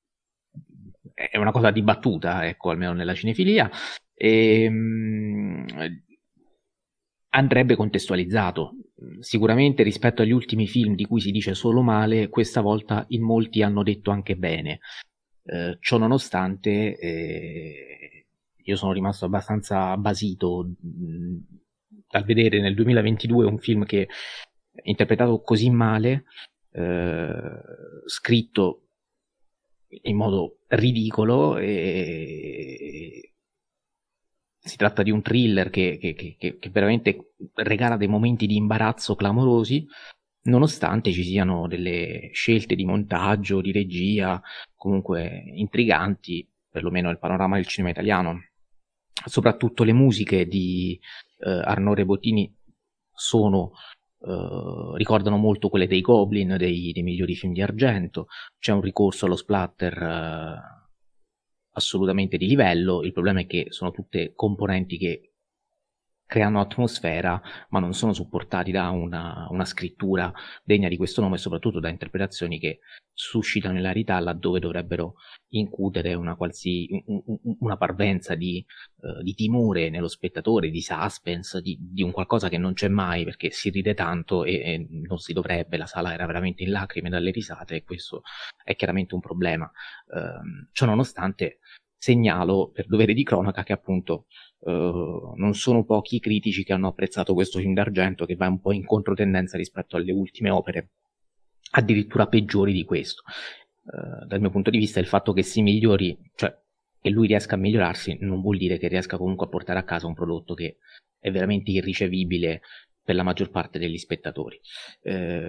A: è una cosa dibattuta, ecco, almeno nella cinefilia, e, um, andrebbe contestualizzato. Sicuramente rispetto agli ultimi film di cui si dice solo male, questa volta in molti hanno detto anche bene. Eh, ciò nonostante, eh, io sono rimasto abbastanza basito mh, dal vedere nel duemilaventidue un film che è interpretato così male, eh, scritto in modo ridicolo, e si tratta di un thriller che, che, che, che veramente regala dei momenti di imbarazzo clamorosi, nonostante ci siano delle scelte di montaggio, di regia, comunque intriganti, perlomeno nel panorama del cinema italiano. Soprattutto le musiche di eh, Arnaud Rebottini sono, eh, ricordano molto quelle dei Goblin, dei, dei migliori film di Argento. C'è un ricorso allo splatter eh, assolutamente di livello. Il problema è che sono tutte componenti che creano atmosfera, ma non sono supportati da una, una scrittura degna di questo nome e soprattutto da interpretazioni che suscitano ilarità laddove dovrebbero incutere una, qualsi, una parvenza di, uh, di timore nello spettatore, di suspense, di, di un qualcosa che non c'è mai perché si ride tanto e, e non si dovrebbe. La sala era veramente in lacrime dalle risate e questo è chiaramente un problema. Uh, ciò nonostante segnalo per dovere di cronaca che appunto Uh, non sono pochi i critici che hanno apprezzato questo film d'Argento, che va un po' in controtendenza rispetto alle ultime opere addirittura peggiori di questo. Uh, dal mio punto di vista il fatto che si migliori, cioè che lui riesca a migliorarsi, non vuol dire che riesca comunque a portare a casa un prodotto che è veramente irricevibile per la maggior parte degli spettatori. Uh,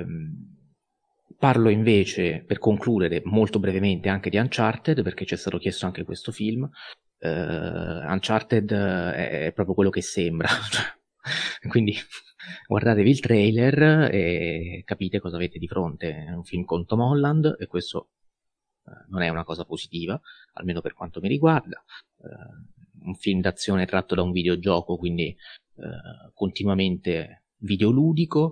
A: parlo invece, per concludere molto brevemente, anche di Uncharted, perché ci è stato chiesto anche questo film. Uh, Uncharted è, è proprio quello che sembra, quindi guardatevi il trailer e capite cosa avete di fronte. È un film con Tom Holland e questo uh, non è una cosa positiva, almeno per quanto mi riguarda. Uh, un film d'azione tratto da un videogioco, quindi uh, continuamente videoludico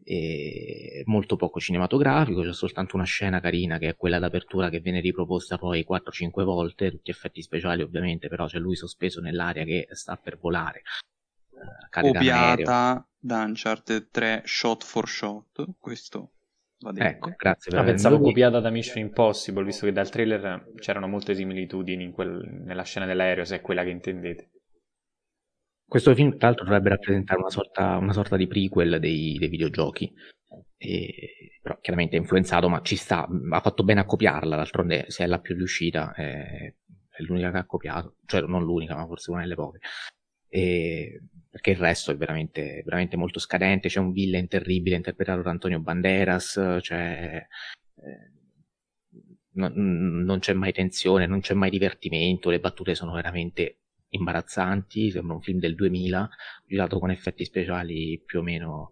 A: e molto poco cinematografico. C'è soltanto una scena carina che è quella d'apertura che viene riproposta poi quattro cinque volte, tutti effetti speciali ovviamente, però c'è lui sospeso nell'aria che sta per volare, uh, cade da un aereo.
C: Copiata da Uncharted tre shot for shot, questo va detto.
A: Ecco, grazie per
B: ah,
A: avermi
B: pensavo
A: detto.
B: copiata da Mission Impossible, visto che dal trailer c'erano molte similitudini in quel, nella scena dell'aereo, se è quella che intendete.
A: Questo film tra l'altro dovrebbe rappresentare una sorta, una sorta di prequel dei, dei videogiochi, e, però chiaramente è influenzato, ma ci sta, ha fatto bene a copiarla, d'altronde se è la più riuscita è,
E: è l'unica che ha copiato, cioè non l'unica, ma forse una delle poche. E perché il resto è veramente, veramente molto scadente. C'è un villain terribile interpretato da Antonio Banderas, cioè eh, non, non c'è mai tensione, non c'è mai divertimento, le battute sono veramente imbarazzanti, sembra un film del duemila girato con effetti speciali più o meno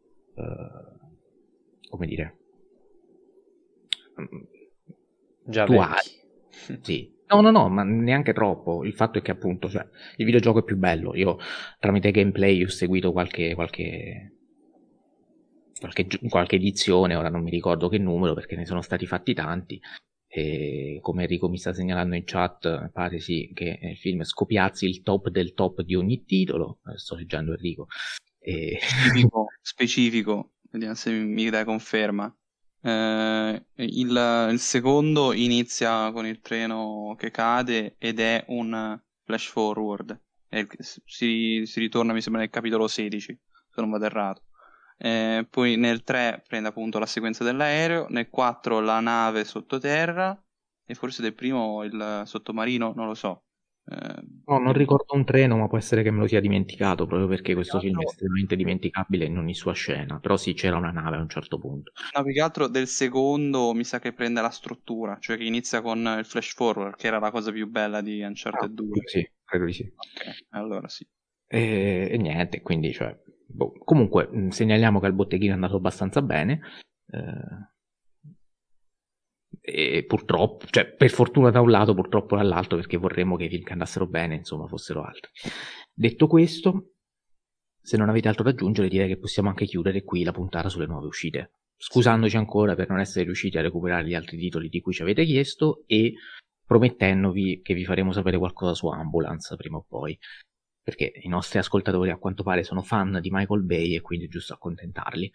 E: eh, come dire
B: già
E: attuali. Sì. No, no, no, ma neanche troppo. Il fatto è che appunto, cioè, il videogioco è più bello. Io tramite gameplay ho seguito qualche qualche qualche, qualche edizione, ora non mi ricordo che numero perché ne sono stati fatti tanti. E come Enrico mi sta segnalando in chat, pare sì che il film scopiazzi il top del top di ogni titolo. Sto leggendo Enrico. E...
C: Specifico, specifico, vediamo se mi dai conferma. Eh, il, il secondo inizia con il treno che cade ed è un flash forward. E si, si ritorna, mi sembra, nel capitolo sedici, se non vado errato. Eh, poi nel tre prende appunto la sequenza dell'aereo, nel quattro la nave sottoterra e forse del primo il sottomarino, non lo so.
E: Eh, no, non ricordo un treno, ma può essere che me lo sia dimenticato proprio perché questo
C: altro...
E: film è estremamente dimenticabile in ogni sua scena. Però sì, c'era una nave a un certo punto.
C: No, più che altro del secondo mi sa che prende la struttura, cioè che inizia con il flash forward, che era la cosa più bella di Uncharted
E: ah,
C: due.
E: Sì, credo di sì.
C: Ok, allora sì.
E: E, e niente, quindi cioè, boh. Comunque segnaliamo che al botteghino è andato abbastanza bene. Eh... E purtroppo, cioè per fortuna da un lato, purtroppo dall'altro, perché vorremmo che i film che andassero bene insomma fossero altri. Detto questo, se non avete altro da aggiungere, direi che possiamo anche chiudere qui la puntata sulle nuove uscite, scusandoci ancora per non essere riusciti a recuperare gli altri titoli di cui ci avete chiesto e promettendovi che vi faremo sapere qualcosa su Ambulance prima o poi, perché i nostri ascoltatori a quanto pare sono fan di Michael Bay e quindi è giusto accontentarli.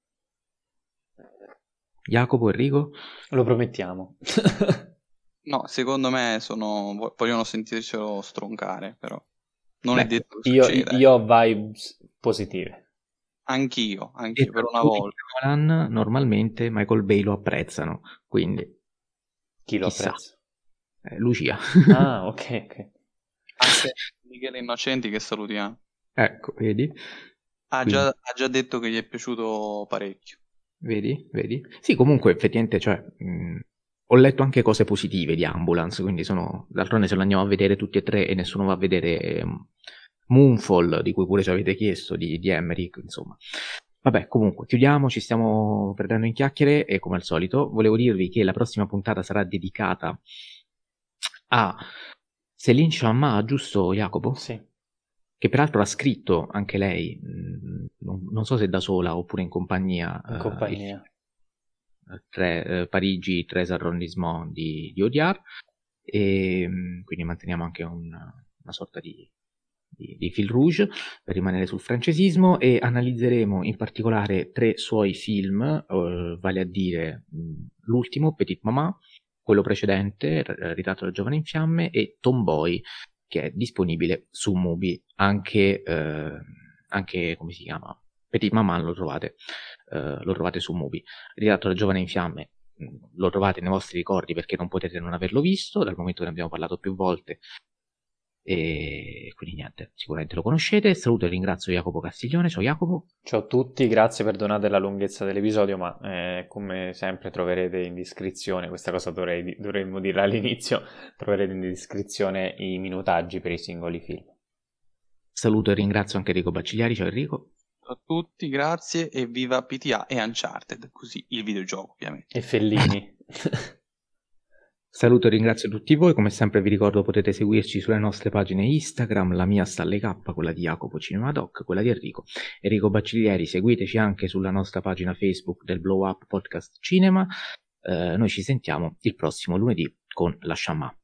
E: Jacopo, Enrico?
B: Lo promettiamo.
C: No, secondo me sono vogliono sentircelo stroncare, però non Beh, è detto che
B: io,
C: succeda.
B: Io ho vibes positive.
C: Anch'io, anch'io per una volta.
E: Nolan, normalmente Michael Bay lo apprezzano, quindi
B: chi lo
E: chissà.
B: apprezza?
E: Eh, Lucia.
B: Ah, ok, ok.
C: Anche Michele Innocenti che salutiamo.
E: Ecco, vedi?
C: Ha già, ha già detto che gli è piaciuto parecchio.
E: Vedi, vedi? Sì, comunque effettivamente, cioè, mh, ho letto anche cose positive di Ambulance, quindi sono, d'altronde se lo andiamo a vedere tutti e tre e nessuno va a vedere um, Moonfall, di cui pure ci avete chiesto, di, di Emmerich, insomma. Vabbè, comunque, chiudiamo, ci stiamo perdendo in chiacchiere e come al solito volevo dirvi che la prossima puntata sarà dedicata a Céline Sciamma, giusto Jacopo?
B: Sì.
E: Che peraltro ha scritto anche lei, non, non so se da sola oppure in compagnia,
B: in compagnia.
E: Eh, tre, eh, Parigi, Tres Arrondissement di, di Audiard, e quindi manteniamo anche una, una sorta di, di, di fil rouge per rimanere sul francesismo e analizzeremo in particolare tre suoi film, eh, vale a dire mh, l'ultimo, Petite Maman, quello precedente, Ritratto da giovane in fiamme, e Tomboy, che è disponibile su Mubi, anche, eh, anche come si chiama? Petite Maman lo trovate, eh, lo trovate su Mubi. Ritratto da giovane in fiamme lo trovate nei vostri ricordi perché non potete non averlo visto, dal momento che ne abbiamo parlato più volte, e quindi niente, sicuramente lo conoscete. Saluto e ringrazio Jacopo Castiglione. Ciao Jacopo.
B: Ciao a tutti, grazie, perdonate la lunghezza dell'episodio, ma eh, come sempre troverete in descrizione, questa cosa dovrei, dovremmo dirla all'inizio, troverete in descrizione i minutaggi per i singoli film.
E: Saluto e ringrazio anche Enrico Baccigliari. Ciao Enrico.
C: Ciao a tutti, grazie e viva P T A e Uncharted, così il videogioco ovviamente.
B: E Fellini.
E: Saluto e ringrazio tutti voi, come sempre vi ricordo potete seguirci sulle nostre pagine Instagram, la mia sta alle K, quella di Jacopo Cinemadoc, quella di Enrico, Enrico Bacciglieri. Seguiteci anche sulla nostra pagina Facebook del Blow Up Podcast Cinema. Eh, noi ci sentiamo il prossimo lunedì con la Sciamma.